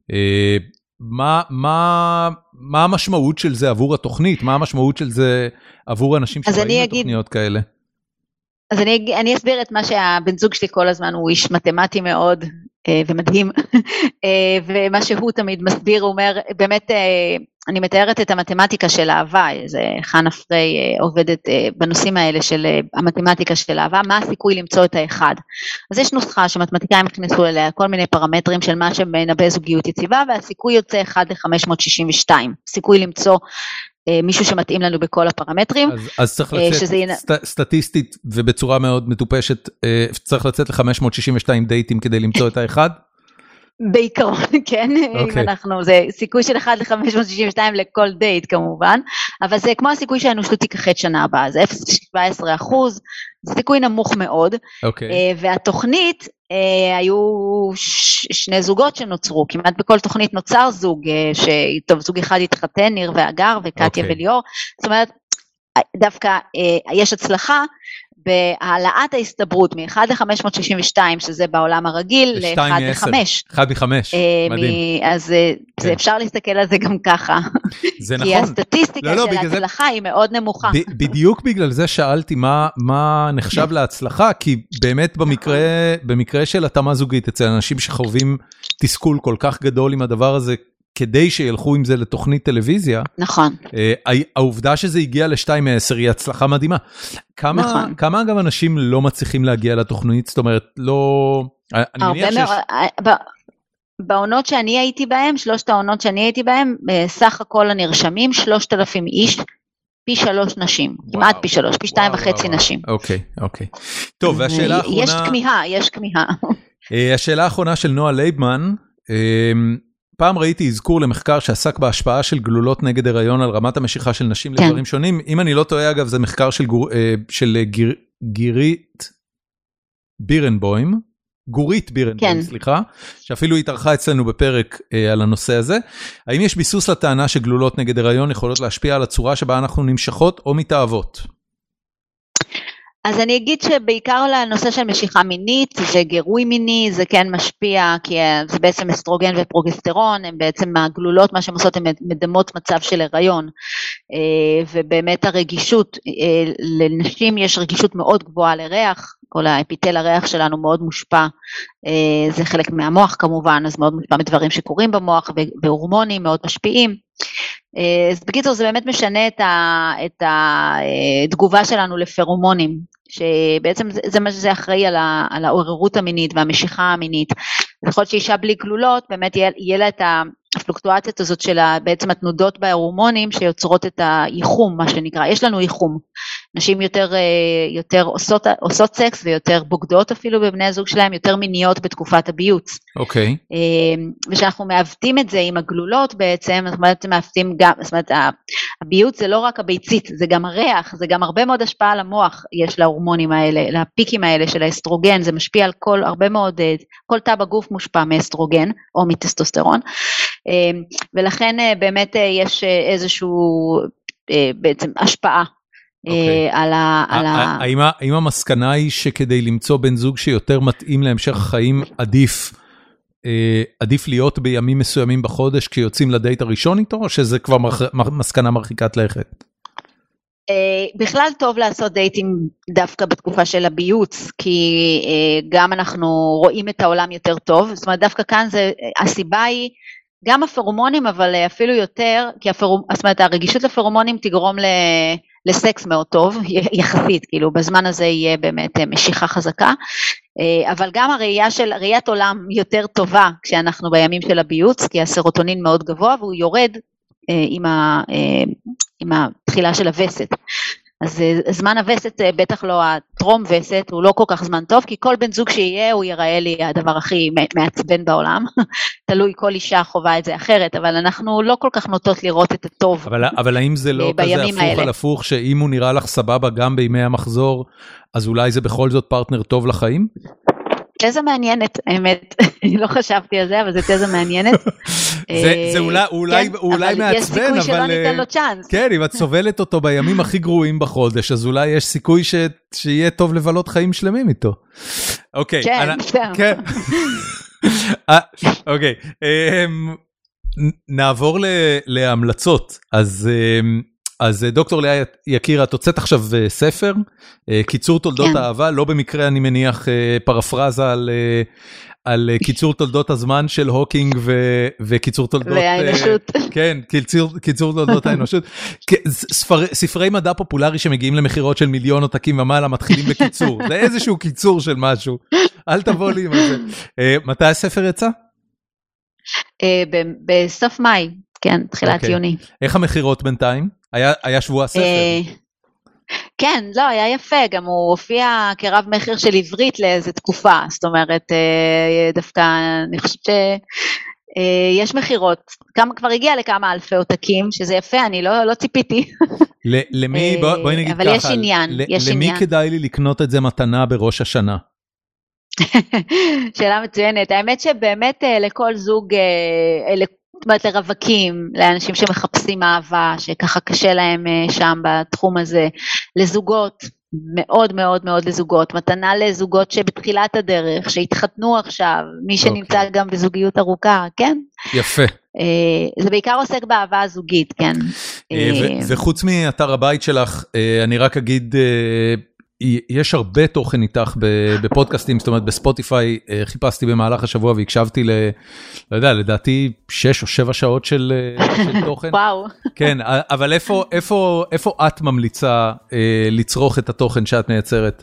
מה המשמעות של זה עבור התוכנית? מה המשמעות של זה עבור אנשים שבאים לתוכניות כאלה? אז אני אסביר את מה שהבן זוג שלי כל הזמן, הוא איש מתמטי מאוד ומדהים, ומה שהוא תמיד מסביר, הוא אומר, באמת, אני מתארת את המתמטיקה של אהבה, זה חנה פריי עובדת בנושאים האלה של המתמטיקה של אהבה, מה הסיכוי למצוא את האחד. אז יש נוסחה שמתמטיקאים הכניסו אליה כל מיני פרמטרים של מה שמנבא זוגיות יציבה, והסיכוי יוצא 1 ל-562, סיכוי למצוא מישהו שמתאים לנו בכל הפרמטרים. אז צריך לצאת סטטיסטית ובצורה מאוד מטופשת, צריך לצאת ל-562 דייטים כדי למצוא את האחד? בעיקרון, כן, אם אנחנו, זה סיכוי של 1 ל-562 לכל דייט כמובן, אבל זה כמו הסיכוי שהאנושות תיקחת שנה הבאה, זה 0.17%, זה סיכוי נמוך מאוד, והתוכנית, היו שני זוגות שנוצרו, כמעט בכל תוכנית נוצר זוג, טוב, זוג אחד התחתן, ניר ואגר, וקטיה וליאור, זאת אומרת, דווקא יש הצלחה, בהעלאת ההסתברות מ-1 ל-562, שזה בעולם הרגיל, ל-1 ל-5. 1 ל-5, מדהים. אז אפשר להסתכל על זה גם ככה. זה נכון. כי הסטטיסטיקה של ההצלחה היא מאוד נמוכה. בדיוק בגלל זה שאלתי מה נחשב להצלחה, כי באמת במקרה של התאמה זוגית, אצל אנשים שחווים תסכול כל כך גדול עם הדבר הזה, כדי שילכו עם זה לתוכנית טלוויזיה. נכון. העובדה שזה הגיע ל-2-10 היא הצלחה מדהימה. כמה אגב אנשים לא מצליחים להגיע לתוכנית? זאת אומרת, לא... בעונות שאני הייתי בהם, 3 העונות שאני הייתי בהם, סך הכל הנרשמים, 3,000 איש, פי 3 נשים. כמעט פי 3, פי 2.5 נשים. אוקיי. טוב, והשאלה האחרונה... יש כמיהה. השאלה האחרונה של נועה לייבמן, פעם ראיתי אזכור למחקר שעסק בהשפעה של גלולות נגד הריון על רמת המשיכה של נשים לדברים שונים. אם אני לא טועה, אגב, זה מחקר של גירית בירנבוים, סליחה, שאפילו התארחה אצלנו בפרק על הנושא הזה. האם יש ביסוס לטענה שגלולות נגד הריון יכולות להשפיע על הצורה שבה אנחנו נמשכות או מתאהבות? אז אני אגיד שבעיקר לנושא של משיכה מינית וגירוי מיני זה כן משפיע, כי זה בעצם אסטרוגן ופרוגסטרון, הם בעצם הגלולות, מה שהן עושות, הן מדמות מצב של הריון, ובאמת הרגישות, לנשים יש רגישות מאוד גבוהה לריח, כל האפיטל הריח שלנו מאוד מושפע, זה חלק מהמוח כמובן, אז מאוד מושפע מדברים שקורים במוח, והורמונים מאוד משפיעים, אז בקיצור זה באמת משנה את התגובה שלנו לפרומונים, שבעצם זה מה שזה אחראי על העוררות המינית והמשיכה המינית, יכול להיות שאישה בלי גלולות, באמת יהיה לה את הפלוקטואציות הזאת של בעצם התנודות בהורמונים שיוצרות את הייחום, מה שנקרא, יש לנו ייחום, נשים יותר עושות סקס ויותר בוגדות אפילו בבני הזוג שלהם, יותר מיניות בתקופת הביוץ. אוקיי. ושאנחנו מעוותים את זה עם הגלולות בעצם, זאת אומרת, מעוותים גם, זאת אומרת, הביוץ זה לא רק הביצית, זה גם הריח, זה גם הרבה מאוד השפעה על המוח, יש להורמונים האלה, לפיקים האלה של האסטרוגן, זה משפיע על הרבה מאוד, כל תא בגוף מושפע מאסטרוגן או מטסטוסטרון, ולכן באמת יש איזשהו בעצם השפעה על האם המסקנה היא שכדי למצוא בן זוג שיותר מתאים להמשך החיים עדיף להיות בימים מסוימים בחודש כשיוצאים לדייט הראשון איתו, או שזה כבר מסקנה מרחיקת לכת? בכלל טוב לעשות דייטים דווקא בתקופה של הביוץ, כי גם אנחנו רואים את העולם יותר טוב, זאת אומרת דווקא כאן הסיבה היא גם הפרומונים, אבל אפילו יותר, כי זאת אומרת הרגישות לפרומונים תגרום לסקס מאוד טוב, יחסית, כאילו בזמן הזה יהיה באמת משיכה חזקה, אבל גם ראיית עולם יותר טובה כשאנחנו בימים של הביוץ, כי הסרוטונין מאוד גבוה והוא יורד עם התחילה של הווסת. אז זמן הווסת, בטח לא הטרום וסת, הוא לא כל כך זמן טוב, כי כל בן זוג שיהיה, הוא יראה לי הדבר הכי מעצבן בעולם, תלוי כל אישה חובה את זה אחרת, אבל אנחנו לא כל כך נוטות לראות את הטוב. אבל האם זה לא כזה הפוך על הפוך, שאם הוא נראה לך סבבה גם בימי המחזור, אז אולי זה בכל זאת פרטנר טוב לחיים? תזה מעניינת, האמת, לא חשבתי על זה, אבל זה תזה מעניינת. זה אולי מעצבן, יש סיכוי שלא ניתן לו צ'אנס. כן, אם את סובלת אותו בימים הכי גרועים בחודש, אז אולי יש סיכוי שיהיה טוב לבלות חיים שלמים איתו. אוקיי. כן. אוקיי. נעבור להמלצות. אז דוקטור לאה יקיר, את הוצאת עכשיו ספר, קיצור תולדות האהבה, לא במקרה אני מניח פרפרזה על קיצור תולדות הזמן של הוקינג וקיצור תולדות... והאנושות. כן, קיצור תולדות האנושות. ספרי מדע פופולרי שמגיעים למחירות של 1,000,000 עותקים ומעלה מתחילים בקיצור, זה איזשהו קיצור של משהו, אל תבוא לי עם זה. מתי הספר יצא? בסוף מאי, כן, תחילת יוני. איך המחירות בינתיים? היה שבוע הספר. כן, לא, היה יפה, גם הוא הופיע כרב מחיר של עברית לאיזו תקופה, זאת אומרת, דווקא אני חושבת שיש מחירות, כבר הגיע לכמה אלפי עותקים, שזה יפה, אני לא ציפיתי. למי, בואי נגיד ככה, אבל יש עניין, למי כדאי לי לקנות את זה מתנה בראש השנה? שאלה מצוינת, האמת שבאמת לכל זוג, זאת אומרת לרווקים, לאנשים שמחפשים אהבה, שככה קשה להם שם בתחום הזה, לזוגות, מאוד מאוד מאוד לזוגות, מתנה לזוגות שבתחילת הדרך, שהתחתנו עכשיו, מי שנמצא גם בזוגיות ארוכה, כן? יפה. זה בעיקר עוסק באהבה הזוגית, כן. וחוץ מאתר הבית שלך, אני רק אגיד... יש הרבה תוכן איתך בפודקאסטים, זאת אומרת בספוטיפיי חיפשתי במהלך השבוע והקשבתי לא יודע, לדעתי 6 או 7 שעות של תוכן. וואו. כן, אבל איפה את ממליצה לצרוך את התוכן שאת מייצרת?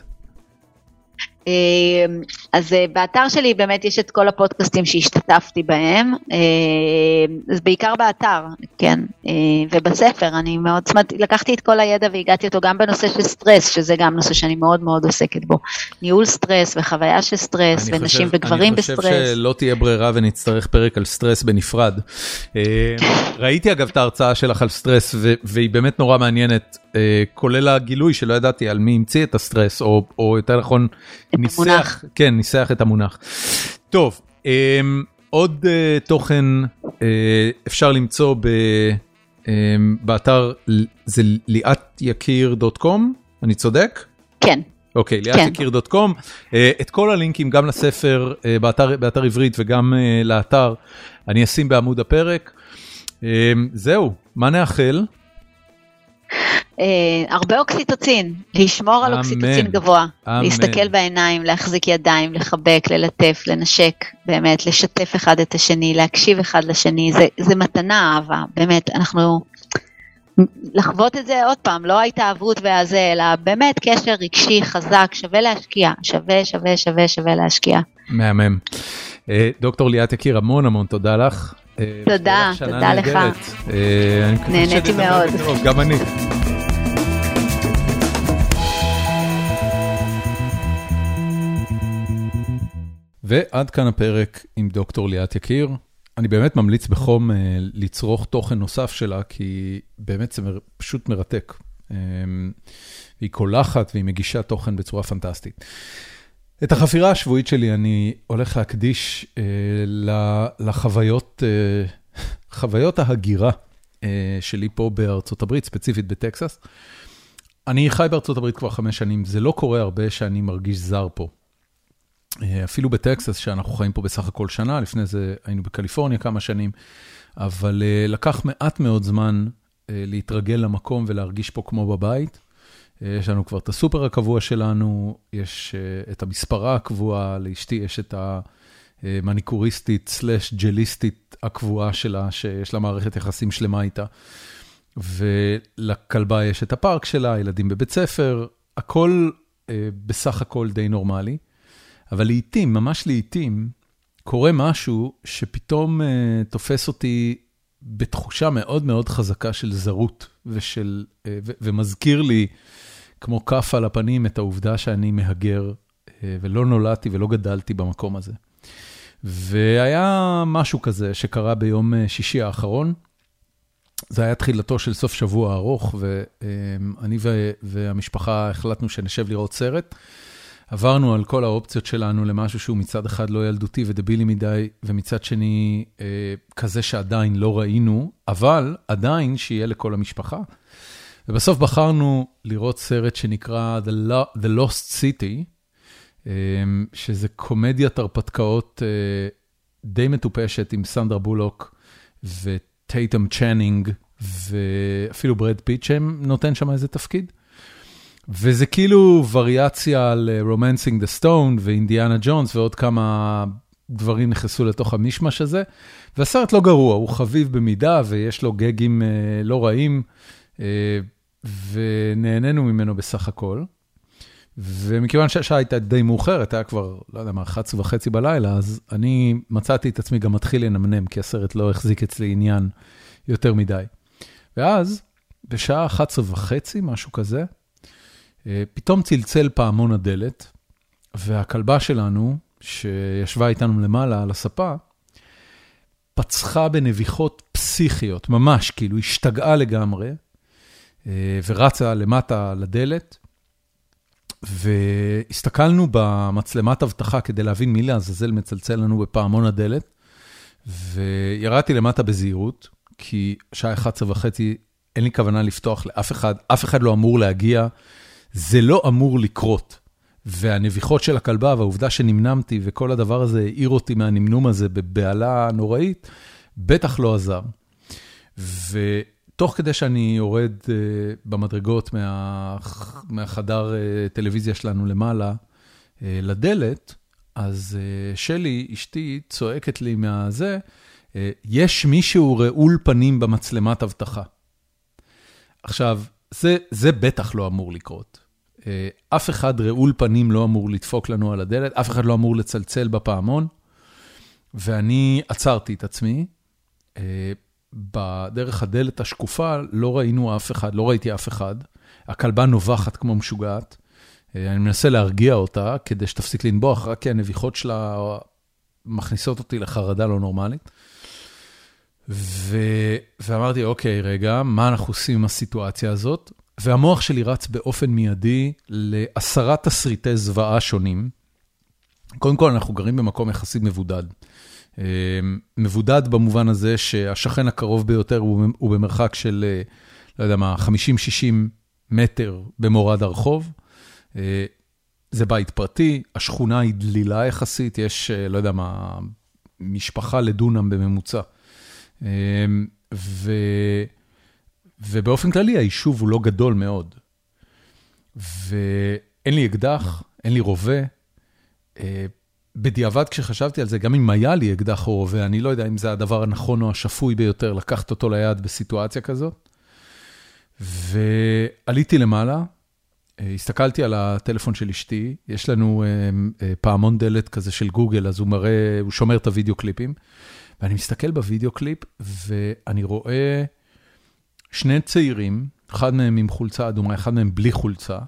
אז באתר שלי באמת יש את כל הפודקאסטים שהשתתפתי בהם, אז בעיקר באתר, כן, ובספר אני מאוד, זאת אומרת, לקחתי את כל הידע והגעתי אותו גם בנושא של סטרס, שזה גם נושא שאני מאוד מאוד עוסקת בו, ניהול סטרס וחוויה של סטרס, ונשים וגברים בסטרס. אני חושב שלא תהיה ברירה ונצטרך פרק על סטרס בנפרד. ראיתי אגב את ההרצאה שלך על סטרס, והיא באמת נורא מעניינת, כולל הגילוי שלא ידעתי על מי המציא את הסטרס, או יותר נכון, ניסח את המונח. טוב, עוד תוכן אפשר למצוא באתר, זה liatyakir.com, אני צודק? כן. אוקיי, liatyakir.com. את כל הלינקים, גם לספר באתר עברית וגם לאתר, אני אשים בעמוד הפרק. זהו, מה נאחל? הרבה אוקסיטוצין, לשמור על אוקסיטוצין גבוה, להסתכל בעיניים, להחזיק ידיים, לחבק, ללטף, לנשק, באמת, לשתף אחד את השני, להקשיב אחד לשני, זה מתנה אהבה, באמת, אנחנו לחוות את זה עוד פעם, לא ההתאהבות והזה, אלא באמת קשר רגשי חזק, שווה להשקיע, שווה להשקיע. מהמם. דוקטור ליאת יקיר, המון תודה לך. תודה לך. נהניתי מאוד. גם אני. ועד כאן הפרק עם דוקטור ליאת יקיר. אני באמת ממליץ בחום לצרוך תוכן נוסף שלה, כי באמת זה פשוט מרתק. היא קולחת והיא מגישה תוכן בצורה פנטסטית. את החפירה השבועית שלי אני הולך להקדיש חוויות ההגירה שלי פה בארצות הברית, ספציפית בטקסס. אני חי בארצות הברית כבר 5 שנים, זה לא קורה הרבה שאני מרגיש זר פה. אפילו בטקסס, שאנחנו חיים פה בסך הכל שנה, לפני זה היינו בקליפורניה כמה שנים, אבל לקח מעט מאוד זמן להתרגל למקום ולהרגיש פה כמו בבית. יש לנו כבר את הסופר הקבוע שלנו, יש את המספרה הקבועה, לאשתי יש את המניקוריסטית סלש ג'ליסטית הקבועה שלה, שיש לה מערכת יחסים שלמה איתה, ולכלבה יש את הפארק שלה, ילדים בבית ספר, הכל בסך הכל די נורמלי, אבל לעתים, ממש לעתים, קורה משהו שפתאום תופס אותי בתחושה מאוד מאוד חזקה של זרות, ומזכיר לי כמו כף על הפנים את העובדה שאני מהגר, ולא נולדתי ולא גדלתי במקום הזה. והיה משהו כזה שקרה ביום שישי האחרון, זה היה תחילתו של סוף שבוע ארוך, ואני והמשפחה החלטנו שנשב לראות סרט, עברנו על כל האופציות שלנו למשהו שהוא מצד אחד לא ילדותי ודבילי מדי, ומצד שני כזה שעדיין לא ראינו, אבל עדיין שיהיה לכל המשפחה. ובסוף בחרנו לראות סרט שנקרא The Lost City, שזה קומדיית הרפתקאות די מטופשת עם סנדרה בולוק וטייטם צ'נינג, ואפילו ברד פיט שנותן שם איזה תפקיד. וזה כאילו וריאציה על Romancing the Stone ואינדיאנה ג'ונס ועוד כמה דברים נכנסו לתוך המשמש הזה, והסרט לא גרוע, הוא חביב במידה ויש לו גגים לא רעים, ונהנינו ממנו בסך הכל. ומכיוון שהשעה הייתה די מאוחרת, היה כבר, לא יודע מה, 11:30 בלילה, אז אני מצאתי את עצמי גם מתחיל לנמנם, כי הסרט לא החזיק אצלי עניין יותר מדי. ואז, בשעה 11:30, משהו כזה, פתאום צלצל פעמון הדלת, והכלבה שלנו, שישבה איתנו למעלה על הספה, פצחה בנביחות פסיכיות, ממש, כאילו השתגעה לגמרי, ורצה למטה לדלת, והסתכלנו במצלמת אבטחה כדי להבין מי לעזאזל מצלצל לנו בפעמון הדלת, וירדתי למטה בזהירות, כי שעה 11:30 אין לי כוונה לפתוח לאף אחד, אף אחד לא אמור להגיע, זה לא אמור לקרות. והנביחות של הכלבה והעובדה שנמנמתי וכל הדבר הזה העיר אותי מהנמנום הזה בבעלה נוראית, בטח לא עזר. ותוך כדי שאני יורד במדרגות מהחדר טלוויזיה שלנו למעלה לדלת, אז שלי, אשתי, צועקת לי מהזה, יש מישהו רעול פנים במצלמת אבטחה. עכשיו, זה בטח לא אמור לקרות. אף אחד רעול פנים לא אמור לדפוק לנו על הדלת, אף אחד לא אמור לצלצל בפעמון, ואני עצרתי את עצמי, בדרך הדלת השקופה לא ראינו אף אחד, לא ראיתי אף אחד, הכלבה נובחת כמו משוגעת, אני מנסה להרגיע אותה כדי שתפסיק לנבוח, רק כי הנביחות שלה מכניסות אותי לחרדה לא נורמלית, ואמרתי, אוקיי, רגע, מה אנחנו עושים עם הסיטואציה הזאת? והמוח שלי רץ באופן מיידי ל10 תסריטי זוועה שונים. קודם כל, אנחנו גרים במקום יחסית מבודד. מבודד במובן הזה שהשכן הקרוב ביותר הוא במרחק של, לא יודע מה, 50-60 מטר במורד הרחוב. זה בית פרטי, השכונה היא דלילה יחסית, יש, לא יודע מה, משפחה לדונם בממוצע. ובאופן כללי, היישוב הוא לא גדול מאוד. ואין לי אקדח, אין לי רובה. בדיעבד כשחשבתי על זה, גם אם היה לי אקדח או רובה, אני לא יודע אם זה הדבר הנכון או השפוי ביותר, לקחת אותו ליד בסיטואציה כזאת. ועליתי למעלה, הסתכלתי על הטלפון של אשתי, יש לנו פעמון דלת כזה של גוגל, אז הוא שומר את הוידאו קליפים, ואני מסתכל בוידאו קליפ, ואני רואה שני צעירים, אחד מהם עם חולצה אדומה, אחד מהם בלי חולצה.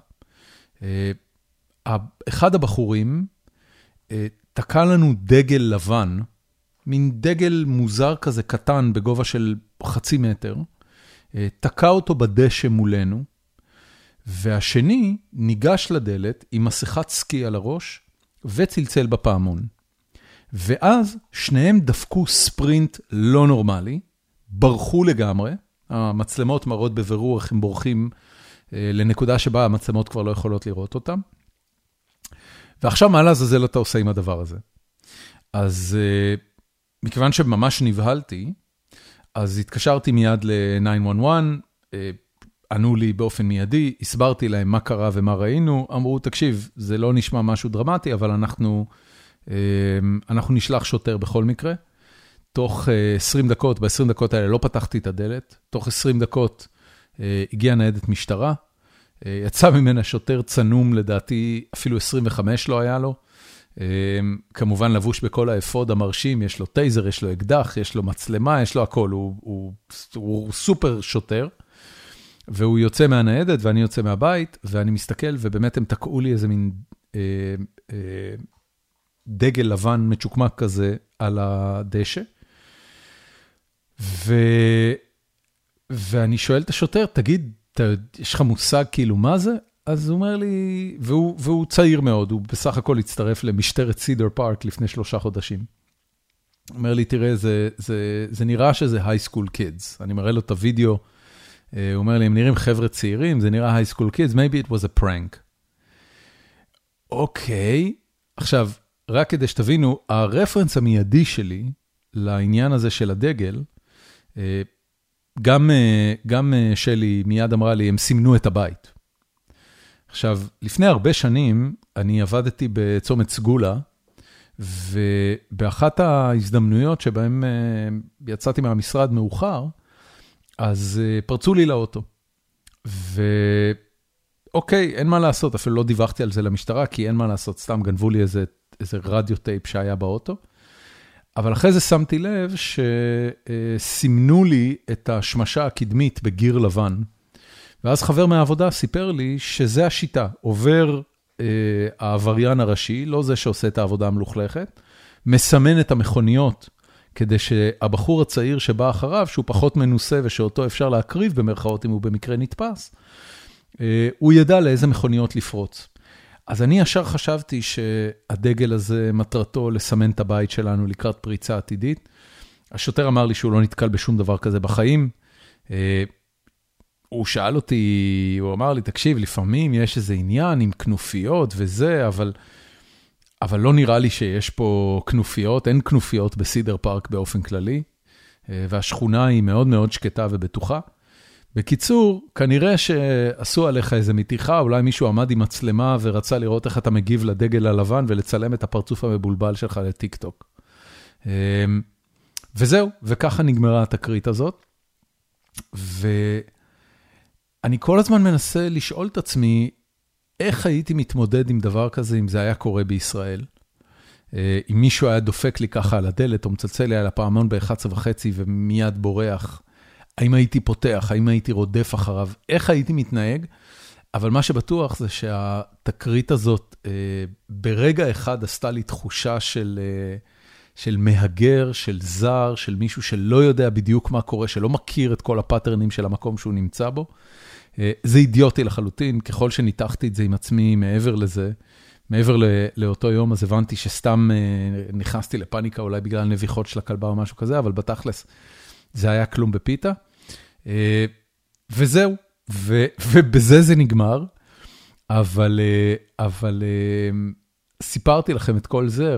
אחד הבחורים תקע לנו דגל לבן, מין דגל מוזר כזה קטן בגובה של 0.5 מטר, תקע אותו בדשא מולנו, והשני ניגש לדלת עם מסכת סקי על הראש, וצלצל בפעמון. ואז שניהם דפקו ספרינט לא נורמלי, ברחו לגמרי, המצלמות מראות בבירור איך הם בורחים לנקודה שבה המצלמות כבר לא יכולות לראות אותם. ועכשיו מה לעזאזל אתה עושה עם הדבר הזה? אז מכיוון שממש נבהלתי, אז התקשרתי מיד ל-911, ענו לי באופן מיידי, הסברתי להם מה קרה ומה ראינו, אמרו, תקשיב, זה לא נשמע משהו דרמטי, אבל אנחנו נשלח שוטר בכל מקרה. תוך 20 דקות, ב-20 דקות האלה לא פתחתי את הדלת, תוך 20 דקות הגיעה ניידת משטרה, יצא ממנה שוטר צנום, לדעתי אפילו 25 לא היה לו, כמובן לבוש בכל האפוד המרשים, יש לו טייזר, יש לו אקדח, יש לו מצלמה, יש לו הכל, הוא סופר שוטר, והוא יוצא מהניידת ואני יוצא מהבית, ואני מסתכל ובאמת הם תקעו לי איזה מין דגל לבן מצ'וקמק כזה על הדשא, ואני שואל את השוטר, תגיד, יש לך מושג כאילו מה זה? אז הוא אומר לי, והוא צעיר מאוד, הוא בסך הכל הצטרף למשטרת סידר פארק לפני 3 חודשים. הוא אומר לי, תראה, זה נראה שזה high school kids. אני מראה לו את הוידאו, הוא אומר לי, הם נראים חבר'ה צעירים, זה נראה high school kids, maybe it was a prank. אוקיי, עכשיו, רק כדי שתבינו, הרפרנס המיידי שלי לעניין הזה של הדגל, גם שלי מיד אמרה לי, הם סימנו את הבית. עכשיו, לפני הרבה שנים, אני עבדתי בצומת סגולה, ובאחת ההזדמנויות שבהם יצאתי מהמשרד מאוחר, אז פרצו לי לאוטו. ואוקיי, אין מה לעשות, אפילו לא דיווחתי על זה למשטרה, כי אין מה לעשות, סתם גנבו לי איזה רדיו טייפ שהיה באוטו. אבל אחרי זה שמתי לב שסימנו לי את השמשה הקדמית בגיר לבן, ואז חבר מהעבודה סיפר לי שזה השיטה, עובר העבריין הראשי, לא זה שעושה את העבודה המלוכלכת, מסמן את המכוניות, כדי שהבחור הצעיר שבא אחריו, שהוא פחות מנוסה ושאותו אפשר להקריב במרכאות אם הוא במקרה נתפס, הוא ידע לאיזה מכוניות לפרוץ. אז אני ישר חשבתי שהדגל הזה מטרתו לסמן את הבית שלנו לקראת פריצה עתידית. השוטר אמר לי שהוא לא נתקל בשום דבר כזה בחיים. הוא שאל אותי, הוא אמר לי, תקשיב, לפעמים יש איזה עניין עם כנופיות וזה, אבל לא נראה לי שיש פה כנופיות, אין כנופיות בסידר פארק באופן כללי, והשכונה היא מאוד מאוד שקטה ובטוחה. בקיצור, כנראה שעשו עליך איזה מתיחה, אולי מישהו עמד עם מצלמה ורצה לראות איך אתה מגיב לדגל הלבן ולצלם את הפרצוף המבולבל שלך לטיק טוק. וזהו, וככה נגמרה התקרית הזאת. ואני כל הזמן מנסה לשאול את עצמי, איך הייתי מתמודד עם דבר כזה אם זה היה קורה בישראל? אם מישהו היה דופק לי ככה על הדלת, או מצלצל לי על הפעמון ב-11:30 ומיד בורח, האם הייתי פותח, האם הייתי רודף אחריו, איך הייתי מתנהג? אבל מה שבטוח זה שהתקרית הזאת ברגע אחד עשתה לי תחושה של מהגר, של זר, של מישהו שלא יודע בדיוק מה קורה, שלא מכיר את כל הפאטרנים של המקום שהוא נמצא בו. זה אידיוטי לחלוטין, ככל שניתחתי את זה עם עצמי מעבר לזה, מעבר לאותו יום, אז הבנתי שסתם נכנסתי לפאניקה, אולי בגלל נביחות של הכלבה או משהו כזה, אבל בתכלס זה היה כלום בפיתה. וזהו, ובזה זה נגמר. אבל סיפרתי לכם את כל זה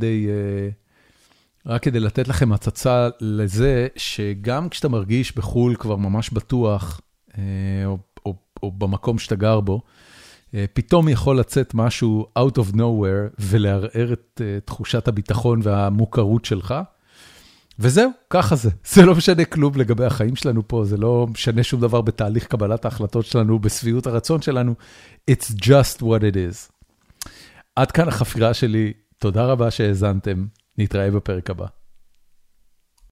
רק כדי לתת לכם הצצה לזה, שגם כשאתה מרגיש בחול כבר ממש בטוח, או במקום שאתה גר בו, פתאום יכול לצאת משהו out of nowhere, ולערער את תחושת הביטחון והמוכרות שלך, וזהו, ככה זה. זה לא משנה כלום לגבי החיים שלנו פה, זה לא משנה שום דבר בתהליך קבלת ההחלטות שלנו, בסביעות הרצון שלנו, it's just what it is. עד כאן החפירה שלי, תודה רבה שהאזנתם, נתראה בפרק הבא.